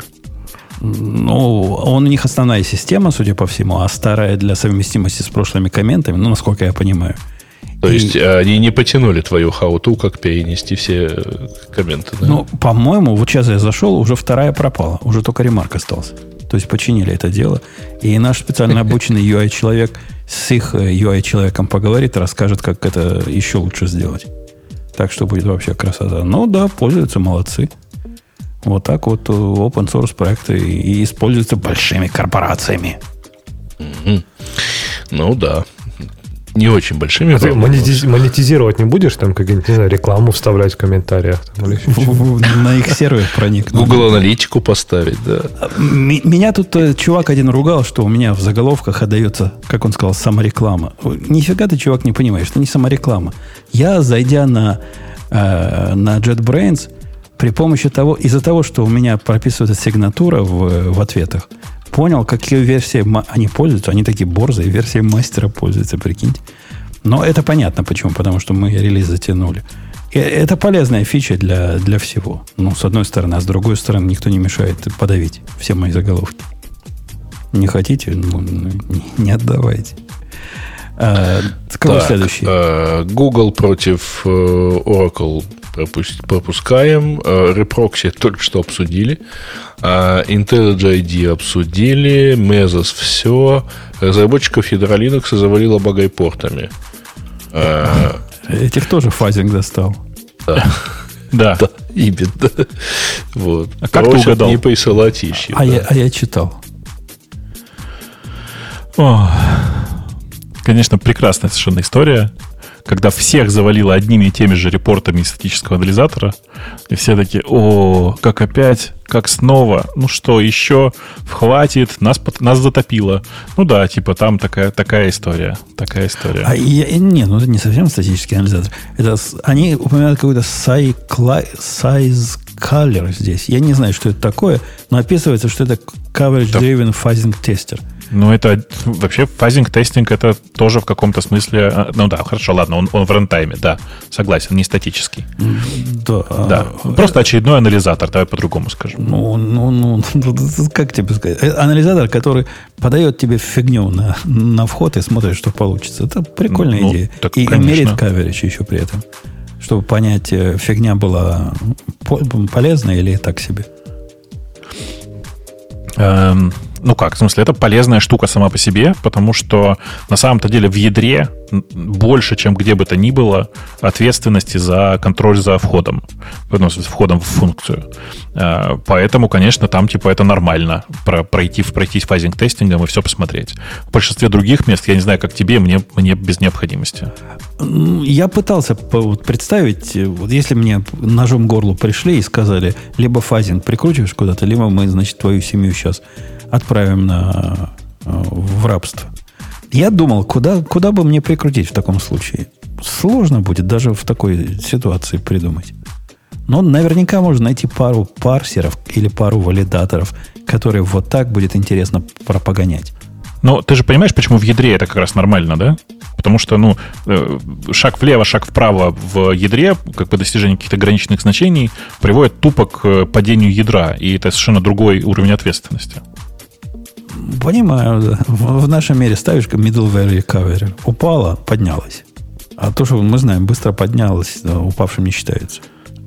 Ну, он, у них основная система, судя по всему, а старая для совместимости с прошлыми комментами, ну, насколько я понимаю. То И... есть они не потянули твою how-to, как перенести все комменты. Да? Ну, по-моему, вот сейчас я зашел, уже вторая пропала. Уже только ремарк остался. То есть починили это дело. И наш специально обученный ю ай-человек с их ю ай-человеком поговорит и расскажет, как это еще лучше сделать. Так что будет вообще красота. Ну да, пользуются, молодцы. Вот так вот open source проекты и используются большими корпорациями. Mm-hmm. Ну да. Не очень большими. А ты монетиз... монетизировать не будешь? Там как-нибудь, не знаю, рекламу вставлять в комментариях? Там, или на их сервер проникнуть. Google аналитику поставить, да. Меня тут чувак один ругал, что у меня в заголовках отдается, как он сказал, самореклама. Нифига ты, чувак, не понимаешь, это не самореклама. Я, зайдя на, э, на JetBrains, при помощи того, из-за того, что у меня прописывается сигнатура в, в ответах, понял, какие версии они пользуются. Они такие борзые, версии мастера пользуются, прикиньте. Но это понятно почему, потому что мы релиз затянули. И это полезная фича для, для всего. Ну, с одной стороны, а с другой стороны, никто не мешает подавить все мои заголовки. Не хотите? Ну, не, не отдавайте. А, какой так, следующий? Google против Oracle пропускаем. Репрокси только что обсудили. IntelliJ ай ди обсудили. Mesos все. Разработчиков ядра Linux завалило багайпортами. Этих тоже фазинг достал. Да. Да. Да, именно. Вот. А как ты угадал? Не присылать ищи. А, да. я, а я читал. О, конечно, прекрасная совершенно история, когда всех завалило одними и теми же репортами из статического анализатора, и все такие: о, как опять, как снова, ну что, еще хватит, нас, нас затопило. Ну да, типа там такая, такая история, такая история. А я, не, ну это не совсем статический анализатор. Это, они упоминают какой-то size color здесь. Я не знаю, что это такое, но описывается, что это coverage-driven phasing tester. Ну, это вообще фазинг-тестинг, это тоже в каком-то смысле... Ну да, хорошо, ладно, он, он в рантайме, да, согласен, не статический. Да. Да. Просто очередной анализатор, давай по-другому скажем. Ну, ну, ну, как тебе сказать? Анализатор, который подает тебе фигню на, на вход и смотрит, что получится. Это прикольная ну, идея. Так, и, и мерит каверидж еще при этом. Чтобы понять, фигня была полезная или так себе. Эм... Ну как, в смысле, это полезная штука сама по себе, потому что на самом-то деле в ядре больше, чем где бы то ни было, ответственности за контроль за входом, ну, входом в функцию. Поэтому, конечно, там типа это нормально пройти, пройтись фазинг-тестингом и все посмотреть. В большинстве других мест, я не знаю, как тебе, мне, мне без необходимости. Я пытался представить, вот если мне ножом к горлу пришли и сказали, либо фазинг прикручиваешь куда-то, либо мы, значит, твою семью сейчас отправим на, в рабство. Я думал, куда, куда бы мне прикрутить в таком случае. Сложно будет даже в такой ситуации придумать. Но наверняка можно найти пару парсеров или пару валидаторов, которые вот так будет интересно пропагонять. Но ты же понимаешь, почему в ядре это как раз нормально, да? Потому что, ну, шаг влево, шаг вправо в ядре, как бы достижение каких-то граничных значений, приводит тупо к падению ядра. И это совершенно другой уровень ответственности. Понимаю, да. В, в нашем мире ставишь middleware recovery. Упала, поднялась. А то, что мы знаем, быстро поднялась, да, упавшим не считается.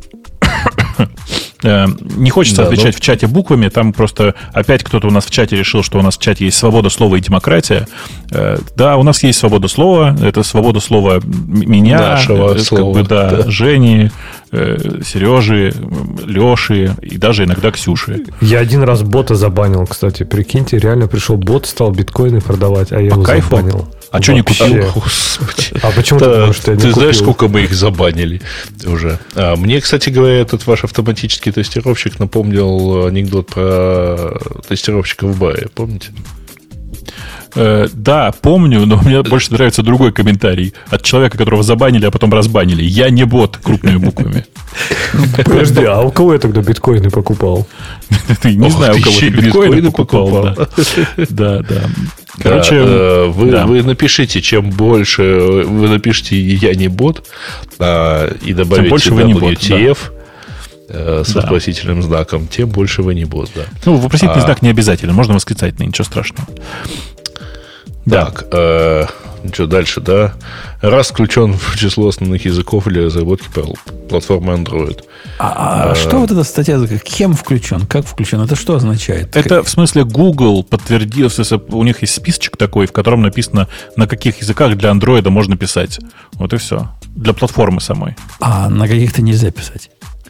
Не хочется да, отвечать но... в чате буквами. Там просто опять кто-то у нас в чате решил, что у нас в чате есть свобода слова и демократия. Да, у нас есть свобода слова. Это свобода слова меня, нашего как слова, бы, да, да. Жени, Сережи, Леши и даже иногда Ксюши. Я один раз бота забанил, кстати. Прикиньте, реально пришел бот, стал биткоины продавать, а я По его кайфу? забанил. А что не купил? А почему ты думаешь, что я не Ты купил? знаешь, сколько мы их забанили уже? А, мне, кстати говоря, этот ваш автоматический тестировщик напомнил анекдот про тестировщика в баре. Помните? Э, да, помню, но мне больше нравится другой комментарий от человека, которого забанили, а потом разбанили. Я не бот, крупными буквами. Подожди, а у кого я тогда биткоины покупал? Не знаю, у кого ты биткоины покупал. Да, да. Короче, вы напишите, чем больше вы напишите «я не бот» и добавите дабл ю ти эф с да. вопросительным знаком, тем больше вы не бот, да. Ну, вопросительный а, знак не обязательно, можно восклицательный, ничего страшного. Так, да. э, что дальше, да? Раз включен в число основных языков для разработки платформы Android. А, а, а что вот эта статья, кем включен, как включен, это что означает? Это как... в смысле Google подтвердил, у них есть списочек такой, в котором написано, на каких языках для Android можно писать. Вот и все. Для платформы самой. А на каких-то нельзя писать?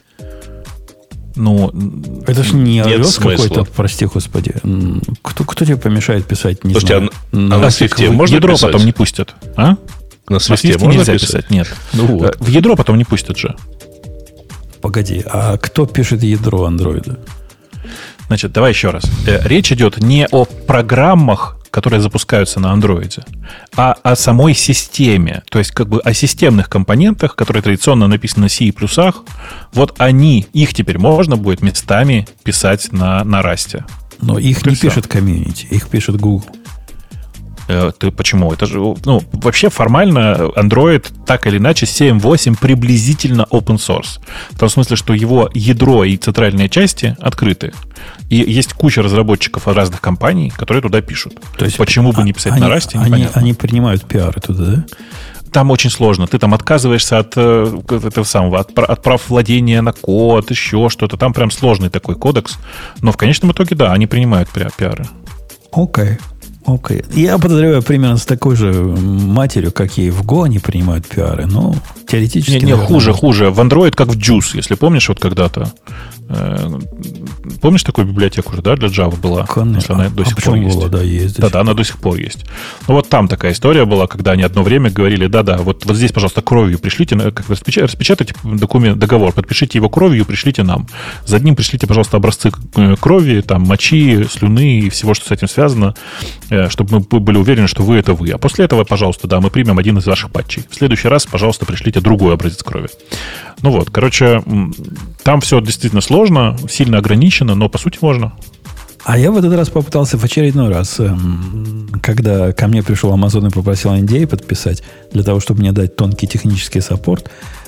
Ну, это ж не iOS какой-то, прости господи. Кто, кто тебе помешает писать? Не Слушайте, знаю. а, а на свифте можно ядро писать? Потом не пустят. А? На свифте можно нельзя писать? писать? Нет. Ну вот. В ядро потом не пустят же. Погоди, а кто пишет ядро андроида? Значит, давай еще раз. Речь идет не о программах, которые запускаются на андроиде, а о самой системе. То есть как бы о системных компонентах, которые традиционно написаны на C и плюсах. Вот они, их теперь можно будет местами писать на, на Rust. Но их не пишет комьюнити, их пишет Google. Ты почему? Это же, ну, вообще формально Android так или иначе семь восемь приблизительно open source. В том смысле, что его ядро и центральные части открыты. И есть куча разработчиков от разных компаний, которые туда пишут. То есть, почему бы не писать они, на Rust, они, они принимают пиары туда, да? там очень сложно. Ты там отказываешься от этого самого, от, от прав владения на код, еще что-то. Там прям сложный такой кодекс. Но в конечном итоге, да, они принимают пиары. Окей. Окей. Я подозреваю примерно с такой же матерью, как и в Go они принимают пиары. Но теоретически... Не, не хуже, хуже. В Android как в Juice, если помнишь, вот когда-то. Помнишь такую библиотеку же, да, для Java была? Конечно. Она до сих а пор есть. Была, да, есть. Да, да, она до сих пор есть. Ну, вот там такая история была, когда они одно время говорили, да-да, вот, вот здесь, пожалуйста, кровью пришлите, как распечатайте, распечатайте документ, договор, подпишите его кровью, пришлите нам. За одним пришлите, пожалуйста, образцы крови, там, мочи, слюны и всего, что с этим связано, чтобы мы были уверены, что вы — это вы. А после этого, пожалуйста, да, мы примем один из ваших патчей. В следующий раз, пожалуйста, пришлите другой образец крови. Ну вот, короче, там все действительно сложно, сильно ограничено, но по сути можно. А я в этот раз попытался в очередной раз, когда ко мне пришел Amazon и попросил эн ди эй подписать для того, чтобы мне дать тонкий технический саппорт.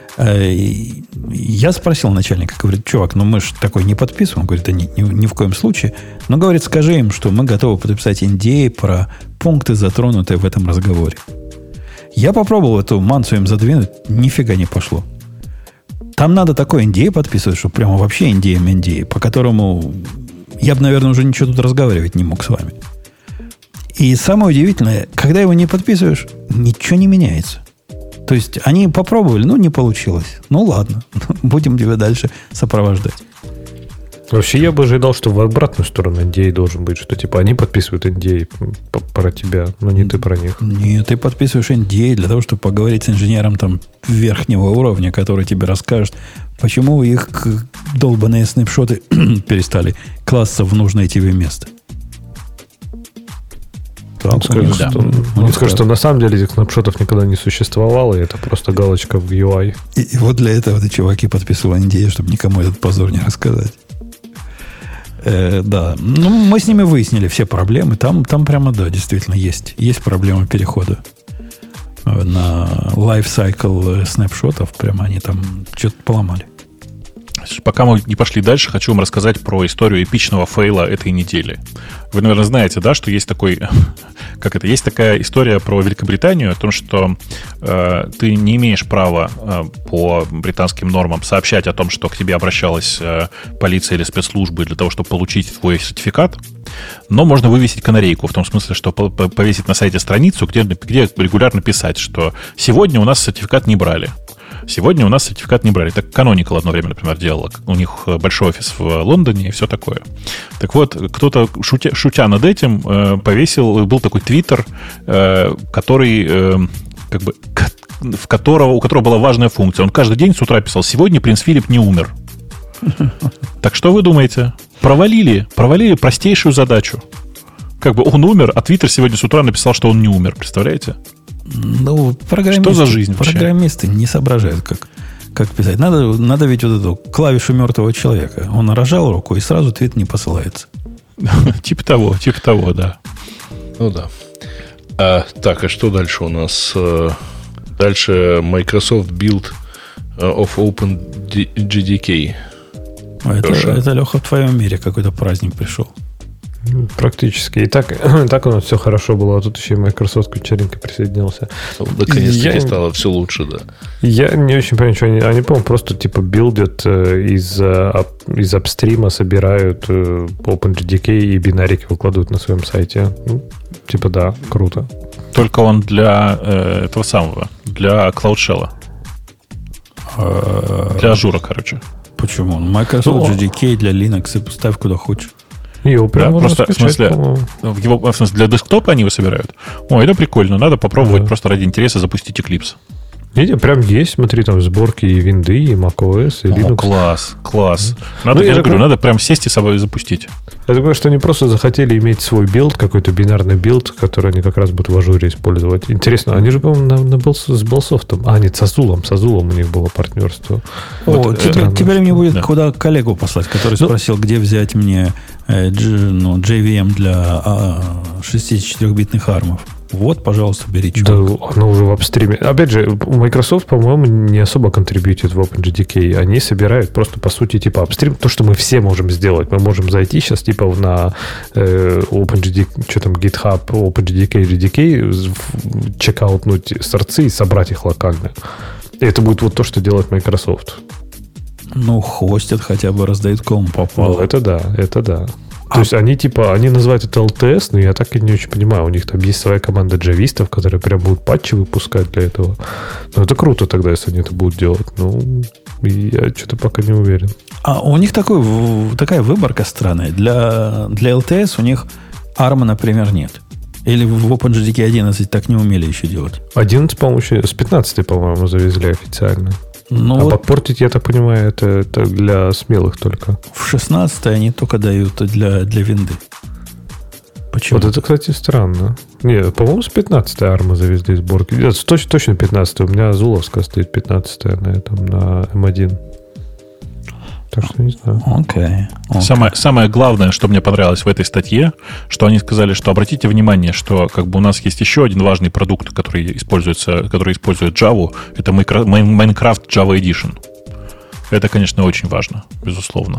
Я спросил начальника, говорит, чувак, ну мы же такой не подписываем. Он говорит, да ни, ни, ни в коем случае. Но, говорит, скажи им, что мы готовы подписать эн ди эй про пункты, затронутые в этом разговоре. Я попробовал эту мансу им задвинуть, нифига не пошло. Там надо такой эн ди эй подписывать, что прямо вообще эн ди эй эн ди эй, по которому я бы, наверное, уже ничего тут разговаривать не мог с вами. И самое удивительное, когда его не подписываешь, ничего не меняется. То есть они попробовали, ну, не получилось. Ну, ладно, будем тебя дальше сопровождать. Вообще, я бы ожидал, что в обратную сторону эн ди эй должен быть, что типа они подписывают эн ди эй про тебя, но не ты про них. Нет, ты подписываешь эн ди эй для того, чтобы поговорить с инженером там верхнего уровня, который тебе расскажет, почему их долбаные снапшоты перестали класться в нужное тебе место. Он скажет, да. что, он скажет, что на самом деле этих снапшотов никогда не существовало, и это просто галочка в ю ай. И, и вот для этого ты, чуваки, подписывал эн ди эй, чтобы никому этот позор не рассказать. Э, да, ну мы с ними выяснили все проблемы. Там, там прямо, да, действительно есть. Есть проблема перехода на лайфсайкл снапшотов. Прямо они там что-то поломали. Пока мы не пошли дальше, хочу вам рассказать про историю эпичного фейла этой недели. Вы, наверное, знаете, да, что есть такой, как это, есть такая история про Великобританию, о том, что э, ты не имеешь права э, по британским нормам сообщать о том, что к тебе обращалась э, полиция или спецслужбы для того, чтобы получить твой сертификат, но можно вывесить канарейку, в том смысле, что повесить на сайте страницу, где, где регулярно писать, что сегодня у нас сертификат не брали. Сегодня у нас сертификат не брали. Так Canonical одно время, например, делала. У них большой офис в Лондоне и все такое. Так вот, кто-то, шутя, шутя над этим, э, повесил, был такой твиттер, э, который, э, как бы, в которого, у которого была важная функция. Он каждый день с утра писал: сегодня принц Филипп не умер. Так что вы думаете? Провалили, провалили простейшую задачу. Как бы он умер, а твиттер сегодня с утра написал, что он не умер. Представляете? Ну, программисты, что за жизнь вообще? Программисты не соображают, как, как писать. Надо, надо ведь вот эту клавишу мертвого человека. Он рожал руку, и сразу твит не посылается. Типа того, типа того, да. Ну да. А, так, а что дальше у нас? Дальше Microsoft Build of OpenJDK. Это, это, Леха, в твоем мире какой-то праздник пришел. Практически. И так, так у нас все хорошо было, а тут еще и Microsoft к вечеринке присоединился. Наконец-таки стало все лучше, да. Я не очень понимаю, что они... Они, по-моему, просто типа билдят из, из апстрима, собирают OpenJDK и бинарики выкладывают на своем сайте. Ну, типа да, круто. Только он для э, этого самого, для Cloud Shell. Для Ажура, короче. Почему? Microsoft джей ди кей для Linux и ставь куда хочешь. Его прям да, просто, в смысле, его, в смысле, для десктопа они его собирают. О, это прикольно, надо попробовать, да. Просто ради интереса запустить Eclipse. Видите, прям есть, смотри, там сборки и винды, и macOS, и Linux. О, класс, класс. Надо, ну, я, я говорю, надо прям сесть и собой запустить. Я думаю, что они просто захотели иметь свой билд, какой-то бинарный билд, который они как раз будут в ажуре использовать. Интересно, они же, по-моему, на, на был, с Белсофтом. А, нет, с Азулом. С Азулом у них было партнерство. О, вот, теперь, э, теперь мне будет да. куда коллегу послать, который ну, спросил, где взять мне э, G, ну, джей ви эм для а, шестидесятичетырёхбитных армов. Вот, пожалуйста, бери Да, чувак. оно уже в апстриме. Опять же, Microsoft, по-моему, не особо контрибьютит в OpenJDK. Они собирают просто, по сути, типа апстрим. То, что мы все можем сделать. Мы можем зайти сейчас, типа, на э, OpenJDK, что там, GitHub, OpenJDK, джей ди кей, чекаутнуть сорцы и собрать их локально. И это будет вот то, что делает Microsoft. Ну, хостят хотя бы, раздают кому попало. Ну, это да, это да. А... То есть они типа, они называют это эл ти эс, но я так и не очень понимаю. У них там есть своя команда джавистов, которые прям будут патчи выпускать для этого. Но это круто тогда, если они это будут делать. Ну, я что-то пока не уверен. А у них такой, такая выборка странная. Для, для эл ти эс у них арма, например, нет. Или в OpenJDK одиннадцать так не умели еще делать? одиннадцать, по-моему, еще с пятнадцатой, по-моему, завезли официально. Ну, а вот подпортить, я так понимаю, это, это для смелых только. в шестнадцатой они только дают для, для винды. Почему? Вот это, кстати, странно. Нет, по-моему, с пятнадцатой арма завезли сборки. Нет, точно, точно пятнадцатая. У меня Азуловская стоит пятнадцатая на этом, на эм один. Так что не знаю. Окей. Okay. Самое, самое главное, что мне понравилось в этой статье, что они сказали, что обратите внимание, что как бы у нас есть еще один важный продукт, который используется, который использует Java, это Minecraft Java Edition. Это, конечно, очень важно, безусловно.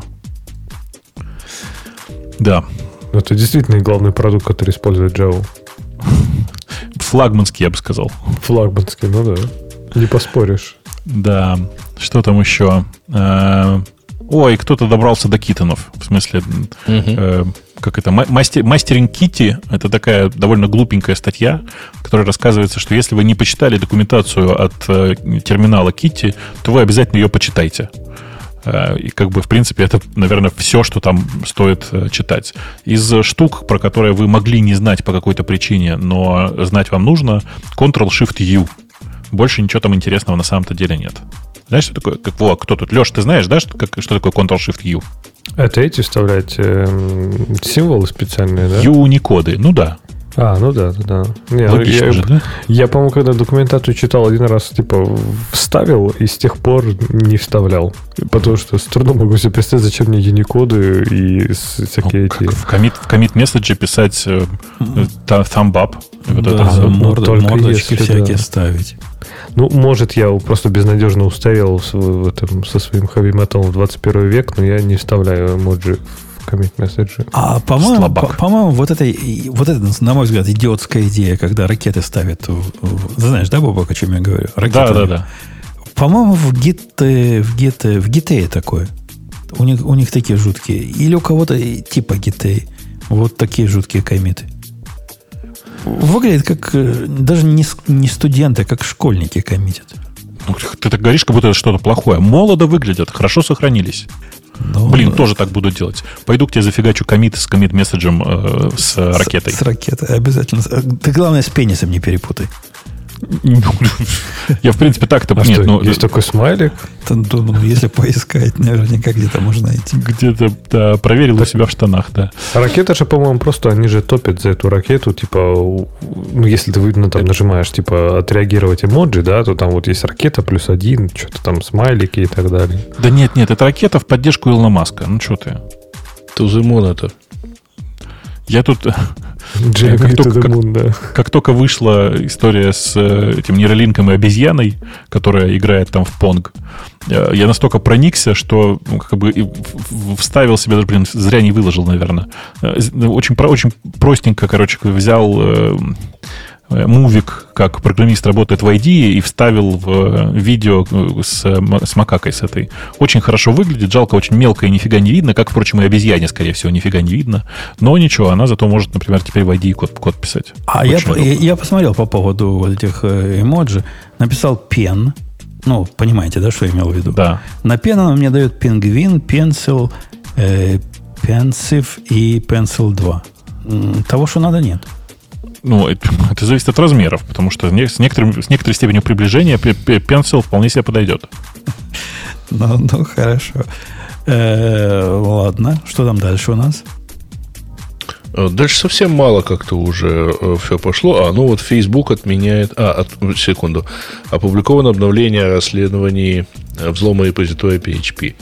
Да. Это действительно главный продукт, который использует Java. Флагманский, я бы сказал. Флагманский, ну да. Не поспоришь. Да. Что там еще? Ой, кто-то добрался до китонов. В смысле, угу. э, как это, мастер, мастеринг Kitty. Это такая довольно глупенькая статья, в которой рассказывается, что если вы не почитали документацию от э, терминала Kitty, то вы обязательно ее почитайте. Э, и как бы, в принципе, это, наверное, все, что там стоит э, читать. Из штук, про которые вы могли не знать по какой-то причине, но знать вам нужно, контрол-шифт-ю. Больше ничего там интересного на самом-то деле нет. Знаешь, что такое? Как, во, кто тут? Леш, ты знаешь, да, что, как, что такое контрол-шифт-ю? Это эти вставлять э, символы специальные, да? Unicode, ну да. А, ну да, да. Не, Логично я, же, да? Я, по-моему, когда документацию читал, один раз, типа, вставил и с тех пор не вставлял. Потому что с трудом могу себе представить, зачем мне Unicode и всякие ну, эти... В commit, в commit message писать э, thumb up. Да, вот это за морд, только мордочки если, всякие да. ставить. Ну, может, я просто безнадежно устарел в, в этом, со своим heavy metal в двадцать первый век, но я не вставляю эмоджи в commit message. А, по-моему, по, по-моему вот, это, вот это, на мой взгляд, идиотская идея, когда ракеты ставят... В, в, знаешь, да, Бобок, о чем я говорю? Ракеты, да, да, да. По-моему, в Git, в Git, в Git такое. У них, у них такие жуткие. Или у кого-то типа Git. Вот такие жуткие коммиты. Выглядит как даже не, не студенты, как школьники коммитят. Ну, ты так говоришь, как будто это что-то плохое. Молодо выглядят, хорошо сохранились. Но... Блин, тоже так буду делать. Пойду к тебе зафигачу коммит с коммит-месседжем э, с ракетой. С, с ракетой, обязательно. Ты, главное, с пенисом не перепутай. Я, в принципе, так-то... А нет, что, ну, есть такой смайлик? Ну, если поискать, наверняка где-то можно найти. Где-то, да, проверил так, у себя в штанах, да. Ракета же, по-моему, просто они же топят за эту ракету, типа, ну, если ты ну, там, нажимаешь, типа, отреагировать эмоджи, да, то там вот есть ракета плюс один, что-то там смайлики и так далее. Да нет, нет, это ракета в поддержку Илона Маска. Ну, что ты? Тузымон это. Я тут... Как только, как, moon, да. как только вышла история с этим нейролинком и обезьяной, которая играет там в Понг, я настолько проникся, что ну, как бы вставил себе, даже, блин, зря не выложил, наверное. Очень, очень простенько, короче, взял мувик, как программист работает в ай ди и вставил в видео с, с макакой с этой. Очень хорошо выглядит, жалко, очень мелко и нифига не видно, как, впрочем, и обезьяне, скорее всего, нифига не видно. Но ничего, она зато может, например, теперь в ай ди код, код писать. А я, я, я посмотрел по поводу вот этих эмоджи, написал пен, ну, понимаете, да, что я имел в виду? Да. На пен она мне дает пингвин, пенсил, э, пенсив и пенсил два. Того, что надо, нет. Ну, это, это зависит от размеров, потому что с, некоторым, с некоторой степенью приближения пенсил вполне себе подойдет. Ну, ну хорошо. Э, ладно, что там дальше у нас? Дальше совсем мало как-то уже все пошло. А, ну вот Facebook отменяет... А, от, секунду. Опубликовано обновление о расследовании взлома репозитория пи эйч пи.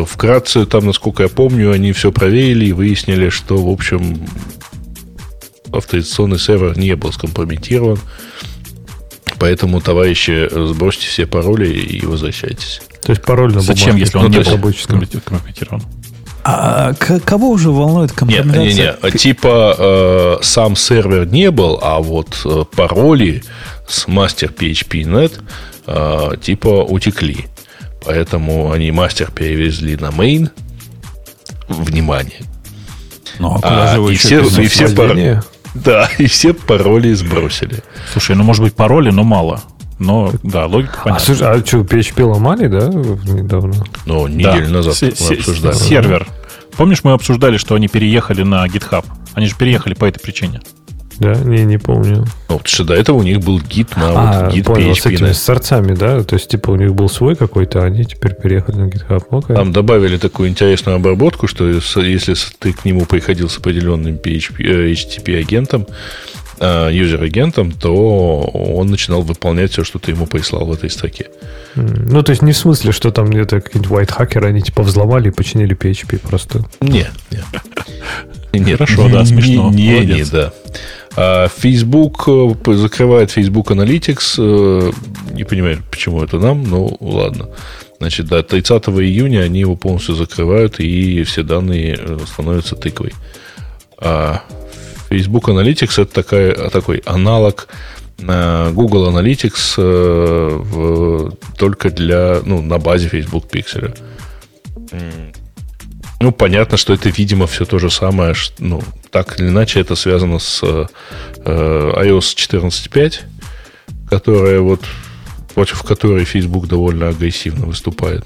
Вкратце, там, насколько я помню, они все проверили и выяснили, что, в общем... авторизационный сервер не был скомпрометирован. Поэтому, товарищи, сбросьте все пароли и возвращайтесь. То есть пароль на бумаге. Зачем, если он ну, не был обычно скомпрометирован? А к- кого уже волнует компрометация? Нет, не, не. Типа э, сам сервер не был, а вот э, пароли с мастер пи эйч пи точка нет э, типа утекли. Поэтому они мастер перевезли на main. Внимание. Ну, а куда А, же вы и еще все, и все пар- Владение. Да, и все пароли сбросили. Слушай, ну, может быть, пароли, но мало. Но, да, логика А, понятна. слушай, а что, пи эйч пи ломали, да, недавно? Но Да. неделю назад С- мы с- обсуждали. Сервер. Помнишь, мы обсуждали, что они переехали на GitHub? Они же переехали по этой причине. Да, не, не помню. Ну, потому что до этого у них был гид на А, вот, гид понял, с пи эйч пи этими точка нет. сорцами, да? То есть, типа, у них был свой какой-то, а они теперь переехали на GitHub. Окей. Там добавили такую интересную обработку, что с- если с- ты к нему приходил с определенным пи эйч пи, э, эйч ти ти пи-агентом, э, юзер-агентом, то он начинал выполнять все, что ты ему прислал в этой строке. М, Ну, то есть, не в смысле, что там где-то какие-нибудь white-хакеры, они, типа, взломали и починили пи эйч пи просто. Нет, нет. Нет, Хорошо, да, не- смешно. Не, не, Молодец. да. А Facebook э, закрывает Facebook Analytics. э, Не понимаю, почему это нам, но ладно. Значит, до тридцатого июня они его полностью закрывают, и все данные э, становятся тыквой. А Facebook Analytics это такая, такой аналог э, Google Analytics э, в- только для, ну, на базе Facebook Pixel. М. Ну, понятно, что это, видимо, все то же самое. ш- Ну, так или иначе, это связано с э, ай о эс четырнадцать точка пять, которая вот, против которой Facebook довольно агрессивно выступает.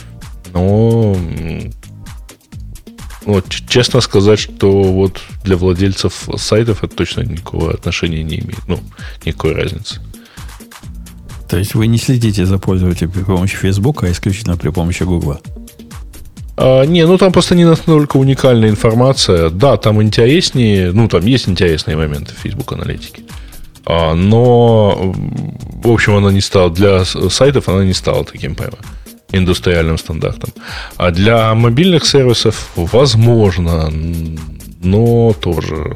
Но м, вот, ч- честно сказать, что вот для владельцев сайтов это точно никакого отношения не имеет. Ну, никакой разницы. То есть вы не следите за пользователем при помощи Facebook, а исключительно при помощи Google. А, не, ну там просто не настолько уникальная информация. Да, там интереснее, ну там есть интересные моменты в Facebook аналитике. А, но, в общем, она не стала для с- сайтов, она не стала таким прямо индустриальным стандартом. А для мобильных сервисов, возможно, н- но тоже.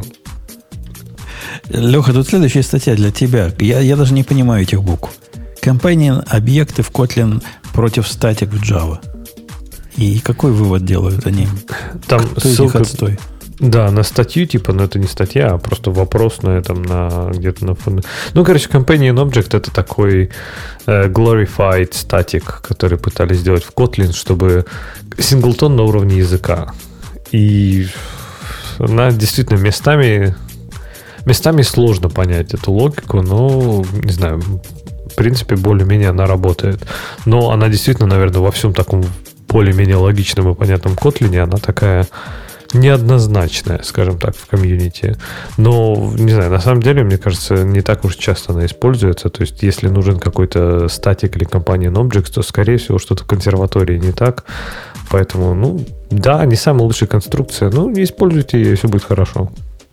Леха, тут следующая статья для тебя. Я, я даже не понимаю этих букв. Companion объекты в Kotlin против статик в Java. И какой вывод делают они? Там Кто из них ссылка, отстой? да, на статью, типа, но это не статья, а просто вопрос на этом, на где-то на фоне. Ну, короче, Companion Object это такой э, glorified static, который пытались сделать в Kotlin, чтобы синглтон на уровне языка. И она действительно местами местами сложно понять эту логику, но, не знаю, в принципе, более-менее она работает. Но она действительно, наверное, во всем таком более-менее логичном и понятном Kotlin она такая неоднозначная, скажем так, в комьюнити. Но, не знаю, на самом деле, мне кажется, не так уж часто она используется. То есть, если нужен какой-то статик или companion object, то, скорее всего, что-то в консерватории не так. Поэтому, ну, да, не самая лучшая конструкция, но не используйте ее, и все будет хорошо.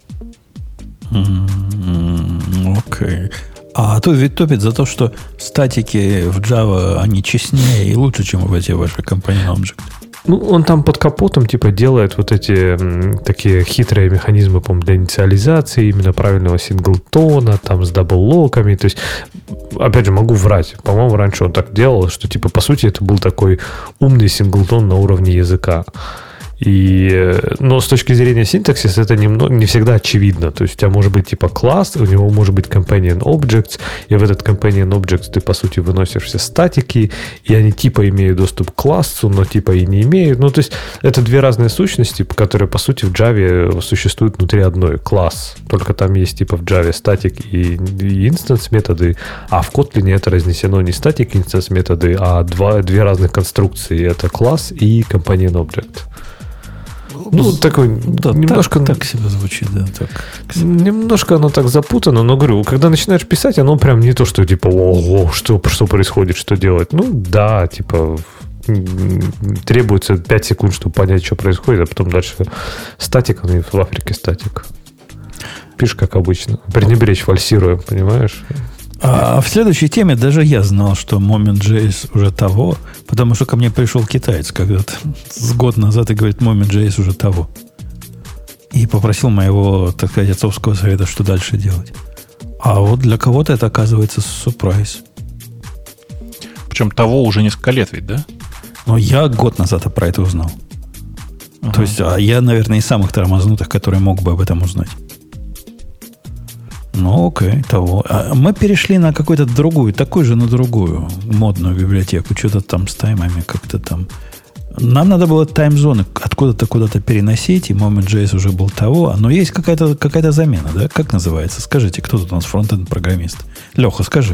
М, Окей. А тут ведь топит за то, что статики в Java, они честнее и лучше, чем в эти ваши Companion Object. Ну, он там под капотом, типа, делает вот эти м, такие хитрые механизмы, по-моему, для инициализации именно правильного синглтона, там, с дабллоками. То есть, опять же, могу врать. По-моему, раньше он так делал, что, типа, по сути, это был такой умный синглтон на уровне языка. И, но с точки зрения синтаксиса это немного, не всегда очевидно. То есть у тебя может быть типа класс, у него может быть companion objects, и в этот companion objects ты по сути выносишь все статики, и они типа имеют доступ к классу, но типа и не имеют. Ну, то есть это две разные сущности, которые по сути в Java существуют внутри одной. Класс. Только там есть типа в Java статик и, и instance методы, а в Kotlin это разнесено не статик и instance методы, а два, две разных конструкции. Это класс и companion object. Ну, такой Да, немножко, так, так себе звучит, да, так. немножко оно так запутано, но говорю, когда начинаешь писать, оно прям не то, что типа, ого, что, что происходит, что делать. Ну, да, типа, требуется пять секунд, чтобы понять, что происходит, а потом дальше статик, он и в Африке статик. Пишешь, как обычно. Пренебречь фальсируем, понимаешь? А в следующей теме даже я знал, что Moment.js уже того, потому что ко мне пришел китаец когда-то с год назад и говорит, Moment.js уже того. и попросил моего, так сказать, отцовского совета, что дальше делать. А вот для кого-то это оказывается сюрприз. Причем того уже несколько лет ведь, да? Но я год назад про это узнал. Ага. То есть, а я, наверное, из самых тормознутых, которые мог бы об этом узнать. Ну, окей, того. А мы перешли на какую-то другую, такую же, но другую модную библиотеку. Что-то там с таймами как-то там. Нам надо было таймзоны откуда-то куда-то переносить, и Moment.js уже был того. Но есть какая-то, какая-то замена, да? Как называется? Скажите, кто тут у нас фронтенд-программист? Леха, скажи.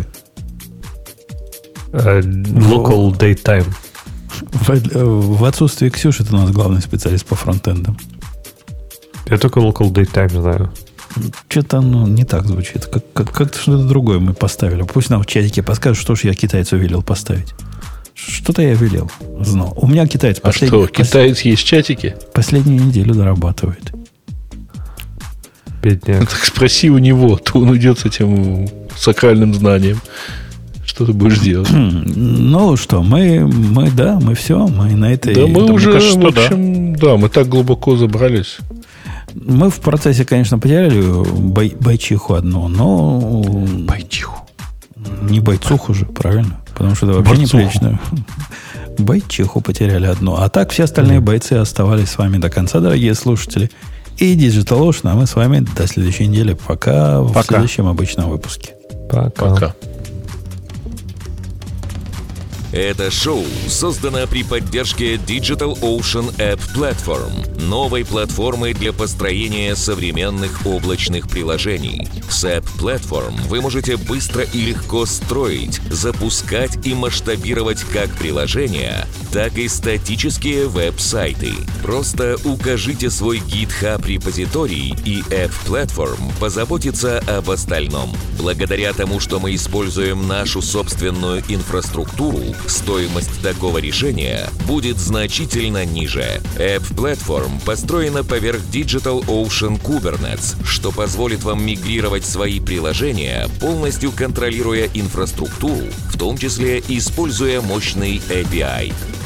Uh, local date time. В, в отсутствие Ксюши ты у нас главный специалист по фронтендам. Я только local date time знаю. Что-то ну, не так звучит. Как, как, как-то что-то другое мы поставили. Пусть нам в чатике подскажут, что ж я китайцу велел поставить. Что-то я велел. Знал. У меня китаец... А послед... что, китаец есть в чатике? Последнюю неделю дорабатывает. Бедняк. Ну, так спроси у него, то он уйдет с этим сакральным знанием. Что ты будешь делать? Ну что, мы, мы да, мы все, мы на этой... Да мы да, уже, кажется, в общем, да. да, мы так глубоко забрались. Мы в процессе, конечно, потеряли бой, бойчиху одну, но... Бойчиху. Не бойцуху же, правильно? Потому что это вообще Борцуху. неприлично. Бойчиху потеряли одну. А так все остальные бойцы оставались с вами до конца, дорогие слушатели. И DigitalOcean, а мы с вами до следующей недели. Пока, Пока. в следующем обычном выпуске. Пока. Пока. Это шоу создано при поддержке DigitalOcean App Platform, новой платформы для построения современных облачных приложений. С App Platform вы можете быстро и легко строить, запускать и масштабировать как приложения, так и статические веб-сайты. Просто укажите свой GitHub-репозиторий, и App Platform позаботится об остальном. Благодаря тому, что мы используем нашу собственную инфраструктуру, стоимость такого решения будет значительно ниже. App Platform построена поверх DigitalOcean Kubernetes, что позволит вам мигрировать свои приложения, полностью контролируя инфраструктуру, в том числе используя мощный эй пи ай.